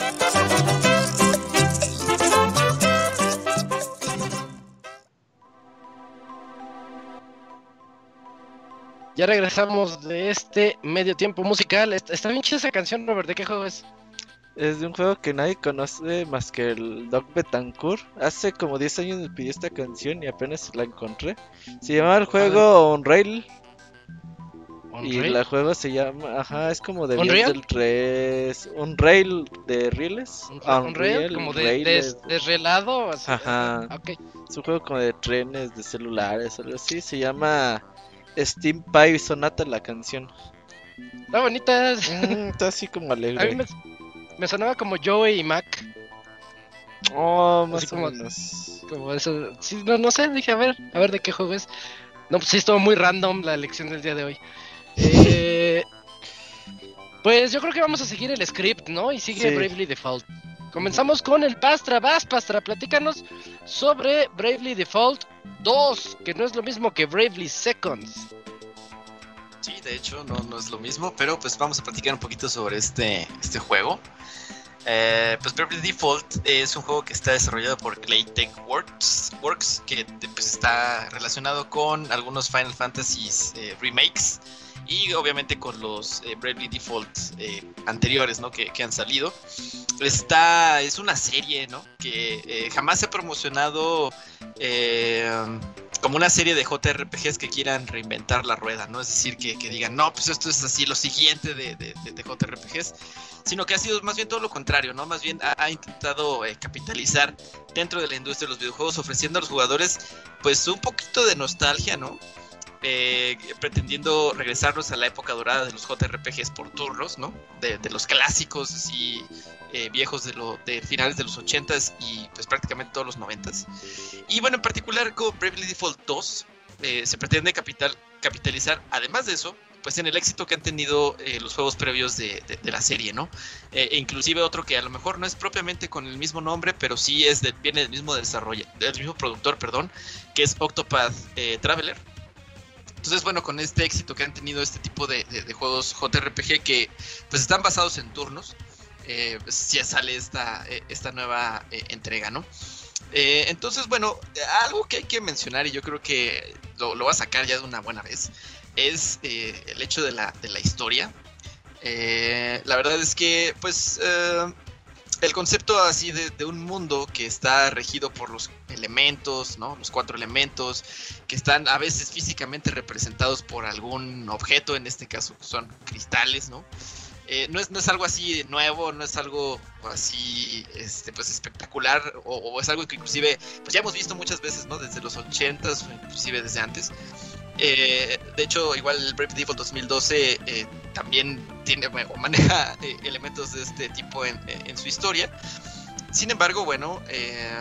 Ya regresamos de este medio tiempo musical. Está, está bien chida esa canción, Robert. ¿De qué juego es? Es de un juego que nadie conoce más que el Doc Betancourt. Hace como diez años me pidió esta canción y apenas la encontré. Se llama el juego Unrail. Y el juego se llama, ajá, es como de ¿Unreal? del tres, Unrail de Rieles. ¿Unrail? ¿Unreal? ¿Como de des, desrelado? Así. Ajá. Okay. Es un juego como de trenes, de celulares, algo así. Se llama Steam Pie Sonata la canción. Está bonita. Mm, está así como alegre. A mí me, me sonaba como Joey y Mac. Oh, más así o como, menos. Como eso. Sí, no, no sé, dije a ver, a ver de qué juego es. No, pues sí, estuvo muy random la elección del día de hoy. Eh, pues yo creo que vamos a seguir el script, ¿no? Y sigue sí. Bravely Default. Comenzamos con el Pastra. Vas, Pastra, platícanos sobre Bravely Default dos, que no es lo mismo que Bravely Seconds. Sí, de hecho no, no es lo mismo, pero pues vamos a platicar un poquito sobre este, este juego. Eh, pues Bravely Default es un juego que está desarrollado por Claytech Works, Works que pues, está relacionado con algunos Final Fantasy eh, remakes y obviamente con los eh, Bravely Default eh, anteriores, ¿no? que, que han salido. Esta es una serie, ¿no? que eh, jamás se ha promocionado eh, como una serie de J R P Gs que quieran reinventar la rueda, ¿no? Es decir, que, que digan, no, pues esto es así lo siguiente de, de, de, de J R P Gs, sino que ha sido más bien todo lo contrario, ¿no? Más bien ha, ha intentado eh, capitalizar dentro de la industria de los videojuegos, ofreciendo a los jugadores pues un poquito de nostalgia, ¿no? Eh, pretendiendo regresarnos a la época dorada de los J R P Gs por turnos, ¿no? De, de los clásicos así eh, viejos de, lo, de finales de los ochentas y pues prácticamente todos los noventas. Y bueno, en particular con Bravely Default dos eh, se pretende capital, capitalizar, además de eso, pues en el éxito que han tenido eh, los juegos previos de, de, de la serie, ¿no? Eh, e inclusive otro que a lo mejor no es propiamente con el mismo nombre, pero sí es de, viene del mismo desarrollo, del mismo productor, perdón, que es Octopath eh, Traveler. Entonces, bueno, con este éxito que han tenido este tipo de, de, de juegos J R P G que pues están basados en turnos, eh, pues ya sale esta, esta nueva eh, entrega, ¿no? Eh, entonces, bueno, algo que hay que mencionar y yo creo que lo, lo voy a sacar ya de una buena vez es eh, el hecho de la, de la historia. Eh, la verdad es que, pues, eh, el concepto así de, de un mundo que está regido por los elementos, ¿no? Los cuatro elementos, que están a veces físicamente representados por algún objeto, en este caso son cristales, ¿no? Eh, no, es, no es algo así nuevo, no es algo así este, pues espectacular, o, o es algo que inclusive pues ya hemos visto muchas veces, ¿no? Desde los ochentas, o inclusive desde antes. Eh, de hecho, igual el Bravely Default dos mil doce eh, también tiene o maneja eh, elementos de este tipo en, en su historia. Sin embargo, bueno, eh,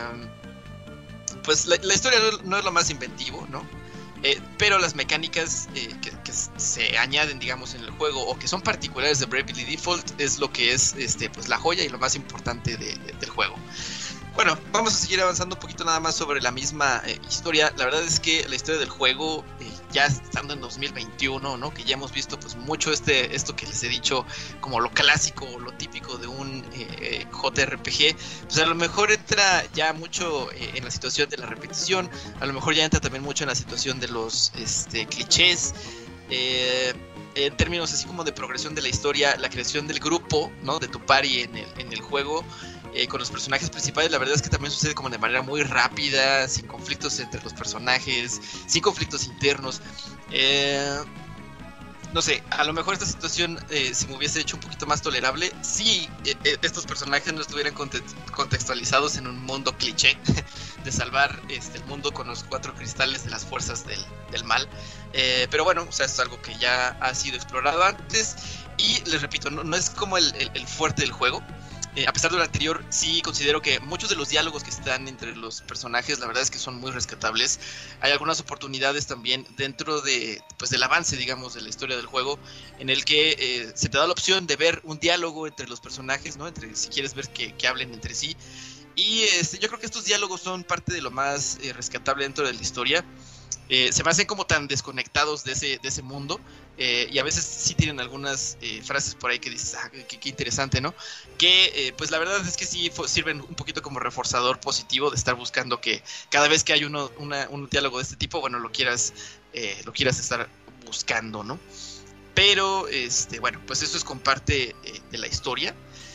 pues la, la historia no, no es lo más inventivo, ¿no? Eh, pero las mecánicas eh, que, que se añaden, digamos, en el juego o que son particulares de Bravely Default es lo que es este, pues, la joya y lo más importante de, de, del juego. Bueno, vamos a seguir avanzando un poquito nada más sobre la misma eh, historia. La verdad es que la historia del juego, eh, ya estando en dos mil veintiuno, ¿no? Que ya hemos visto pues mucho este esto que les he dicho como lo clásico o lo típico de un eh, J R P G, pues a lo mejor entra ya mucho eh, en la situación de la repetición, a lo mejor ya entra también mucho en la situación de los este, clichés. Eh, en términos así como de progresión de la historia, la creación del grupo, ¿no? De tu party en el, en el juego. Eh, con los personajes principales, la verdad es que también sucede como de manera muy rápida, sin conflictos entre los personajes, sin conflictos internos. Eh, no sé, a lo mejor esta situación eh, se me hubiese hecho un poquito más tolerable si eh, eh, estos personajes no estuvieran conte- contextualizados en un mundo cliché de salvar este, el mundo con los cuatro cristales de las fuerzas del, del mal. Eh, pero bueno, o sea, es algo que ya ha sido explorado antes y les repito, no, no es como el, el, el fuerte del juego. Eh, a pesar de lo anterior, sí considero que muchos de los diálogos que están entre los personajes, la verdad es que son muy rescatables. Hay algunas oportunidades también dentro de, pues, del avance, digamos, de la historia del juego, en el que eh, se te da la opción de ver un diálogo entre los personajes, ¿no? Entre, si quieres ver que, que hablen entre sí. Y este, yo creo que estos diálogos son parte de lo más eh, rescatable dentro de la historia. eh, se me hacen como tan desconectados de ese, de ese mundo. Eh, y a veces sí tienen algunas eh, frases por ahí que dices, ah, qué, qué interesante, ¿no? Que eh, pues la verdad es que sí sirven un poquito como reforzador positivo de estar buscando que cada vez que hay uno, una, un diálogo de este tipo, bueno, lo quieras, eh, lo quieras estar buscando, ¿no? Pero, este, bueno, pues eso es con parte eh, de la historia.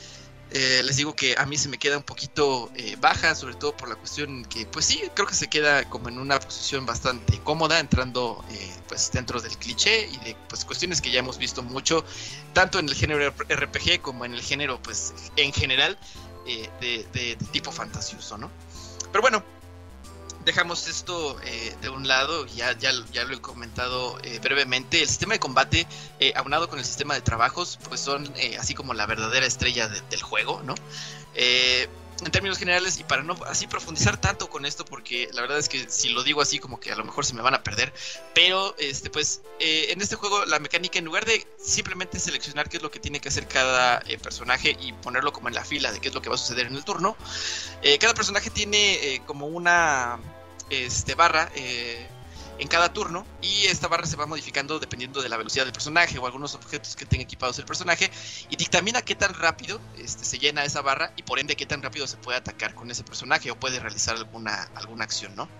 Eh, les digo que a mí se me queda un poquito eh, baja, sobre todo por la cuestión que, pues sí, creo que se queda como en una posición bastante cómoda, entrando eh, pues dentro del cliché y de pues cuestiones que ya hemos visto mucho, tanto en el género R P G como en el género, pues en general, eh, de, de, de tipo fantasioso, ¿no? Pero bueno, dejamos esto eh, de un lado, ya, ya, ya lo he comentado eh, brevemente. El sistema de combate, eh, aunado con el sistema de trabajos, pues son eh, así como la verdadera estrella de, del juego, ¿no? Eh, en términos generales, y para no así profundizar tanto con esto, porque la verdad es que si lo digo así como que a lo mejor se me van a perder, pero este pues eh, en este juego la mecánica, en lugar de simplemente seleccionar qué es lo que tiene que hacer cada eh, personaje y ponerlo como en la fila de qué es lo que va a suceder en el turno, eh, cada personaje tiene eh, como una este, barra eh, en cada turno, y esta barra se va modificando dependiendo de la velocidad del personaje o algunos objetos que tenga equipados el personaje, y dictamina qué tan rápido este, se llena esa barra, y por ende qué tan rápido se puede atacar con ese personaje o puede realizar alguna, alguna acción, ¿no?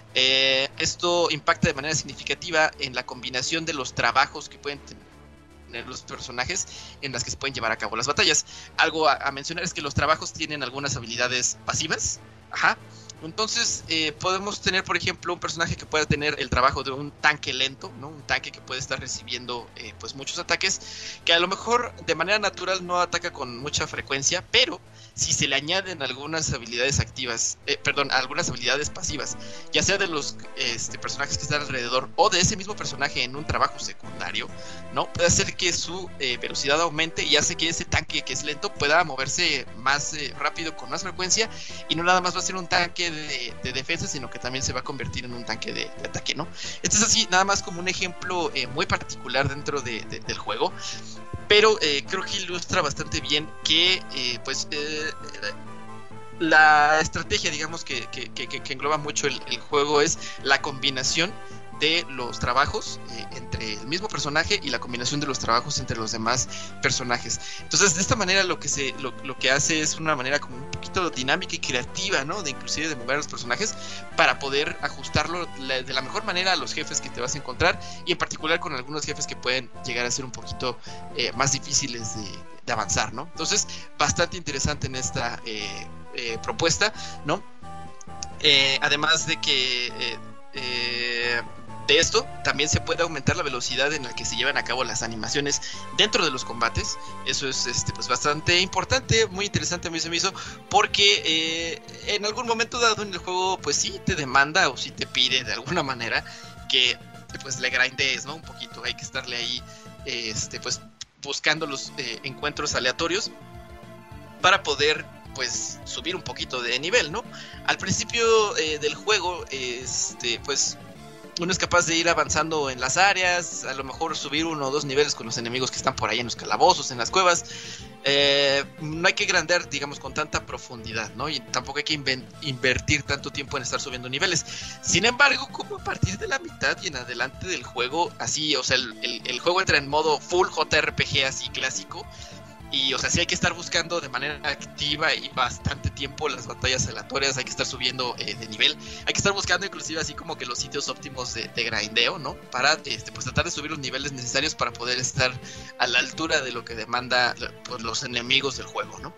Eh, esto impacta de manera significativa en la combinación de los trabajos que pueden tener los personajes en las que se pueden llevar a cabo las batallas. Algo a, a mencionar es que los trabajos tienen algunas habilidades pasivas, ajá. Entonces eh, podemos tener, por ejemplo, un personaje que pueda tener el trabajo de un tanque lento, ¿no? Un tanque que puede estar recibiendo eh, pues muchos ataques, que a lo mejor de manera natural no ataca con mucha frecuencia, pero si se le añaden algunas habilidades activas, eh, perdón, algunas habilidades pasivas, ya sea de los este, personajes que están alrededor o de ese mismo personaje en un trabajo secundario, ¿no? Puede hacer que su eh, velocidad aumente y hace que ese tanque que es lento pueda moverse más eh, rápido, con más frecuencia, y no nada más va a ser un tanque de, de defensa, sino que también se va a convertir en un tanque de, de ataque, ¿no? Esto es así, nada más como un ejemplo eh, muy particular dentro de, de, del juego, pero eh, creo que ilustra bastante bien que eh, pues eh, la estrategia, digamos, que, que, que, que engloba mucho el, el juego es la combinación de los trabajos eh, entre el mismo personaje y la combinación de los trabajos entre los demás personajes. Entonces, de esta manera lo que se lo, lo que hace es una manera como un poquito dinámica y creativa, ¿no? De inclusive de mover a los personajes para poder ajustarlo la, de la mejor manera a los jefes que te vas a encontrar, y en particular con algunos jefes que pueden llegar a ser un poquito eh, más difíciles de, de avanzar, ¿no? Entonces, bastante interesante en esta eh, eh, propuesta, ¿no? Eh, además de que eh, eh, de esto también se puede aumentar la velocidad en la que se llevan a cabo las animaciones dentro de los combates. Eso es este, pues bastante importante, muy interesante a mí se me hizo, porque eh, en algún momento dado en el juego pues sí te demanda o sí te pide de alguna manera que pues le grindees, ¿no? Un poquito, hay que estarle ahí este, pues buscando los eh, encuentros aleatorios para poder pues subir un poquito de nivel, ¿no? Al principio eh, del juego este, pues uno es capaz de ir avanzando en las áreas, a lo mejor subir uno o dos niveles con los enemigos que están por ahí en los calabozos, en las cuevas. Eh, no hay que grandear, digamos, con tanta profundidad, ¿no? Y tampoco hay que inven- invertir tanto tiempo en estar subiendo niveles. Sin embargo, como a partir de la mitad y en adelante del juego, así, o sea, el, el, el juego entra en modo full J R P G así clásico. Y, o sea, sí hay que estar buscando de manera activa y bastante tiempo las batallas aleatorias, hay que estar subiendo eh, de nivel, hay que estar buscando inclusive así como que los sitios óptimos de, de grindeo, ¿no? Para, este, pues tratar de subir los niveles necesarios para poder estar a la altura de lo que demanda pues, los enemigos del juego, ¿no?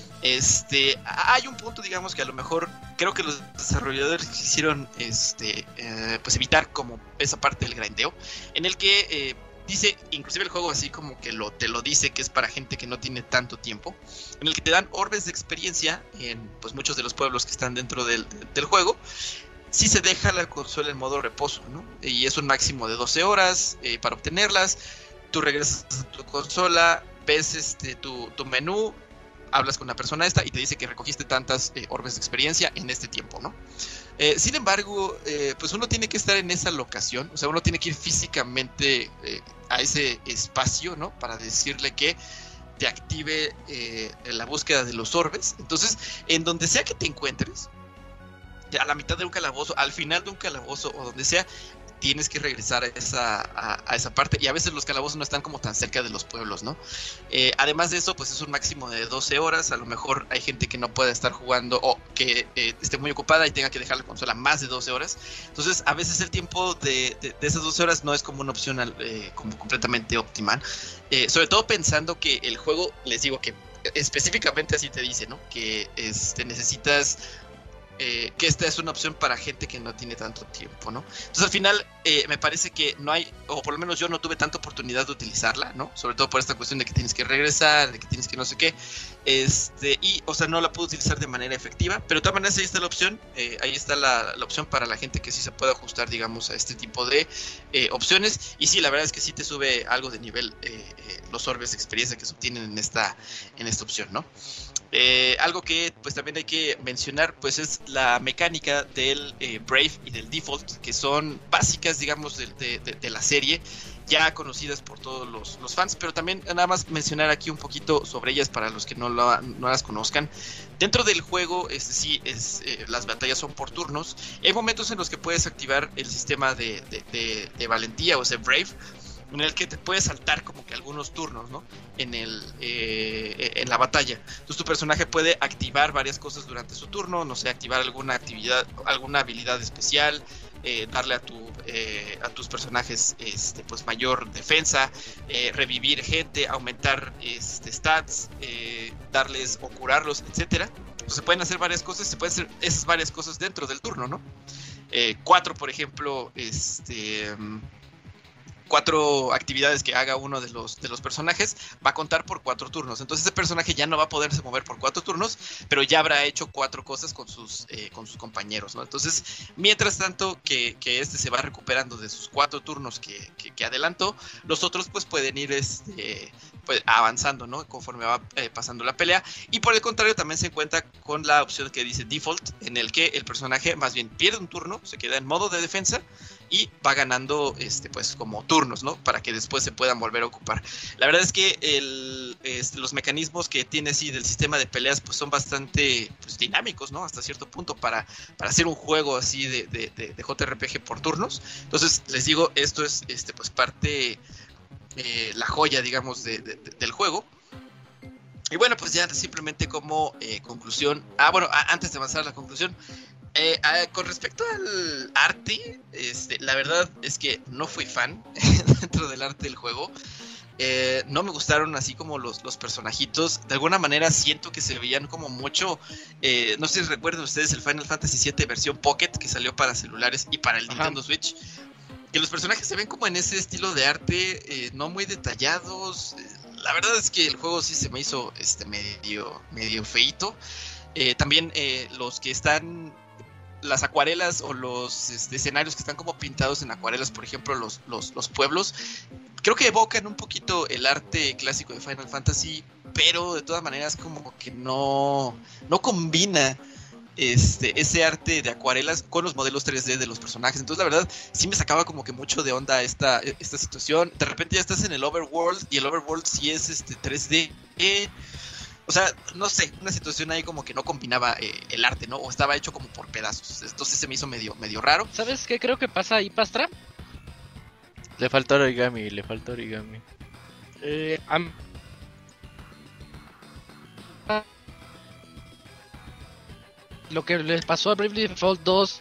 Este, hay un punto, digamos, que a lo mejor creo que los desarrolladores quisieron, este, eh, pues evitar como esa parte del grindeo, en el que... Eh, dice, inclusive el juego así como que lo, te lo dice que es para gente que no tiene tanto tiempo, en el que te dan orbes de experiencia en pues muchos de los pueblos que están dentro del, del juego, si se deja la consola en modo reposo, ¿no? Y es un máximo de doce horas eh, para obtenerlas. Tú regresas a tu consola, ves este tu, tu menú, hablas con la persona esta y te dice que recogiste tantas eh, orbes de experiencia en este tiempo, ¿no? Eh, sin embargo, eh, pues uno tiene que estar en esa locación, o sea, uno tiene que ir físicamente eh, a ese espacio, ¿no? Para decirle que te active eh, la búsqueda de los orbes. Entonces, en donde sea que te encuentres, a la mitad de un calabozo, al final de un calabozo o donde sea, tienes que regresar a esa, a, a esa parte, y a veces los calabozos no están como tan cerca de los pueblos, ¿no? Eh, además de eso, pues es un máximo de doce horas, a lo mejor hay gente que no puede estar jugando o que eh, esté muy ocupada y tenga que dejar la consola más de doce horas, entonces a veces el tiempo de, de, de esas doce horas no es como una opción eh, como completamente óptima, eh, sobre todo pensando que el juego, les digo que específicamente así te dice, ¿no? Que este, necesitas... Eh, que esta es una opción para gente que no tiene tanto tiempo, ¿no? Entonces al final eh, me parece que no hay, o por lo menos yo no tuve tanta oportunidad de utilizarla, ¿no? Sobre todo por esta cuestión de que tienes que regresar, de que tienes que no sé qué, este, y, o sea, no la puedo utilizar de manera efectiva, pero de todas maneras ahí está la opción, eh, ahí está la, la opción para la gente que sí se puede ajustar, digamos, a este tipo de eh, opciones, y sí, la verdad es que sí te sube algo de nivel eh, eh, los orbes de experiencia que se obtienen en esta, en esta opción, ¿no? Eh, algo que pues también hay que mencionar pues es la mecánica del eh, Brave y del Default, que son básicas, digamos, de, de, de, de la serie, ya conocidas por todos los, los fans, pero también nada más mencionar aquí un poquito sobre ellas para los que no, lo, no las conozcan. Dentro del juego, este sí, es, eh, las batallas son por turnos. Hay momentos en los que puedes activar el sistema de, de, de, de valentía, o ese Brave, en el que te puedes saltar como que algunos turnos, ¿no? En el eh, en la batalla. Entonces tu personaje puede activar varias cosas durante su turno, no sé, activar alguna actividad, alguna habilidad especial, eh, darle a tu eh, a tus personajes este pues mayor defensa, eh, revivir gente, aumentar este stats, eh, darles o curarlos, etcétera. Entonces se pueden hacer varias cosas, se pueden hacer esas varias cosas dentro del turno, ¿no? Eh, cuatro, por ejemplo, este cuatro actividades que haga uno de los, de los personajes va a contar por cuatro turnos. Entonces ese personaje ya no va a poderse mover por cuatro turnos, pero ya habrá hecho cuatro cosas con sus, eh, con sus compañeros, ¿no? Entonces, mientras tanto que, que este se va recuperando de sus cuatro turnos que, que, que adelantó, los otros pues pueden ir este, pues, avanzando, ¿no? Conforme va eh, pasando la pelea. Y por el contrario también se encuentra con la opción que dice Default, en el que el personaje más bien pierde un turno, se queda en modo de defensa y va ganando este pues como turnos, ¿no? Para que después se puedan volver a ocupar. La verdad es que el, este, los mecanismos que tiene así del sistema de peleas pues son bastante pues, dinámicos, ¿no? Hasta cierto punto para, para hacer un juego así de, de, de, de J R P G por turnos. Entonces les digo, esto es este pues parte eh, la joya, digamos, de, de, de, del juego. Y bueno, pues ya simplemente como eh, conclusión, ah bueno, a, antes de avanzar a la conclusión, Eh, eh, con respecto al arte, este, la verdad es que no fui fan dentro del arte del juego. Eh, no me gustaron así como los, los personajitos. De alguna manera siento que se veían como mucho. Eh, no sé si recuerdan ustedes el Final Fantasy siete versión Pocket que salió para celulares y para el Ajá. Nintendo Switch. Que los personajes se ven como en ese estilo de arte, eh, no muy detallados. La verdad es que el juego sí se me hizo este, medio, medio feito. Eh, también eh, los que están. Las acuarelas o los este, escenarios que están como pintados en acuarelas, por ejemplo, los, los, los pueblos, creo que evocan un poquito el arte clásico de Final Fantasy, pero de todas maneras como que no, no combina este, ese arte de acuarelas con los modelos tres D de los personajes. Entonces la verdad sí me sacaba como que mucho de onda esta, esta situación. De repente ya estás en el Overworld y el Overworld sí es este, tres D. Eh, O sea, no sé, una situación ahí como que no combinaba eh, el arte, ¿no? O estaba hecho como por pedazos. Entonces se me hizo medio, medio raro. ¿Sabes qué creo que pasa ahí, Pastra? Le faltó origami, le faltó origami. Eh, am... Lo que les pasó a Bravely Default dos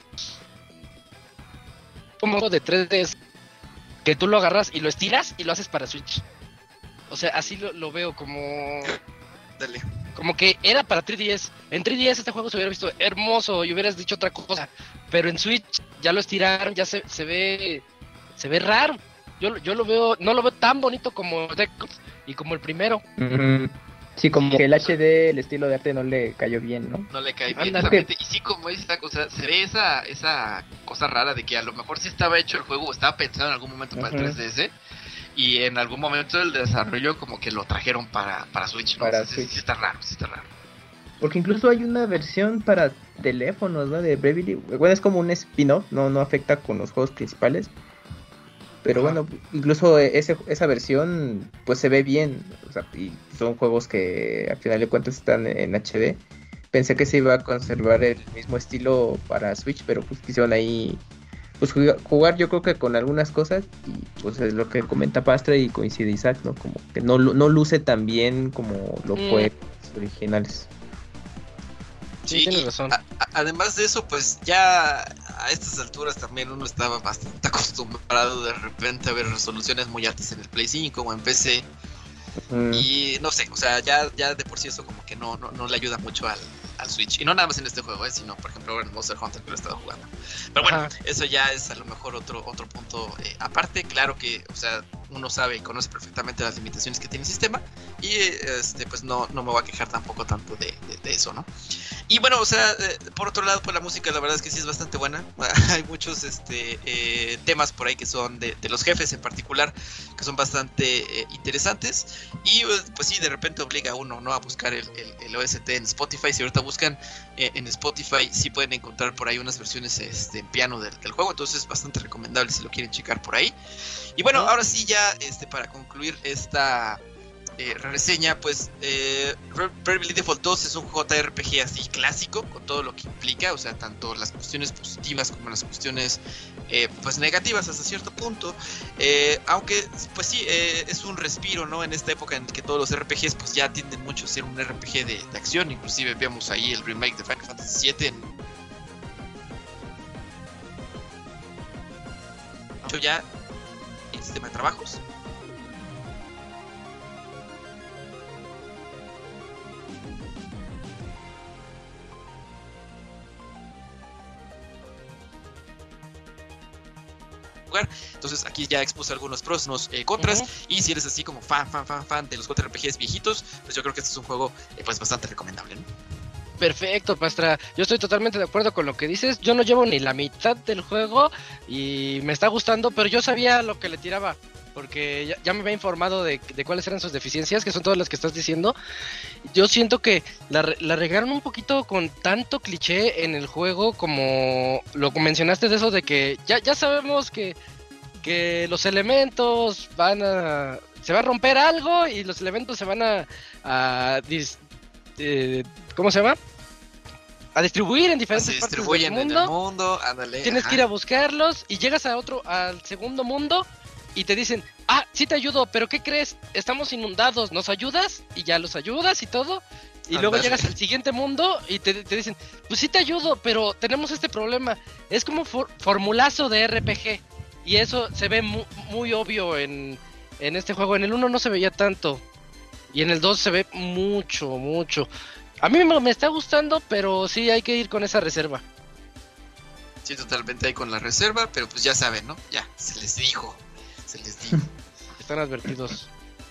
como de tres D es que tú lo agarras y lo estiras y lo haces para Switch. O sea, así lo, lo veo como... Dale. Como que era para tres D S. En tres D S este juego se hubiera visto hermoso y hubieras dicho otra cosa. Pero en Switch ya lo estiraron, ya se, se ve se ve raro. Yo, yo lo veo, no lo veo tan bonito como Deckles y como el primero. Mm-hmm. Sí, como que el H D, el estilo de arte no le cayó bien, ¿no? No le cae bien, exactamente. Y sí, como es esa cosa, se ve esa, esa cosa rara de que a lo mejor sí estaba hecho el juego o estaba pensado en algún momento para uh-huh. el tres D S. Y en algún momento del desarrollo como que lo trajeron para, para Switch, ¿no? Para sí, Switch. Sí está raro, sí está raro. Porque incluso hay una versión para teléfonos, ¿no? De Bravely. Bueno, es como un spin-off, no, no afecta con los juegos principales. Pero ah. bueno, incluso ese, esa versión pues se ve bien. O sea, y son juegos que al final de cuentas están en H D. pensé que se iba a conservar el mismo estilo para Switch, pero pues quisieron ahí pues jugar yo creo que con algunas cosas y pues es lo que comenta Pastra y coincide Isaac, ¿no? Como que no, no luce tan bien como lo mm. fue los originales. Sí, sí tienes razón. A, a, además de eso, pues ya a estas alturas también uno estaba bastante acostumbrado de repente a ver resoluciones muy altas en el Play cinco o en P C. Mm. Y no sé, o sea, ya, ya de por sí eso como que no, no, no le ayuda mucho al, al Switch. Y no nada más en este juego, ¿eh? Sino por ejemplo en Monster Hunter que lo he estado jugando. Pero bueno, Ajá. eso ya es a lo mejor otro, otro punto eh, aparte. Claro que, o sea, uno sabe y conoce perfectamente las limitaciones que tiene el sistema. Y este pues no, no me voy a quejar tampoco tanto de, de, de eso, ¿no? Y bueno, o sea, eh, por otro lado, pues la música la verdad es que sí es bastante buena. Hay muchos este eh, temas por ahí que son de, de los jefes en particular, que son bastante eh, interesantes. Y pues sí, de repente obliga a uno, ¿no? A buscar el, el, el O S T en Spotify. Si ahorita buscan eh, en Spotify, sí pueden encontrar por ahí unas versiones este, en piano del, del juego. Entonces es bastante recomendable si lo quieren checar por ahí. Y bueno, ahora sí ya este para concluir esta... Eh, reseña, pues eh, Bravely Default dos es un J R P G así clásico, con todo lo que implica, o sea, tanto las cuestiones positivas como las cuestiones eh, pues negativas hasta cierto punto, eh, aunque pues sí, eh, es un respiro, ¿no? En esta época en que todos los R P Gs pues ya tienden mucho a ser un R P G de, de acción, inclusive vemos ahí el remake de Final Fantasy siete en... ya el sistema de trabajos. Entonces aquí ya expuse algunos pros, unos eh, contras, uh-huh. y si eres así como fan, fan, fan, fan de los J R P Gs viejitos, pues yo creo que este es un juego eh, pues bastante recomendable, ¿no? Perfecto, Pastra, yo estoy totalmente de acuerdo con lo que dices. Yo no llevo ni la mitad del juego y me está gustando, pero yo sabía lo que le tiraba, porque ya, ya me había informado de, de cuáles eran sus deficiencias, que son todas las que estás diciendo. Yo siento que la, la regaron un poquito con tanto cliché en el juego, como lo mencionaste de eso de que ya, ya sabemos que, que los elementos van a... se va a romper algo y los elementos se van a... a dis, eh, ¿cómo se llama? A distribuir en diferentes partes del mundo. En el mundo, ándale, Tienes ajá. que ir a buscarlos y llegas a otro, al segundo mundo y te dicen, ah, sí te ayudo, pero ¿qué crees? Estamos inundados, ¿nos ayudas? Y ya los ayudas y todo. Y Andale. Luego llegas al siguiente mundo y te, te dicen, pues sí te ayudo, pero tenemos este problema. Es como for, formulazo de R P G. Y eso se ve muy, muy obvio en, en este juego. En el uno no se veía tanto. Y en el dos se ve mucho, mucho. A mí me, me está gustando, pero sí hay que ir con esa reserva. Sí, totalmente ahí con la reserva, pero pues ya saben, ¿no? Ya, se les dijo. Se les dijo. Están advertidos.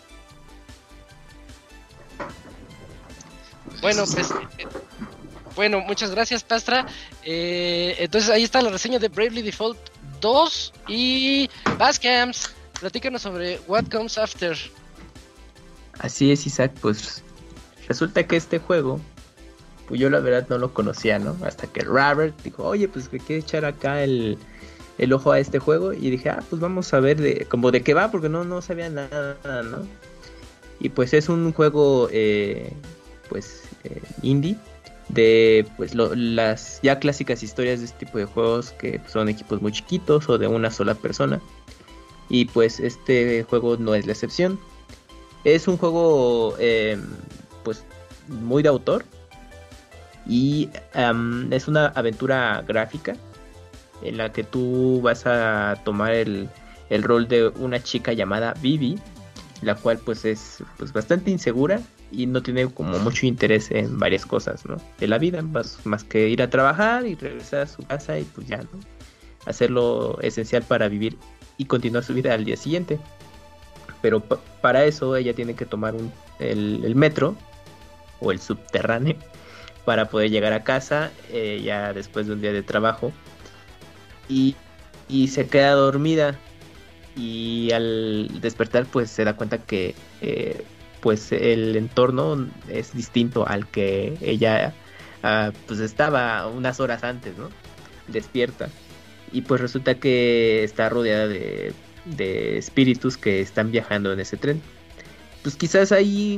Bueno, pues... Eh, bueno, muchas gracias, Pastra. Eh, entonces ahí está la reseña de Bravely Default dos. Y... Bascams, platícanos sobre What Comes After. Así es, Isaac, pues... Resulta que este juego, pues yo la verdad no lo conocía, ¿no? Hasta que Robert dijo, oye, pues que quiere echar acá el, el ojo a este juego. Y dije, ah, pues vamos a ver de, como de qué va, porque no, no sabía nada, ¿no? Y pues es un juego, eh, pues, eh, indie, de pues lo, las ya clásicas historias de este tipo de juegos que son equipos muy chiquitos o de una sola persona. Y pues este juego no es la excepción. Es un juego... Eh, pues muy de autor y um, es una aventura gráfica en la que tú vas a tomar el, el rol de una chica llamada Vivi, la cual pues es pues bastante insegura y no tiene como mucho interés en varias cosas, ¿no? De la vida, más, más que ir a trabajar y regresar a su casa y pues ya, ¿no? Hacer lo esencial para vivir y continuar su vida al día siguiente. Pero pa- para eso ella tiene que tomar un, el, el metro o el subterráneo para poder llegar a casa eh, ya después de un día de trabajo y, y se queda dormida y al despertar pues se da cuenta que eh, pues el entorno es distinto al que ella uh, pues estaba unas horas antes, ¿no? Despierta y pues resulta que está rodeada de, de espíritus que están viajando en ese tren. Pues quizás ahí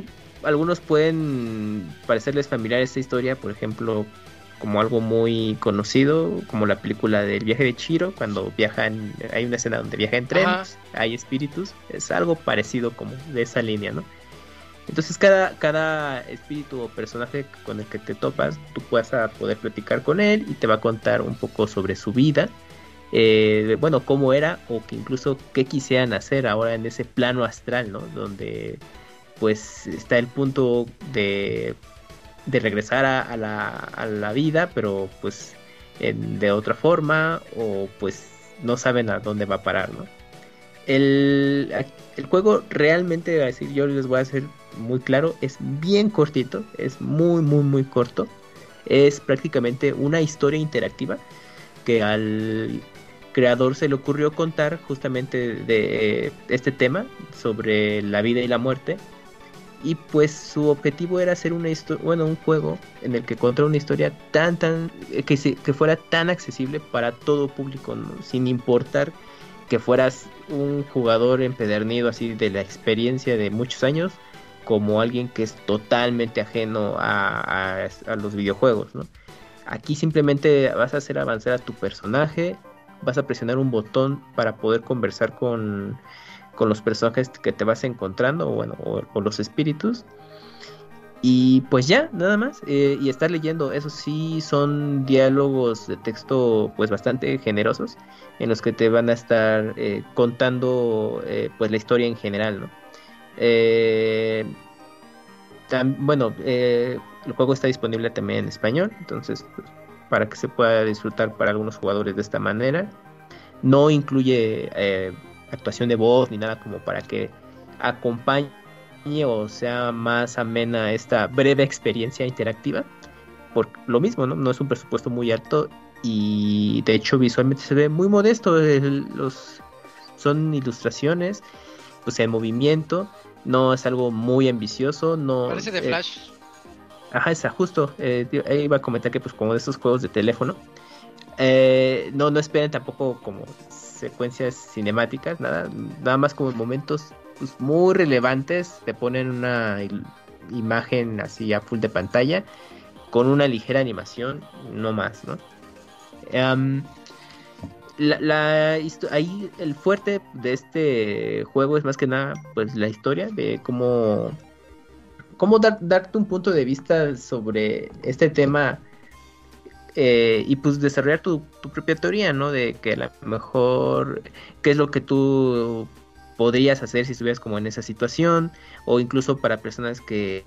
algunos pueden parecerles familiar esta historia, por ejemplo, como algo muy conocido, como la película del viaje de Chihiro, cuando viajan, hay una escena donde viaja en tren, hay espíritus, es algo parecido como de esa línea, ¿no? Entonces cada, cada espíritu o personaje con el que te topas, tú vas a poder platicar con él y te va a contar un poco sobre su vida, eh, bueno, cómo era o que incluso qué quisieran hacer ahora en ese plano astral, ¿no? Donde pues está el punto de, de regresar a, a, la, a la vida, pero pues en, de otra forma, o pues no saben a dónde va a parar, ¿no? El, el juego realmente, a decir, yo les voy a hacer muy claro, es bien cortito, es muy muy muy corto, es prácticamente una historia interactiva que al creador se le ocurrió contar justamente de este tema sobre la vida y la muerte, y pues su objetivo era hacer una historia, bueno, un juego en el que contara una historia tan tan que, se, que fuera tan accesible para todo público, ¿no? Sin importar que fueras un jugador empedernido así de la experiencia de muchos años, como alguien que es totalmente ajeno a, a, a los videojuegos, ¿no? Aquí simplemente vas a hacer avanzar a tu personaje, vas a presionar un botón para poder conversar con, con los personajes que te vas encontrando, o bueno, o, o los espíritus, y pues ya, nada más, eh, y estar leyendo. Eso sí, son diálogos de texto pues bastante generosos, en los que te van a estar eh, contando eh, pues la historia en general, ¿no? Eh, tam, bueno, eh, el juego está disponible también en español, entonces pues, para que se pueda disfrutar para algunos jugadores de esta manera. No incluye eh, actuación de voz ni nada como para que acompañe o sea más amena esta breve experiencia interactiva. Por lo mismo, ¿no? No es un presupuesto muy alto y de hecho visualmente se ve muy modesto. El, los, son ilustraciones pues en movimiento, no es algo muy ambicioso, no parece de eh, Flash. Ajá, está justo. Eh, iba a comentar que pues como de estos juegos de teléfono, eh, no no esperen tampoco como secuencias cinemáticas, nada, nada más como momentos pues, muy relevantes. Te ponen una il- imagen así a full de pantalla con una ligera animación, no más, ¿no? Um, La, la histo- ahí el fuerte de este juego es más que nada pues la historia de cómo cómo dar, darte un punto de vista sobre este tema, eh, y pues desarrollar tu, tu propia teoría, ¿no? De que a lo mejor qué es lo que tú podrías hacer si estuvieras como en esa situación, o incluso para personas que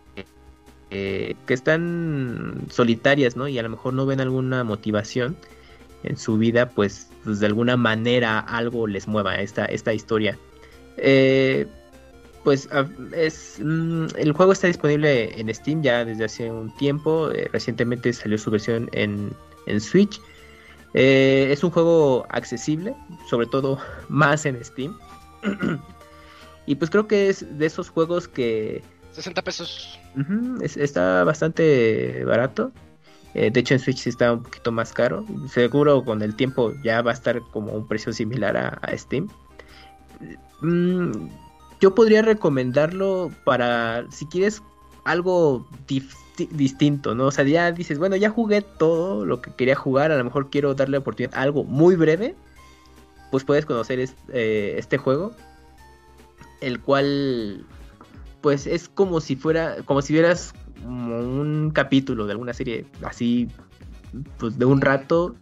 eh, que están solitarias, ¿no? Y a lo mejor no ven alguna motivación en su vida, pues, pues de alguna manera algo les mueva esta, esta historia. Eh, pues es mm, el juego está disponible en Steam ya desde hace un tiempo. Eh, recientemente salió su versión en, en Switch. Eh, es un juego accesible, sobre todo más en Steam. Y pues creo que es de esos juegos que sesenta pesos. Uh-huh, es, está bastante barato. Eh, de hecho en Switch sí está un poquito más caro. Seguro con el tiempo ya va a estar como un precio similar a, a Steam. Mm, yo podría recomendarlo para si quieres algo dif- distinto, ¿no? O sea, ya dices, bueno, ya jugué todo lo que quería jugar, a lo mejor quiero darle oportunidad a algo muy breve. Pues puedes conocer este, eh, este juego, el cual pues es como si fuera, como si vieras un capítulo de alguna serie así, pues de un rato,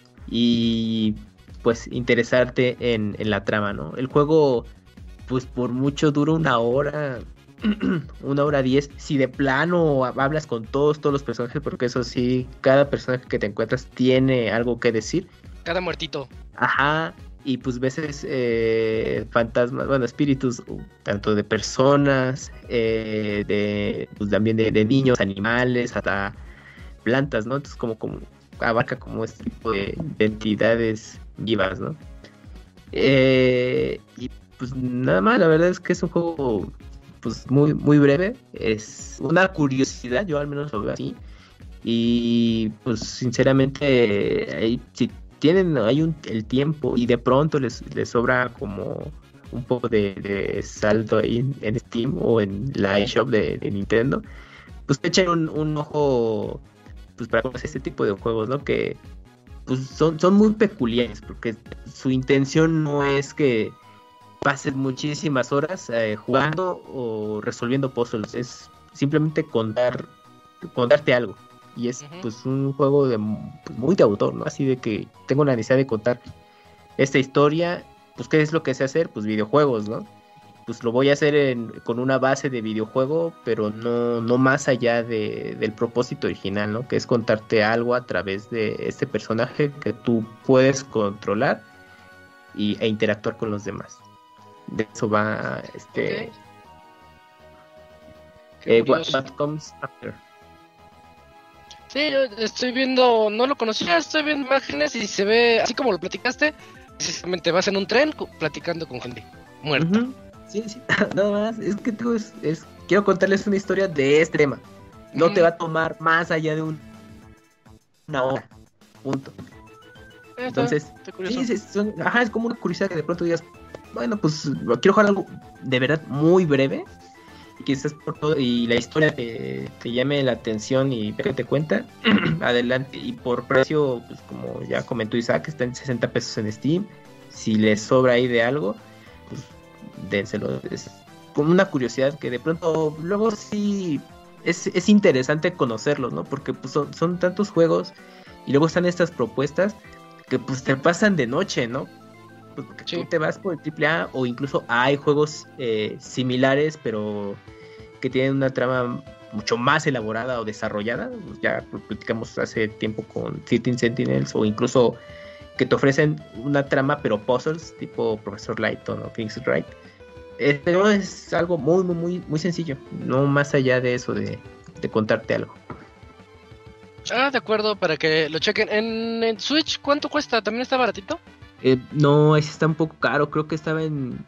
y pues interesarte en, en la trama, ¿no? El juego pues por mucho dura una hora, una hora diez, si de plano hablas con todos, todos los personajes, porque eso sí, cada personaje que te encuentras tiene algo que decir. Cada muertito. Ajá. Y pues veces eh, fantasmas, bueno, espíritus, tanto de personas, eh, de pues también de, de niños, animales, hasta plantas, ¿no? Entonces como, como abarca como este tipo de, de entidades vivas, ¿no? Eh, y pues nada más, la verdad es que es un juego pues muy, muy breve, es una curiosidad, yo al menos lo veo así, y pues sinceramente, ahí, si tienen hay un, el tiempo y de pronto les, les sobra como un poco de, de saldo ahí en, en Steam o en la eShop de, de Nintendo, pues echen un, un ojo pues para conocer este tipo de juegos, ¿no? Que pues son, son muy peculiares, porque su intención no es que pases muchísimas horas eh, jugando o resolviendo puzzles, es simplemente contar, contarte algo. Y es uh-huh. pues un juego de, pues, muy de autor, ¿no? Así de que tengo la necesidad de contar esta historia, pues ¿qué es lo que sé hacer? Pues videojuegos, ¿no? Pues lo voy a hacer en, con una base de videojuego, pero no, no más allá de, del propósito original, ¿no? Que es contarte algo a través de este personaje que tú puedes controlar y, e interactuar con los demás. De eso va este... Okay. Eh, what, what comes after. Sí, yo estoy viendo, no lo conocía, estoy viendo imágenes y se ve, así como lo platicaste, precisamente vas en un tren platicando con gente muerta. Uh-huh. Sí, sí, nada más, es que tú es, es, quiero contarles una historia de este tema. No uh-huh. te va a tomar más allá de un, una hora, punto. Está, Entonces, está sí, sí, son, ajá, es como una curiosidad que de pronto digas, bueno, pues quiero jugar algo de verdad muy breve. Y quizás por todo, y la historia te, te llame la atención y que te cuenta, adelante. Y por precio, pues como ya comentó Isaac, está en sesenta pesos en Steam. Si les sobra ahí de algo, pues dénselo. Es como una curiosidad que de pronto luego sí es, es interesante conocerlos, ¿no? Porque pues son, son tantos juegos y luego están estas propuestas que pues te pasan de noche, ¿no? Porque sí. Tú te vas por el triple A o incluso hay juegos eh, similares pero que tienen una trama mucho más elaborada o desarrollada. Ya platicamos hace tiempo con Thirteen Sentinels o incluso que te ofrecen una trama pero puzzles tipo Professor Layton o Phoenix Wright. Eh, pero es algo muy muy muy muy sencillo, no más allá de eso de, de contarte algo. Ah, de acuerdo, para que lo chequen. En, en Switch, ¿cuánto cuesta? ¿También está baratito? Eh, no, ese está un poco caro, creo que estaba en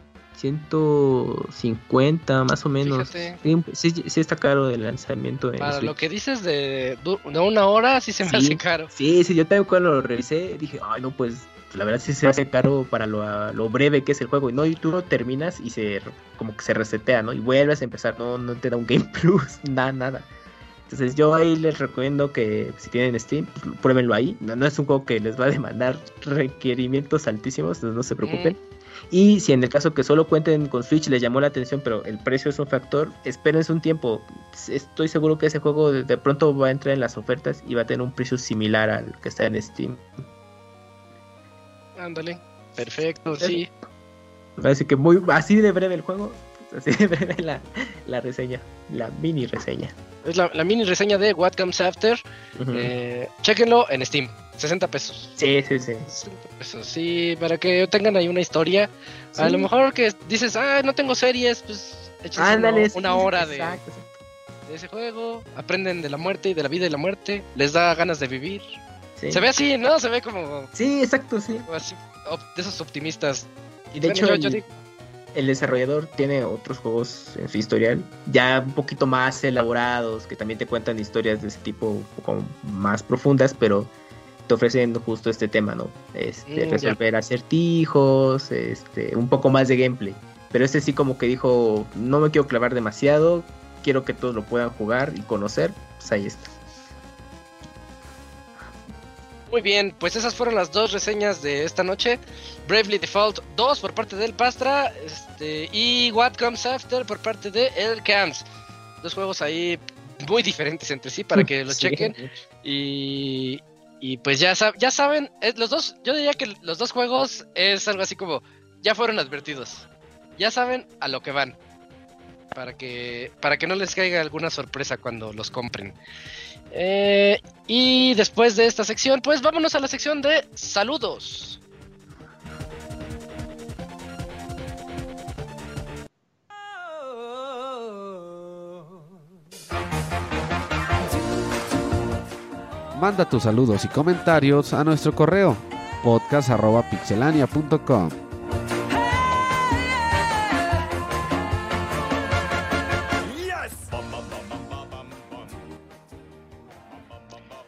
ciento cincuenta más o menos. Sí, sí, sí está caro el lanzamiento. En Para Switch. Lo que dices de, de una hora, sí se me sí, hace caro. Sí, sí, yo también cuando lo revisé dije, ay no, pues la verdad sí se hace caro para lo, lo breve que es el juego. Y no, y tú lo terminas y se como que se resetea, ¿no? Y vuelves a empezar, no, no te da un Game Plus, nada, nada. Entonces yo ahí les recomiendo que si tienen Steam, pues, pruébenlo ahí. No, no es un juego que les va a demandar requerimientos altísimos, entonces no se preocupen. Mm. Y si en el caso que solo cuenten con Switch les llamó la atención, pero el precio es un factor, espérense un tiempo. Estoy seguro que ese juego de, de pronto va a entrar en las ofertas y va a tener un precio similar al que está en Steam. Ándale, perfecto, sí. Así que muy así de breve el juego. Así de breve la, la reseña, la mini reseña. Es la, la mini reseña de What Comes After. Uh-huh. Eh, chéquenlo en Steam, sesenta pesos. Sí, sí, sí. sesenta pesos, sí, para que tengan ahí una historia. Sí. A lo mejor que dices, ah, no tengo series, pues échense Ándale, una, una sí, hora exacto, de, exacto. de ese juego. Aprenden de la muerte y de la vida y la muerte. Les da ganas de vivir. Sí. Se ve así, ¿no? Se ve como... Sí, exacto, sí. Así, de esos optimistas. Y de bueno, hecho... Yo, yo digo, el desarrollador tiene otros juegos en su historial ya un poquito más elaborados que también te cuentan historias de ese tipo un poco más profundas, pero te ofrecen justo este tema, ¿no? Este, mm, resolver yeah. acertijos, este, un poco más de gameplay. Pero este sí como que dijo, no me quiero clavar demasiado, quiero que todos lo puedan jugar y conocer, pues ahí está. Muy bien, pues esas fueron las dos reseñas de esta noche. Bravely Default dos por parte del Pastra este, y What Comes After por parte de El Camps. Dos juegos ahí muy diferentes entre sí para que lo sí. chequen. Y, y pues ya, sab- ya saben, eh, los dos, yo diría que los dos juegos es algo así como, ya fueron advertidos. Ya saben a lo que van. Para que, para que no les caiga alguna sorpresa cuando los compren. Eh, y después de esta sección, pues vámonos a la sección de saludos. Manda tus saludos y comentarios a nuestro correo podcast arroba pixelania punto com.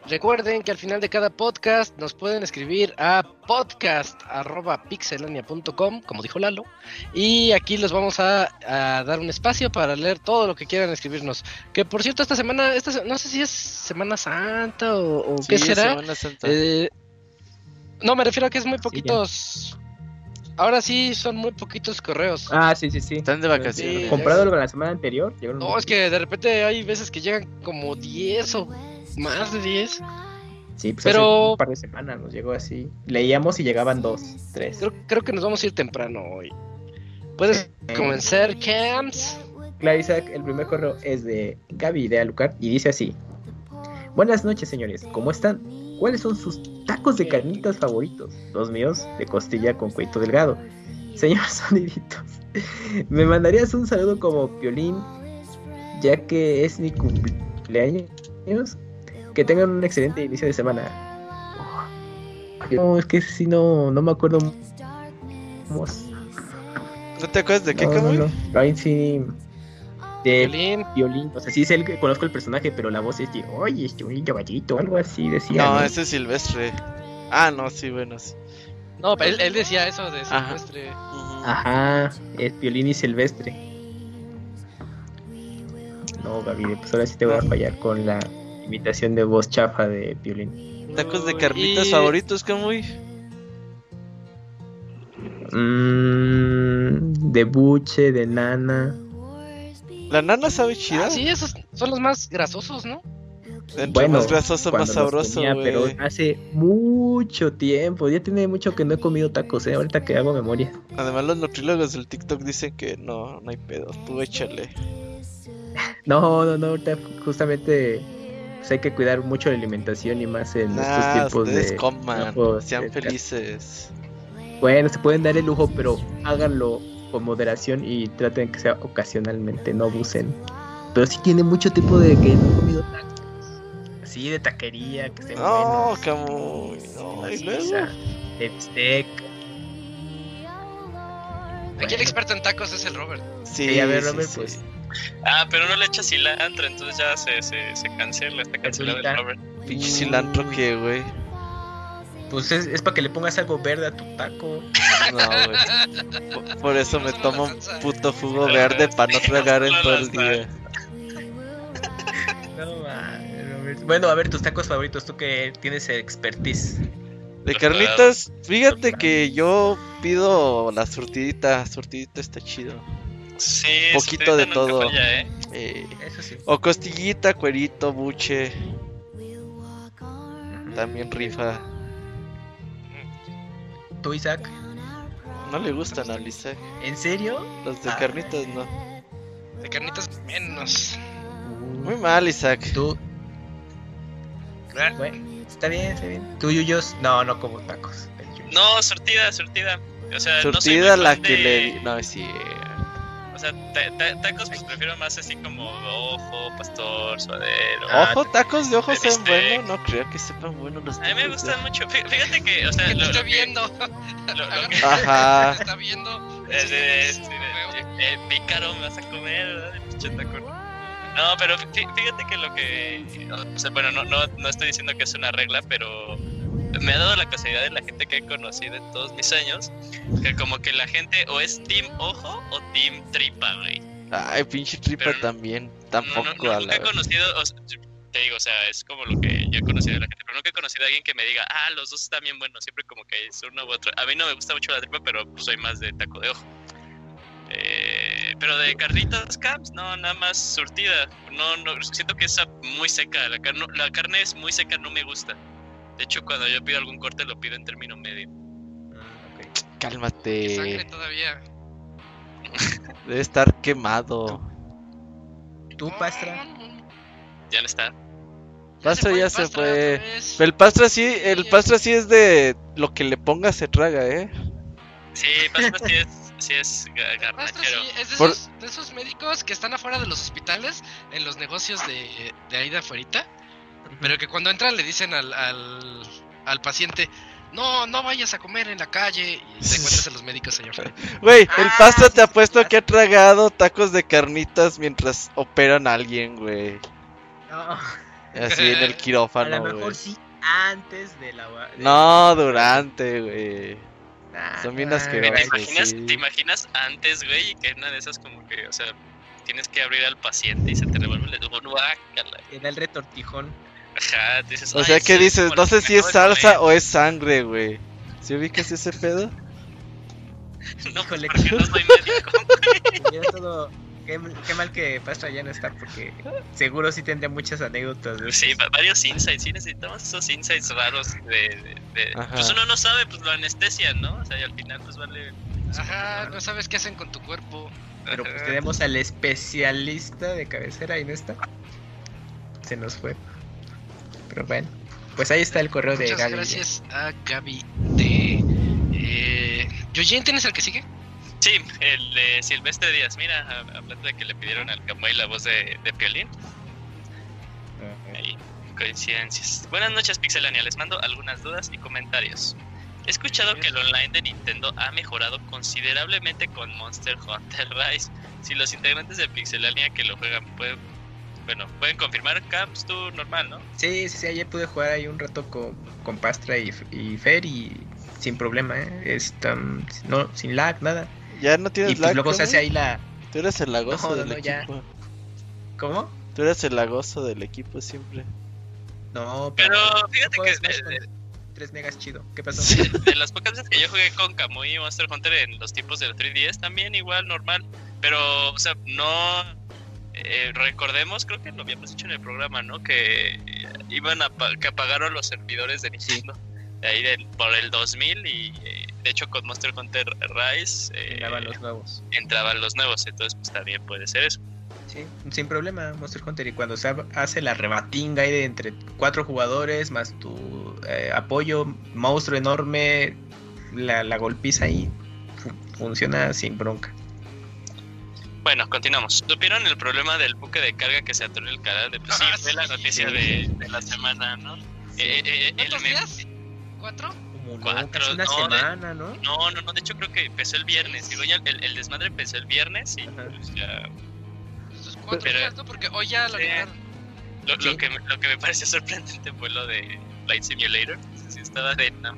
Recuerden que al final de cada podcast nos pueden escribir a podcast arroba pixelania punto com, como dijo Lalo, y aquí les vamos a, a dar un espacio para leer todo lo que quieran escribirnos. Que por cierto, esta semana, esta, no sé si es Semana Santa o, o Sí, qué será. Semana Santa. Eh, no, me refiero a que es muy poquitos. Ahora sí son muy poquitos correos. Ah, sí, sí, sí. Están de vacaciones. Sí. Comparado algo la semana anterior. llegaron No, muy- es que de repente hay veces que llegan como diez o más de diez. Sí, pues pero- hace un par de semanas nos llegó así. Leíamos y llegaban dos, tres. Creo, creo que nos vamos a ir temprano hoy. ¿Puedes comenzar, Camps? Claro, Isaac, el primer correo es de Gaby de Alucard y dice así: buenas noches, señores, ¿cómo están? ¿Cuáles son sus tacos de carnitas favoritos? Los míos, de costilla con cuito delgado. Señor Soniditos, ¿me mandarías un saludo como Piolín, ya que es mi cumpleaños? Que tengan un excelente inicio de semana. No, es que si no, no me acuerdo. ¿Cómo? ¿No te acuerdas de qué, No, no, Camuy? no. Ahí sí. De Violín. Violín. O sea, sí es el que conozco el personaje, pero la voz es de, oye, este un caballito, algo así decía. No, ¿no? ese es Silvestre. Ah, no, sí, bueno, sí. No, él, él decía eso de Ajá. Silvestre. Ujú. Ajá, es Violín y Silvestre. No, Gaby, pues ahora sí te voy a fallar con la imitación de voz chafa de Violín. ¿Tacos de carnitas Y- favoritos, Camuy? Mmm. De buche, de nana. La nana sabe chida. Ah, sí, esos son los más grasosos, ¿no? Entre Bueno, más grasoso, cuando más los sabroso, comía, güey. pero hace mucho tiempo. Ya tiene mucho que no he comido tacos, ¿eh? Ahorita que hago memoria. Además, los nutriólogos del TikTok dicen que no, no hay pedos. Tú échale. No, no, no, ahorita justamente pues hay que cuidar mucho la alimentación y más en estos Nah, tiempos ustedes de... coman, tiempos sean de- felices. Bueno, se pueden dar el lujo, pero háganlo con moderación y traten que sea ocasionalmente, no abusen. Pero sí tiene mucho tiempo de que no he comido tacos. Así de taquería, que estén No, buenos. Camuy. No, y Así, luego. o sea, de bistec. Aquí el experto en tacos es el Robert. Sí, Sí, a ver, sí, Robert, sí. pues. Ah, pero no le echa cilantro, entonces ya se, se, se cancela, está cancelado el Ahorita. Robert. Pinche cilantro que, güey. Pues es, es para que le pongas algo verde a tu taco. No, güey. Por, por eso me tomo un puto jugo verde para no tragar en todo el día. No, man, Robert. Bueno, a ver, tus tacos favoritos, tú que tienes expertise. De carnitas, fíjate que yo pido la surtidita. Surtidita está chido. Sí, Poquito ahorita de nunca todo. falla, ¿eh? Eh, Eso sí. o costillita, cuerito, buche. También rifa. ¿Tú, Isaac? No le gustan a Lisa. ¿En serio? Los de Ah. carnitas no. De carnitas menos. Muy mal, Isaac. ¿Tú? Bueno, está bien, está bien. ¿Tú, Yuyos? No, no como tacos. El Yuyos. No, surtida, surtida. O sea, no soy Surtida muy la fan que de- le. No, sí. O sea, ta- ta- tacos pues prefiero más así como ojo, pastor, suadero. Ah, Ojo, tacos de ojo de sean bistec. buenos. No creo que sepan buenos los A mí me tacos de gustan ojo. mucho. Fí- Fíjate que, o sea, Que te lo, está lo que, viendo. lo, lo que Ajá. Te está viendo. es de, es de- eh, pícaro me vas a comer, ¿verdad? Pinche taco. No, pero fí- fíjate que lo que, o sea, bueno, no, no, no estoy diciendo que es una regla, pero me ha dado la casualidad de la gente que he conocido en todos mis años, que como que la gente o es team ojo o team tripa, güey. Ay, pinche tripa Pero no- también. No, Tampoco no, a no, la nunca he vez. conocido, o sea, yo te digo, o sea, es como lo que yo he conocido de la gente, pero nunca he conocido a alguien que me diga, ah, los dos están bien buenos, siempre como que es uno u otro. A mí no me gusta mucho la tripa, pero pues, soy más de taco de ojo. Eh, pero de carnitas Camps, no, nada más surtida. No, no, siento que es muy seca. La, carne la carne es muy seca, no me gusta. De hecho, cuando yo pido algún corte, lo pido en término medio. Sangre Cálmate. todavía. Debe estar quemado. ¿Tú, Pastra? Ya no está. Pastra ya el se Pastra fue. otra vez. El pastra sí, el pastra sí es de lo que le ponga se traga, ¿eh? Sí, Pastra sí es, sí es ga- El Pastra garnachero. sí, es de, Por- esos, de esos médicos que están afuera de los hospitales, en los negocios de, de ahí de afuerita, pero que cuando entran le dicen al, al, al paciente, no, no vayas a comer en la calle, y te encuentras a los médicos allá afuera. Güey, el Ah, pastra sí, te apuesto sí, que ha tragado tacos de carnitas mientras operan a alguien, güey. No. Así en el A quirófano, lo güey. mejor sí antes de la... de- No, durante, güey. Nah, Son bien nah, asquerosos. ¿Te imaginas, sí. ¿Te imaginas antes, güey, y que una de esas como que, o sea, tienes que abrir al paciente y se te revuelve el estómago? Guácala. Era el retortijón. Ajá, dices, O "Ay, sea, ¿qué sí, dices? bueno, No sé me si es acabo de salsa comer". o es sangre, güey. ¿Sí ubicas ese pedo? No, pues Híjole, porque qué- no soy médico. Mira todo... Qué, qué mal que Pastra ya no está, porque seguro sí tendría muchas anécdotas de Sí, esos. va- varios insights, sí necesitamos esos insights raros de... de- de- Ajá. Pues uno no sabe, pues lo anestesian, ¿no? O sea, y al final pues vale... Ajá, no sabes qué hacen con tu cuerpo. Pero pues Ajá. tenemos al especialista de cabecera y no está. Se nos fue. Pero bueno, pues ahí está el correo de Muchas Gaby. gracias a Gaby de... Eh... ¿Yoyen tienes el que sigue? Sí, el de Silvestre Díaz, mira, a- hablando de que le pidieron al Camuy la voz de, de Piolín. Ahí, coincidencias. Buenas noches, Pixelania. Les mando algunas dudas y comentarios. He escuchado que el online de Nintendo ha mejorado considerablemente con Monster Hunter Rise. Si los integrantes de Pixelania que lo juegan pueden, bueno, pueden confirmar, Camps, tú normal, ¿no? Sí, sí, sí, ayer pude jugar ahí un rato con, con Pastra y, y Fer y sin problema, ¿eh? Está, no, sin lag, nada. Ya no tienes Y pues lag, luego se hace Camuy? ahí la... Tú eres el lagoso No, no, del no, ya. equipo. ¿Cómo? Tú eres el lagoso del equipo siempre. No, Pero fíjate que juegas de, Smash de- con tres megas chido. ¿Qué pasó? de las pocas veces que yo jugué con Camuy y Monster Hunter en los tiempos del tres D S también igual normal, pero o sea, no eh, recordemos, creo que lo habíamos dicho en el programa, ¿no? Que eh, iban a pa- que apagaron los servidores de Nintendo de ahí del- por el dos mil y eh, de hecho con Monster Hunter Rise eh, Llegaban los nuevos. entraban los nuevos, entonces pues también puede ser eso. Sí, sin problema, Monster Hunter. Y cuando se hace la rebatinga ahí de entre cuatro jugadores, más tu eh, apoyo, monstruo enorme, la, la golpiza ahí, fu- funciona sin bronca. Bueno, continuamos. ¿Supieron el problema del buque de carga que se atoró el canal? De, pues, sí, Ah, fue la sí, noticia sí. de, de la semana, ¿no? Eh, eh, el ¿Cuántos mem- días? ¿Cuatro? Como no, Cuatro, casi una no, de- semana, ¿no? No, no, no, de hecho creo que empezó el viernes. Digo, ya el, el desmadre empezó el viernes y Ajá. pues ya... Estos cuatro Pero- días, ¿no? Porque hoy ya lo Sí. liberaron. Lo, Sí. lo, que, me- lo que me pareció sorprendente fue lo de Flight Simulator. No sé si estaba de... no.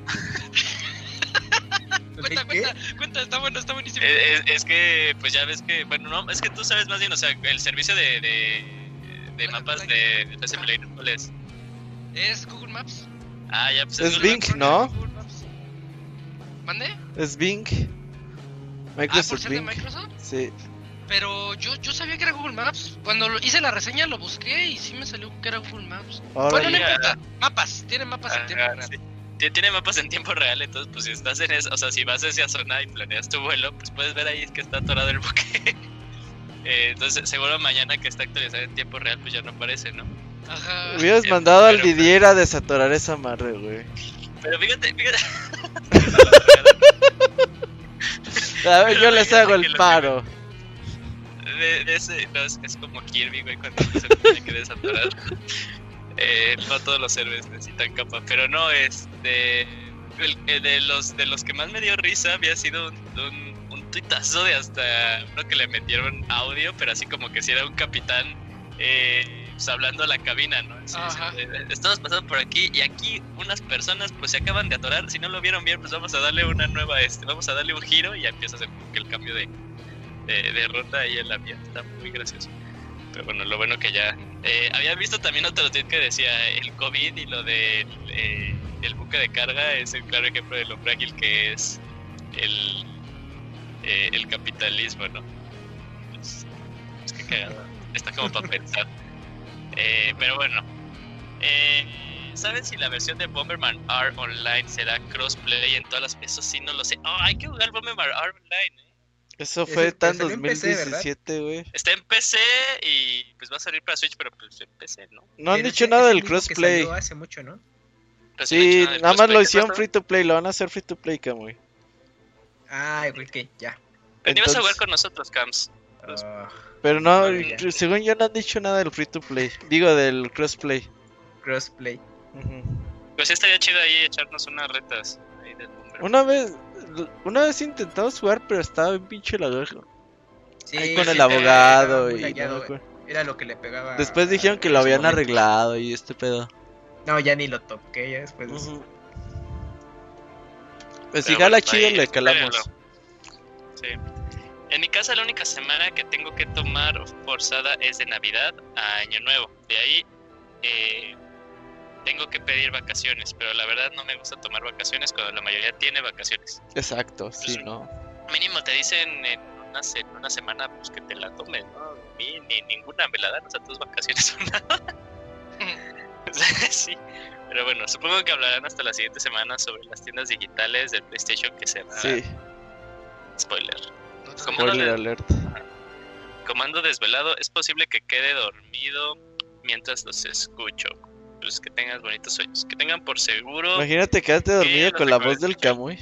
Cuenta, ¿Qué? cuenta, cuenta, está bueno, está buenísimo. Eh, Es, es que, pues ya ves que... Bueno, no, es que tú sabes más bien, o sea, el servicio de, de, de mapas de, de Flight Simulator, ¿cuál es? Es Google Maps. Ah, ya, pues Es Google Bing, Maps. ¿no? Google Maps. ¿Mande? Es Bing. Ah, por Microsoft ser de Bing. Microsoft. Sí. Pero yo, yo sabía que era Google Maps. Cuando lo- hice la reseña lo busqué y sí me salió que era Google Maps. Ahora Bueno, no ya. importa. Mapas, tiene mapas en tiempo Ajá, real. sí. Tie- Tiene mapas en tiempo real, entonces pues si estás en esa, o sea, si vas a esa zona y planeas tu vuelo, pues puedes ver ahí que está atorado el buque. Eh, entonces seguro mañana que está actualizado en tiempo real, pues ya no aparece, ¿no? Ajá. Hubieras Eh, mandado al pero- Didier a desatorar esa madre, güey. Pero fíjate, fíjate. A ver, yo les Fíjate hago que el lo que paro. De, de ese, no, es, es como Kirby, güey, cuando se tiene que desatorar. Eh, no todos los héroes necesitan capa, pero no, este... El, el de, los, de los que más me dio risa había sido un, un, un tuitazo de hasta uno que le metieron audio, pero así como que si era un capitán eh, pues hablando a la cabina, ¿no? Así, Ajá. diciendo, "Eh, estamos pasando por aquí y aquí unas personas pues se acaban de atorar, si no lo vieron bien pues vamos a darle una nueva, este, vamos a darle un giro y ya empieza a hacer como que el cambio de, de, de ruta ahí en la vía, está muy gracioso. Pero bueno, lo bueno que ya... Eh, había visto también otro tweet que decía el COVID y lo de eh, el buque de carga es el claro ejemplo de lo frágil que es el, eh, el capitalismo, ¿no? Pues, es que cagado. Está como para pensar. Eh, pero bueno. Eh, ¿Saben si la versión de Bomberman R Online será crossplay en todas las... Eso sí, no lo sé. Oh, hay que jugar Bomberman R Online, ¿eh? Eso Ese- fue tan salió en P C, dos mil diecisiete, güey. Está en P C y pues va a salir para Switch, pero pues en P C, ¿no? No han Pero dicho ese- nada ese del mismo que crossplay. salió hace mucho, ¿no? Pero Sí, le he hecho nada del nada más crossplay, lo ¿qué hicieron pasó? free to play, lo van a hacer free to play, Camuy. Ah, ok, ya. Pero ni vas a Entonces- jugar con nosotros, Cams. Ah, Pero no, Vale, ya. según yo no han dicho nada del free to play. Digo, del crossplay. crossplay. Ujú. Pues sí estaría chido ahí echarnos unas retas ahí del Bomberman. Una vez, una vez intentamos jugar, pero estaba bien pinche lagarto. Sí, Ahí con sí, el estaba abogado muy y lagueado, no me güey. acuerdo. Era lo que le pegaba. Después dijeron que lo habían arreglado y este pedo. No, ya ni lo toqué, ya después de eso. Uh-huh. Pues si Pero jala bueno, chido ahí, le calamos. Sí. En mi casa la única semana que tengo que tomar forzada es de Navidad a Año Nuevo. De ahí eh, tengo que pedir vacaciones, pero la verdad no me gusta tomar vacaciones cuando la mayoría tiene vacaciones. Exacto, sí, Pues, no. Mínimo te dicen en una, se- en una semana pues que te la tomes, ¿no? A mí ni ninguna me la dan, o sea, tus vacaciones son nada. O sea, sí. Pero bueno, supongo que hablarán hasta la siguiente semana sobre las tiendas digitales del PlayStation que se Sí, Spoiler. No, Comando, spoiler de- alert. comando desvelado, es posible que quede dormido mientras los escucho. Pues que tengas bonitos sueños. Que tengan por seguro, Imagínate quedarte dormido los con la acabo de voz del escuchar. Camuy.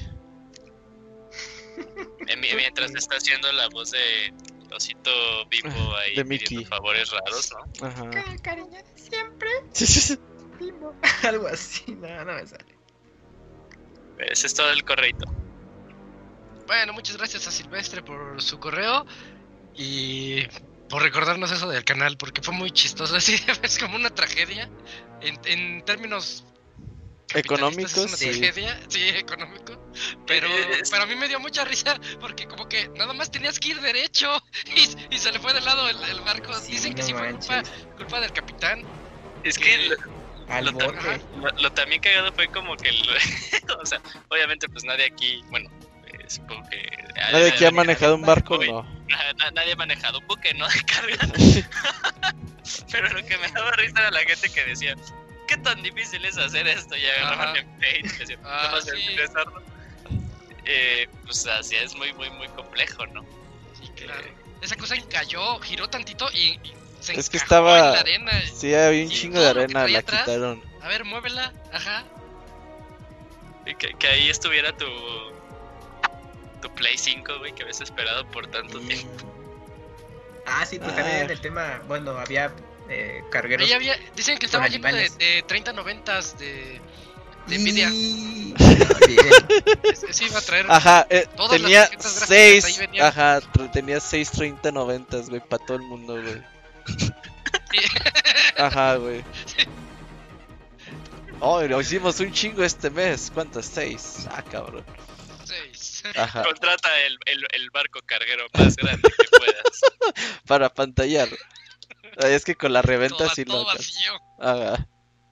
eh, mi- mientras está haciendo la voz de Osito Bimbo ahí De pidiendo Mickey. favores raros, ¿no? Ajá. Cariño de siempre. Sí, sí, sí. Algo así, no, no me sale. Ese es todo el correito. Bueno, muchas gracias a Silvestre por su correo y por recordarnos eso del canal, porque fue muy chistoso. Así es como una tragedia. En, en términos capitalistas Económicos, es una sí. tragedia, sí, económico. Pero, Eh, es- pero a mí me dio mucha risa porque como que nada más tenías que ir derecho y, y se le fue de lado el, el barco. Sí, Dicen que no sí fue culpa, manches. culpa del capitán. Es que lo, Al lo, bote. tam- lo- lo también cagado fue como que, el- o sea, obviamente pues nadie aquí, bueno, eh, supongo que... Nadie aquí ha manejado un barco, Oye, no. na- na- nadie ha manejado un buque, ¿no? De carga. Pero lo que me daba risa era la gente que decía, ¿qué tan difícil es hacer esto? Y agarraban Ajá. en Paint, y decían, Ah, "Nada más sí. empezarlo". Eh, pues así es muy, muy, muy complejo, ¿no? Sí, claro. Esa cosa cayó, giró tantito y, y se Es que encajó estaba- en la arena. Sí, había un Y chingo de todo lo que arena, traía la atrás. quitaron. A ver, muévela, ajá. Y que, que ahí estuviera tu tu Play cinco, güey, que habías esperado por tanto tiempo. Ah, sí, pues Ah. también el tema, bueno, había eh, cargueros. Ahí había, dicen que estaba con lleno de, animales. de treinta noventas de, de Nvidia. Y- Bien. Es- Sí, iba a traer. Ajá, eh, Todas las tenía tarjetas gráficas ahí seis, venían. ajá, tr- tenía seis treinta noventas, güey, para todo el mundo, güey. Sí. Ajá, güey. Oh, lo hicimos un chingo este mes. ¿Cuántas? Seis. Ah, cabrón. Seis. Ajá, Contrata el, el, el barco carguero más grande que puedas. para pantallar. Ay, es que con la reventa Todo, sí todo lo alcanza. vacío. Ajá.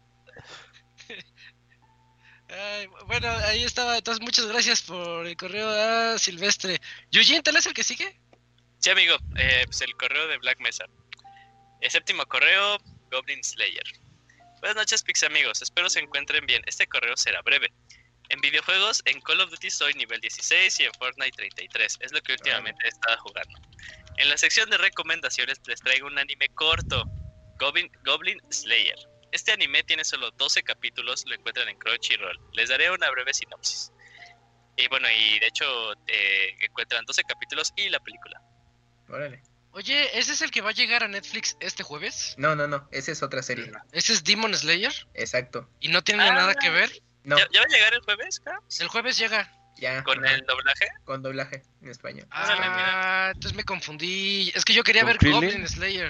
Ay, bueno, ahí estaba. Entonces, muchas gracias por el correo a Silvestre. Eugene, ¿tal es el que sigue? Sí, amigo, eh, pues el correo de Black Mesa. El séptimo correo, Goblin Slayer. Buenas noches, Pix amigos, espero se encuentren bien. Este correo será breve. En videojuegos, en Call of Duty soy nivel dieciséis y en Fortnite treinta y tres. Es lo que últimamente he estado jugando. En la sección de recomendaciones les traigo un anime corto, Goblin, Goblin Slayer. Este anime tiene solo doce capítulos, lo encuentran en Crunchyroll. Les daré una breve sinopsis. Y bueno, y de hecho eh, encuentran doce capítulos y la película. Órale. Oye, ¿ese es el que va a llegar a Netflix este jueves? No, no, no, esa es otra serie. ¿Ese es Demon Slayer? Exacto. ¿Y no tiene Ah. nada que ver? No, ¿Ya, ya va a llegar el jueves, Caps? El jueves llega. ya. ¿Con ajá, el doblaje? con doblaje en español. Órale, mira. Ah, entonces me confundí. Es que yo quería ¿Con ver Krillin? Goblin Slayer.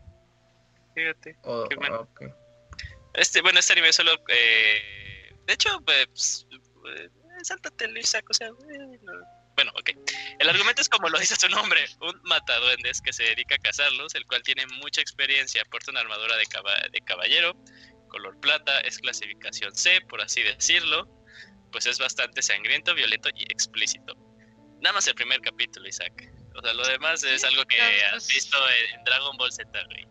Fíjate. O- qué bueno. ok. Este, bueno, este anime solo... Eh, de hecho, pues... eh, sáltate el Isaac, o sea... eh, no. Bueno, ok. El argumento es como lo dice su nombre. Un mataduendes que se dedica a cazarlos, el cual tiene mucha experiencia. Porta una armadura de, caba- de caballero, color plata, es clasificación C, por así decirlo. Pues es bastante sangriento, violento y explícito. Nada más el primer capítulo, Isaac. O sea, lo demás es algo que claro, has es- visto en Dragon Ball Z, güey.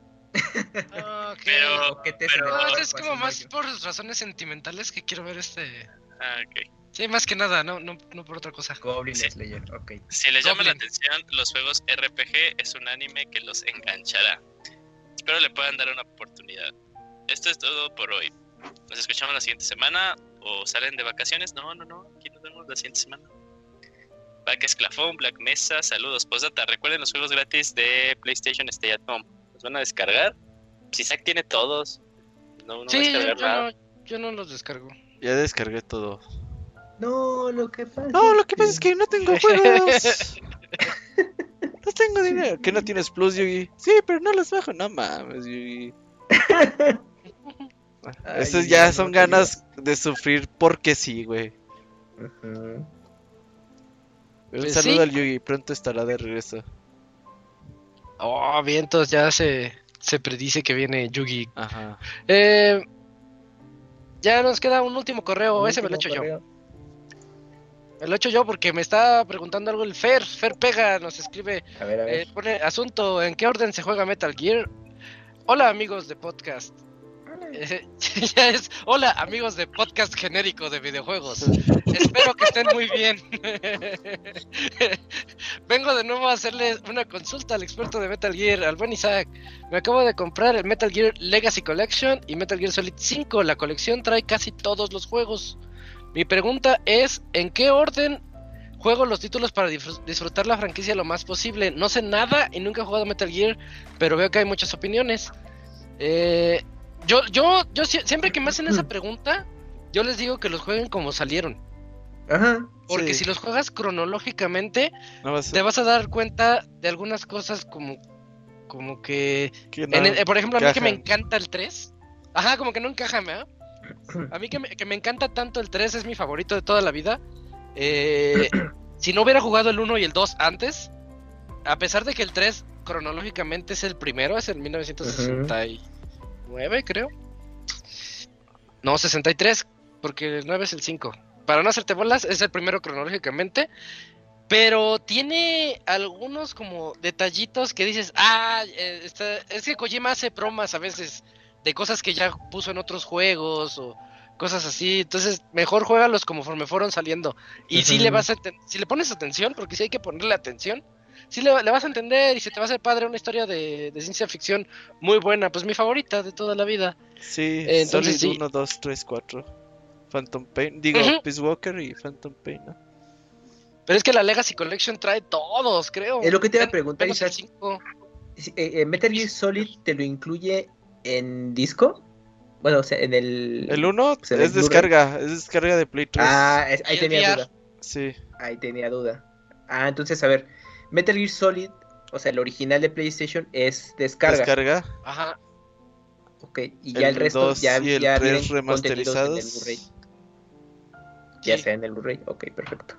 Ah, ok. Pero- O que te pero- se No, me es fue como así, más yo. por razones sentimentales que quiero ver este. Ah, ok. Sí, más que nada, no, no, no por otra cosa. Goblin Sí. Slayer, ok. Si les llama la Goblin. atención los juegos R P G, es un anime que los enganchará. Espero le puedan dar una oportunidad. Esto es todo por hoy. Nos escuchamos la siguiente semana o salen de vacaciones. No, no, no. Aquí nos vemos la siguiente semana. Black Esclafón, Black Mesa, saludos. Postdata, recuerden los juegos gratis de PlayStation Stay at Home. ¿Los van a descargar? Si Isaac tiene todos. No, no va a Sí, yo, descargar yo nada. no, yo no los descargo. Ya descargué todo. No, lo que pasa. No, lo que pasa es que no tengo juegos. No tengo dinero. ¿Qué no tienes plus, Yugi? Sí, pero no los bajo. No mames, Yugi. Esas ya no, son no ganas de sufrir porque sí, güey. Ujú. Un Pues saludo sí. al Yugi, pronto estará de regreso. Oh, vientos, ya se, se predice que viene Yugi. Ajá. Eh, ya nos queda un último correo, ese me lo Último echo yo. correo. Me lo echo yo porque me está preguntando algo el Fer. Fer Pega nos escribe, A ver, a ver. eh, pone asunto, ¿en qué orden se juega Metal Gear? Hola amigos de podcast. Eh, ya es, hola amigos de podcast genérico de videojuegos. Espero que estén muy bien. Vengo de nuevo a hacerles una consulta al experto de Metal Gear, al buen Isaac. Me acabo de comprar el Metal Gear Legacy Collection y Metal Gear Solid cinco. La colección trae casi todos los juegos. Mi pregunta es, ¿en qué orden juego los títulos para disfr- disfrutar la franquicia lo más posible? No sé nada y nunca he jugado Metal Gear, pero veo que hay muchas opiniones. Eh... Yo, yo, yo si- siempre que me hacen esa pregunta, yo les digo que los jueguen como salieron. Ajá. Porque Sí. si los juegas cronológicamente, No vas a... te vas a dar cuenta de algunas cosas como, como que... que no en el- eh, por ejemplo, a mí que me encajan. encanta el tres. Ajá, como que no encaja, ¿verdad? A mí que me, que me encanta tanto el tres, es mi favorito de toda la vida. Eh, si no hubiera jugado el uno y el dos antes, a pesar de que el tres cronológicamente es el primero, es el mil novecientos sesenta y nueve, creo. No, sesenta y tres, porque el nueve es el cinco. Para no hacerte bolas, es el primero cronológicamente. Pero tiene algunos como detallitos que dices, ah, eh, está... es que Kojima hace bromas a veces de cosas que ya puso en otros juegos o cosas así. Entonces, mejor juégalos conforme fueron saliendo. Y si Ujú. le vas a enten- si le pones atención, porque si hay que ponerle atención, sí le, le vas a entender y se te va a hacer padre una historia de, de ciencia ficción muy buena, pues mi favorita de toda la vida. Sí, Eh, entonces Solid sí. uno, dos, tres, cuatro. Phantom Pain, digo, Ujú. Peace Walker y Phantom Pain, ¿no? Pero es que la Legacy Collection trae todos, creo. Es lo que te iba a Men- preguntar, menos el Isaac. cinco. Sí, eh, eh, Metal Gear Solid te lo incluye en disco. Bueno, o sea, en el. El uno pues, en el es Blu-ray. descarga, es descarga de Play tres. Ah, es- ahí Y el tenía V R. duda. Sí. Ahí tenía duda. Ah, entonces, a ver. Metal Gear Solid, o sea, el original de PlayStation es descarga. Descarga. Ajá. Ok, y ya el, El resto dos ya, y el ya tres vienen contenidos en el remasterizados. Blu-ray. Ya Sí. está en el Blu-ray. Ok, perfecto.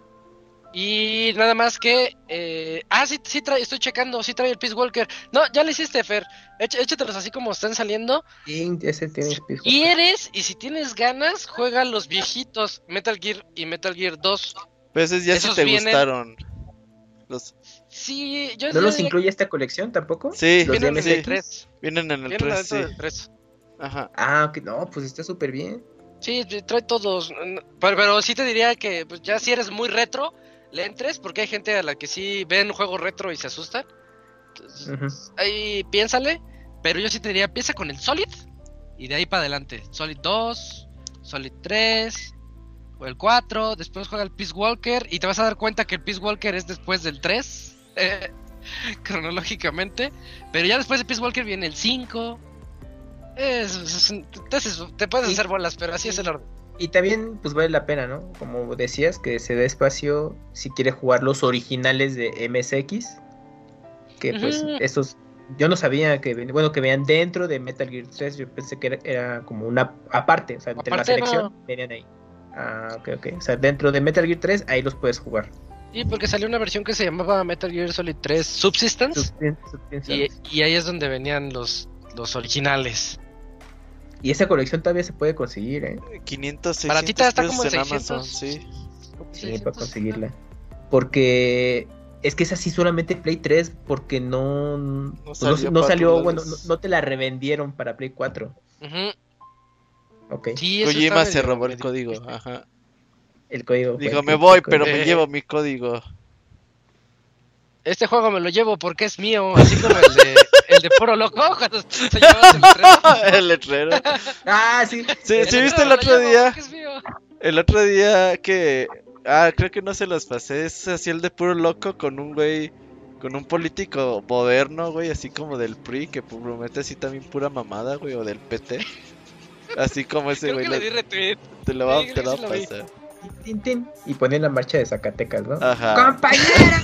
Y nada más que. Eh... Ah, sí, sí trae, estoy checando, sí trae el Peace Walker. No, ya lo hiciste, Fer. Éch- échatelos así como están saliendo. Y ese tiene Peace Y Walker. eres, y si tienes ganas, juega los viejitos Metal Gear y Metal Gear dos. Pues esos ya sí Esos te vienen- gustaron. Los... Sí, yo ¿No yo los diría incluye esta colección tampoco? Sí, ¿Los de vienen en sí. el M S X? tres. Vienen en el Vienen tres, adentro sí. del tres. Ajá. Ah, ok, no, pues está súper bien. Sí, trae todos. Pero, pero sí te diría que pues, ya si eres muy retro, le entres, porque hay gente a la que sí ven juegos retro y se asustan. Entonces, Ujú. ahí piénsale. Pero yo sí te diría, empieza con el Solid y de ahí para adelante. Solid dos, Solid tres o el cuatro. Después juega el Peace Walker y te vas a dar cuenta que el Peace Walker es después del tres, eh, cronológicamente. Pero ya después de Peace Walker viene el cinco. Es, es- entonces te puedes Y- hacer bolas, pero así es el orden. Y también, pues vale la pena, ¿no? Como decías, que se dé espacio si quiere jugar los originales de M S X. Que pues Ujú. esos, yo no sabía que, ven- bueno, que venían dentro de Metal Gear tres. Yo pensé que era, era como una aparte, o sea, entre Aparte, la selección no. venían ahí. Ah, ok, ok. O sea, dentro de Metal Gear tres, ahí los puedes jugar. Sí, porque salió una versión que se llamaba Metal Gear Solid tres Subsistence. Subsisten- subsisten- Y, y ahí es donde venían los, los originales. Y esa colección todavía se puede conseguir, ¿eh? quinientos, Baratita, seiscientos está pesos como en en seiscientos. Amazon, sí. Sí, para conseguirla. Porque es que es así solamente Play tres, porque no, pues, no, salió no para salió, todos bueno, lados. no, no te la revendieron para Play cuatro. Ujú. Ok, Sí, eso Kojima está se medio- robó el medio código, triste. ajá. el código. fue Dijo, el me que- voy, el pero código. me Eh. llevo mi código. Este juego me lo llevo porque es mío, así como el de, el de Puro Loco, cuando se llevaba el tren. El letrero. Ah, sí. Sí, El ¿sí viste letrero el me lo otro llevo día? porque es mío. El otro día que... Ah, creo que no se los pasé. Es así el de Puro Loco con un güey... Con un político moderno, güey, así como del P R I, que promete así también pura mamada, güey, o del P T. Así como ese Creo güey. que le le- di retweet. Te lo va, Sí, te lo sí va a lo vi. pasar. tin, tin, y ponían la marcha de Zacatecas, ¿no? Ajá. ¡Compañera!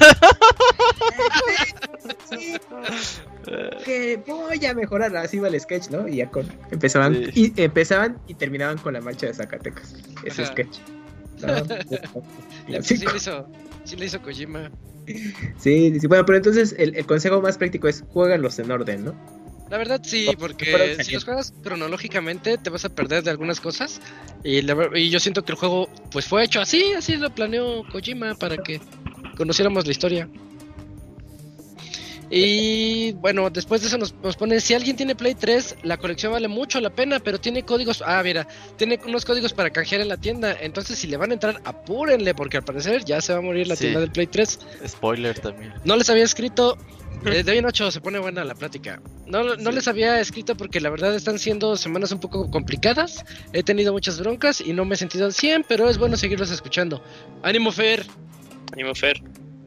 Sí, que voy a mejorar, así va el sketch, ¿no? Y ya con empezaban Sí. y empezaban y terminaban con la marcha de Zacatecas. Ese Ajá. sketch. No, Sí, sí, lo hizo, sí lo hizo Kojima. sí, sí, bueno, pero entonces el, el consejo más práctico es juégalos en orden, ¿no? La verdad sí, Fueron porque genial. si los juegas cronológicamente te vas a perder de algunas cosas y, la ver- y yo siento que el juego pues fue hecho así, así lo planeó Kojima para que conociéramos la historia. Y bueno, después de eso nos, nos pone, si alguien tiene Play tres, la colección vale mucho la pena, pero tiene códigos, ah mira, tiene unos códigos para canjear en la tienda, entonces si le van a entrar, apúrenle, porque al parecer ya se va a morir la Sí. tienda del Play tres. Spoiler también. No les había escrito, eh, de hoy en ocho se pone buena la plática. No, no Sí. les había escrito porque la verdad están siendo semanas un poco complicadas. He tenido muchas broncas y no me he sentido al cien, pero es bueno seguirlos escuchando. ¡Ánimo, Fer! Ánimo, Fer.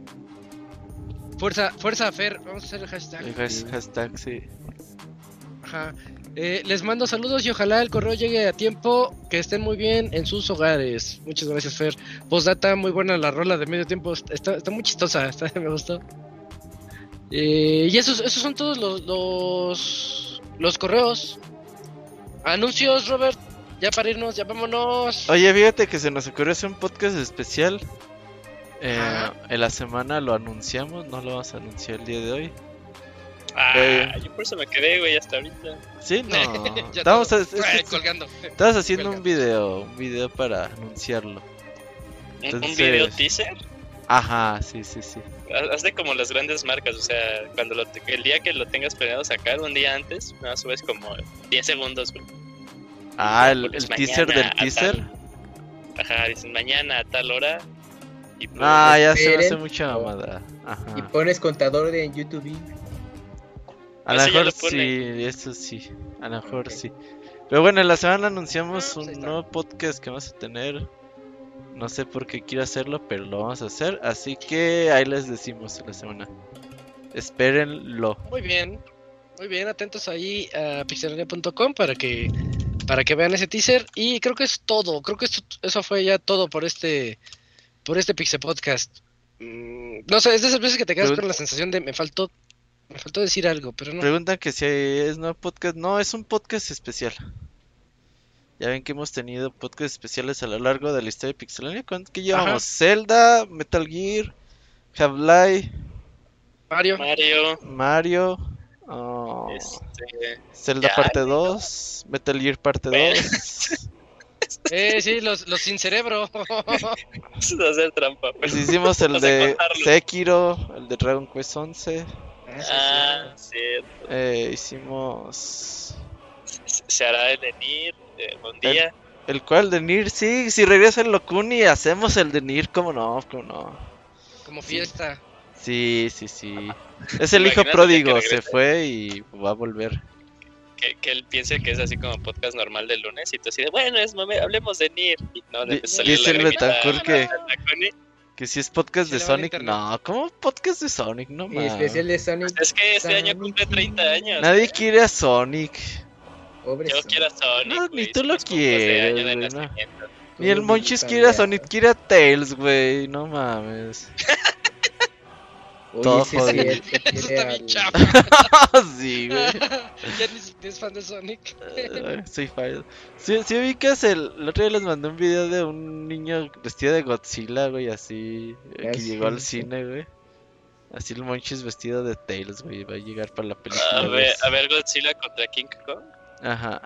Fuerza, fuerza, Fer. Vamos a hacer el hashtag. El has- hashtag, sí. Ajá. Eh, les mando saludos y ojalá el correo llegue a tiempo. Que estén muy bien en sus hogares. Muchas gracias, Fer. Postdata, muy buena la rola de medio tiempo. Está, está muy chistosa, está, me gustó. Eh, y esos, esos son todos los, los, los correos. Anuncios, Robert. Ya para irnos, ya vámonos. Oye, fíjate que se nos ocurrió hacer un podcast especial. Eh, Ajá. en la semana lo anunciamos, no lo vamos a anunciar el día de hoy. Ah, Eh. yo por eso me quedé, güey, hasta ahorita. Sí, no. Ya Estábamos, todo, es- es- eh, es- colgando. estabas haciendo un Colgando. video, un video para anunciarlo. ¿Un, Entonces- un video teaser? Ajá, sí, sí, sí. Haz- Hazte como las grandes marcas, o sea, cuando lo te- el día que lo tengas planeado sacar, un día antes, nada más subes como diez segundos, güey. Ah, el, Pones el teaser mañana del a teaser. tal- Ajá, dicen mañana a tal hora. Y pues, Ah, ya se me hace Esperen. mucha mamada. Y Ajá. pones contador de YouTube. A lo Eso ya mejor lo pone. sí, eso sí. A lo mejor sí. Pero bueno, en la semana anunciamos Ah, pues ahí un está. nuevo podcast que vamos a tener. No sé por qué quiero hacerlo, pero lo vamos a hacer. Así que ahí les decimos en la semana. Espérenlo. Muy bien, muy bien, atentos ahí a pixelania punto com para que para que vean ese teaser y creo que es todo, creo que eso, eso fue ya todo por este por este Pixel Podcast. Mm, no sé, es de esas veces que te quedas Pero- con la sensación de me faltó me faltó decir algo, pero no. Preguntan que si es nuevo podcast. No, es un podcast especial. Ya ven que hemos tenido podcasts especiales a lo largo de la historia de Pixelania. ¿Cuánto que llevamos? Ajá. Zelda, Metal Gear, Half-Life, Mario, Mario, Mario, oh, este, Zelda ya, parte ¿no? dos, Metal Gear parte Bueno. dos. eh, sí, los, los sin cerebro. vamos a hacer trampa. Pues pero- hicimos el Vamos a de contarlo. Sekiro, el de Dragon Quest once. Ah, sí. Eh, hicimos Se- Se hará el de Nier eh, un día. el cual de Nier. Sí, si regresa el Locuni, hacemos el de Nier. ¿Cómo no? ¿Cómo no? Como fiesta. Sí, sí, sí. Es el hijo Imagínate pródigo, que se regrese. fue y va a volver. Que, que él piense que es así como podcast normal del lunes y tú así de, bueno, es mame, hablemos de Nier. Y no, le Di- empezó a salir dice el lagrimita Betancourt que- a Laconi. Que si es podcast Se de le va el Sonic. internet. No, ¿cómo podcast de Sonic? No Y mames. especial de Sonic. Es que este año Sonic. cumple treinta años. Nadie quiere a Sonic. Pobre Yo Sonic. quiero a Sonic. No, ni güey, tú lo somos compas de quieres, año de güey, no. nacimiento. Ni el Uy, Monchis puta quiere a madre. Sonic, quiere a Tails, güey. No mames. todo Oye, sí es jodido. cierto, Eso quiere está bien al- chafa. Sí, güey. Ya ni siquiera es fan de Sonic. Ay, soy fan. Si, si ubicas el, el otro día les mandé un video de un niño vestido de Godzilla, güey, así, eh, Ah, que sí, llegó al sí. cine, güey. Así el Monchis vestido de Tails, güey, va a llegar para la película. A güey. ver, a ver Godzilla contra King Kong. Ajá.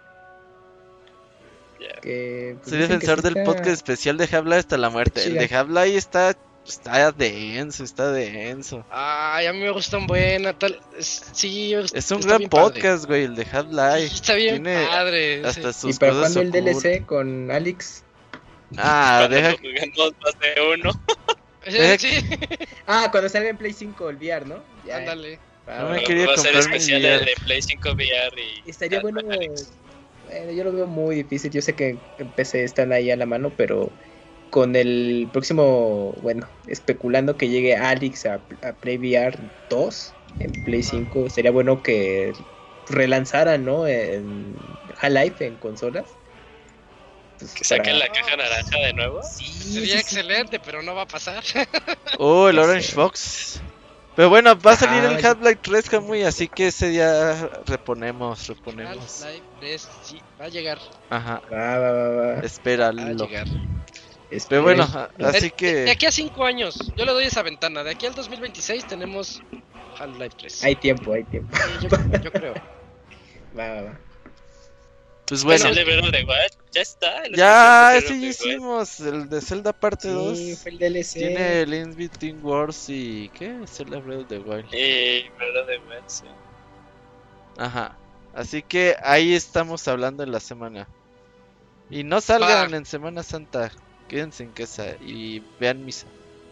Ya. que, pues, Soy dicen que defensor sí del está- podcast especial de Half-Life hasta la muerte. El Chiga. de Half-Life está, está denso, está denso. Ay, a mí me gusta un buen tal. es- Sí, Es un está gran bien padre. podcast, güey, el de Sí, Half-Life. está bien Tiene padre. hasta sí. sus ¿Y para cosas cuándo el D L ocultas. C con Alex? Ah, Cuando deja. jugamos más de uno. deja- Sí, Ah, cuando salga en Play cinco el V R, ¿no? Ya, ándale. ah, No me bueno. quería Va a ser comprar mi especial V R. el de Play cinco V R y... Estaría y bueno. Alex. Bueno, yo lo veo muy difícil. Yo sé que en P C están ahí a la mano, pero con el próximo, bueno, especulando que llegue Alex a, a Play V R dos en Play cinco, sería bueno que relanzaran, ¿no? En Half-Life en consolas. Pues, Que saquen para- la caja naranja de nuevo. Sí, Sería sí, sí. excelente, pero no va a pasar. Oh, el Orange Fox. Pero bueno, va a salir Ajá, el sí. Half-Life tres, Camuy, así que ese día reponemos, reponemos. Half-Life tres, sí, va a llegar. Ajá, Va, va, va, va. Va a espéralo. llegar. Pero bueno, Esperemos. así De, de que aquí a cinco años, yo le doy esa ventana. De aquí al dos mil veintiséis tenemos Half-Life tres. Hay tiempo, hay tiempo. Sí, yo, yo creo. Va, va, va. pues Bueno, bueno, el de Breath of the Wild, ya está. el ya especial de ese Breath ya of the Wild. hicimos, el de Zelda parte dos. Sí, fue el D L C. Tiene el In Between Wars y ¿qué? Zelda Breath of the Wild. Y Breath of the Wild, sí. Ajá. Así que ahí estamos hablando en la semana. Y no salgan Va. en Semana Santa. Quédense en casa y vean misa.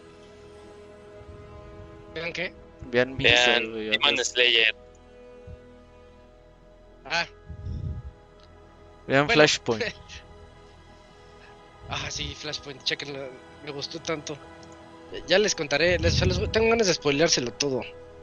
¿Vean qué? Vean misa. Vean güey, Demon vean- Slayer. Ah, Vean bueno. Flashpoint. ah, sí, Flashpoint, chequenlo. Me gustó tanto. Ya les contaré, les, se los- tengo ganas de spoileárselo todo.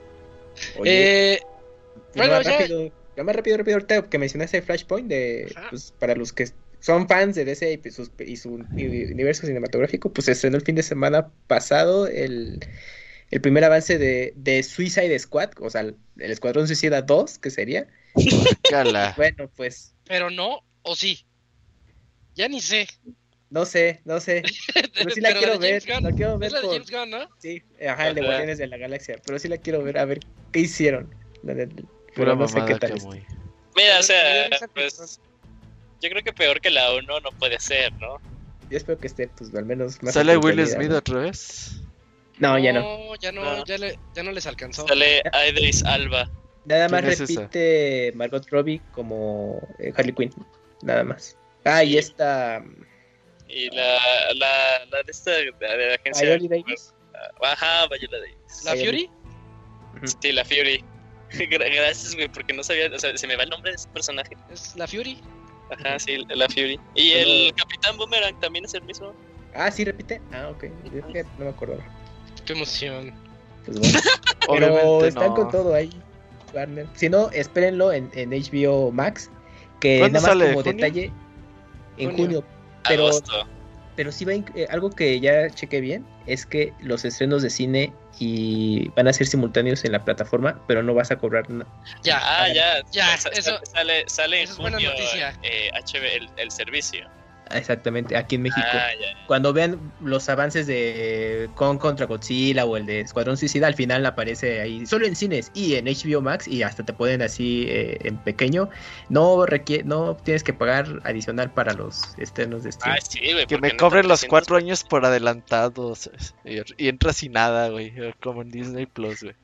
Oye, Eh, y bueno, más ya- rápido, ya más rápido, rápido, ahorita que mencionaste Flashpoint, de, Ajá. pues, para los que son fans de D C y, pues, sus- y su universo cinematográfico, pues se estrenó el fin de semana pasado el, el primer avance de, de Suicide Squad, o sea, el, el Escuadrón Suicida dos, que sería. Cala. Bueno, pues, pero no, o sí. Ya ni sé. no sé, no sé, pero sí la Pero quiero de ver, James la Gunn. quiero ver Es la de por- James Gunn, ¿no? sí, ajá, el de Ajá. Guardianes de la Galaxia, pero sí la quiero ver, a ver qué hicieron, la neta, Pura pero no sé qué mamada, tal es. Camuy. Mira, o Me sea, dio risa que- pues. Yo creo que peor que la uno no puede ser, ¿no? Yo espero que esté, pues, al menos más ¿Sale Will entretenida, Smith ¿no? otra vez? No, ya no. ya no, No. Ya, le- ya no les alcanzó. Sale Idris Alba. Nada más ¿Quién es esa? repite Margot Robbie como eh, Harley Quinn. Nada más. Ah, y Sí. esta. Y la, la, la de esta de la agencia. Viola Davis. Ajá, Viola Davis. ¿La Fury? Sí, la Fury. Gra- Gracias, güey, porque no sabía, o sea, se me va el nombre de ese personaje. ¿Es la Fury? Ajá, sí, la Fury. Y Pero- el Capitán Boomerang también es el mismo. Ah, sí, repite. Ah, ok. Fíjate, no me acordaba. Qué emoción. Pues bueno. Pero Obviamente están no. con todo ahí. Warner. Si no, espérenlo en, en H B O Max. Que ¿Cuándo nada más sale? como ¿Junio? detalle. En Junio. junio. Pero, Agosto. pero sí va a inc- eh, algo que ya chequé bien. Es que los estrenos de cine y van a ser simultáneos en la plataforma. Pero no vas a cobrar na- Ya. Ah, ya. Ya, Sa- eso- sale, sale en eso es buena junio noticia. eh, H B, el, el servicio. exactamente aquí en México. Ah, ya. Cuando vean los avances de Kong contra Godzilla o el de Escuadrón Suicida, al final aparece ahí solo en cines y en H B O Max y hasta te pueden así eh, en pequeño. No requiere, no tienes que pagar adicional para los estrenos de Steam. Ah, sí, güey. Que porque me neta, cobren los trescientos cuatro años por adelantados. Y, y entra sin nada, güey. Como en Disney Plus, güey.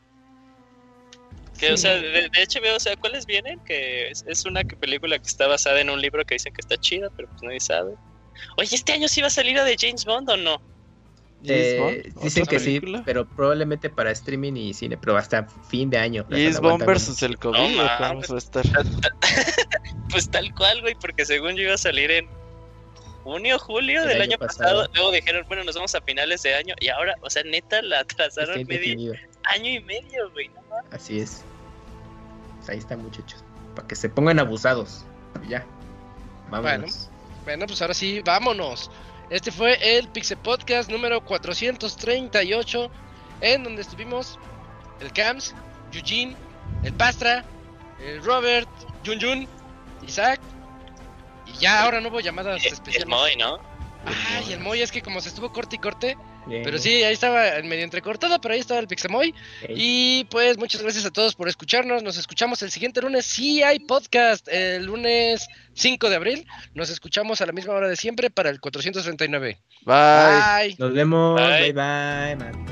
Que, o sea, de, de H B O, o sea, ¿cuáles vienen? Que es, es una que- película que está basada en un libro que dicen que está chida, pero pues nadie sabe. Oye, ¿este año sí va a salir la de James Bond o no? Eh, James Bond, dicen ¿otra que sí, película? pero probablemente para streaming y cine, pero hasta fin de año. la James están Bond aguantando. versus el COVID. No ¿o mames. cómo va a estar? Pues tal cual, güey, porque según yo iba a salir en junio, julio El del año año pasado. pasado. Luego dijeron, bueno, nos vamos a finales de año. Y ahora, o sea, neta, la Está atrasaron medio indefinido. año y medio, güey. No mames. Así es. Pues ahí están, muchachos. Para que se pongan abusados. Y ya. Vámonos. Bueno, pues ahora sí, vámonos. Este fue el Pixel Podcast número cuatrocientos treinta y ocho, en donde estuvimos el Cams, Eugene, el Pastra, el Robert, Jun Jun, Isaac, y ya ahora no hubo llamadas Eh, El especiales. Moy, ¿no? Ah, y el Moy, es que como se estuvo corte y corte, Bien. pero sí, ahí estaba el medio entrecortado, pero ahí estaba el Pixemoy. Ey. Y pues muchas gracias a todos por escucharnos. Nos escuchamos el siguiente lunes. Sí hay podcast, el lunes cinco de abril. Nos escuchamos a la misma hora de siempre para el cuatrocientos treinta y nueve. Bye. Bye. Nos vemos. Bye. Bye bye. man.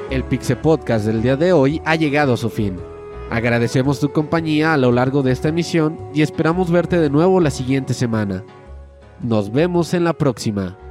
El Pixel Podcast del día de hoy ha llegado a su fin. Agradecemos tu compañía a lo largo de esta emisión y esperamos verte de nuevo la siguiente semana. Nos vemos en la próxima.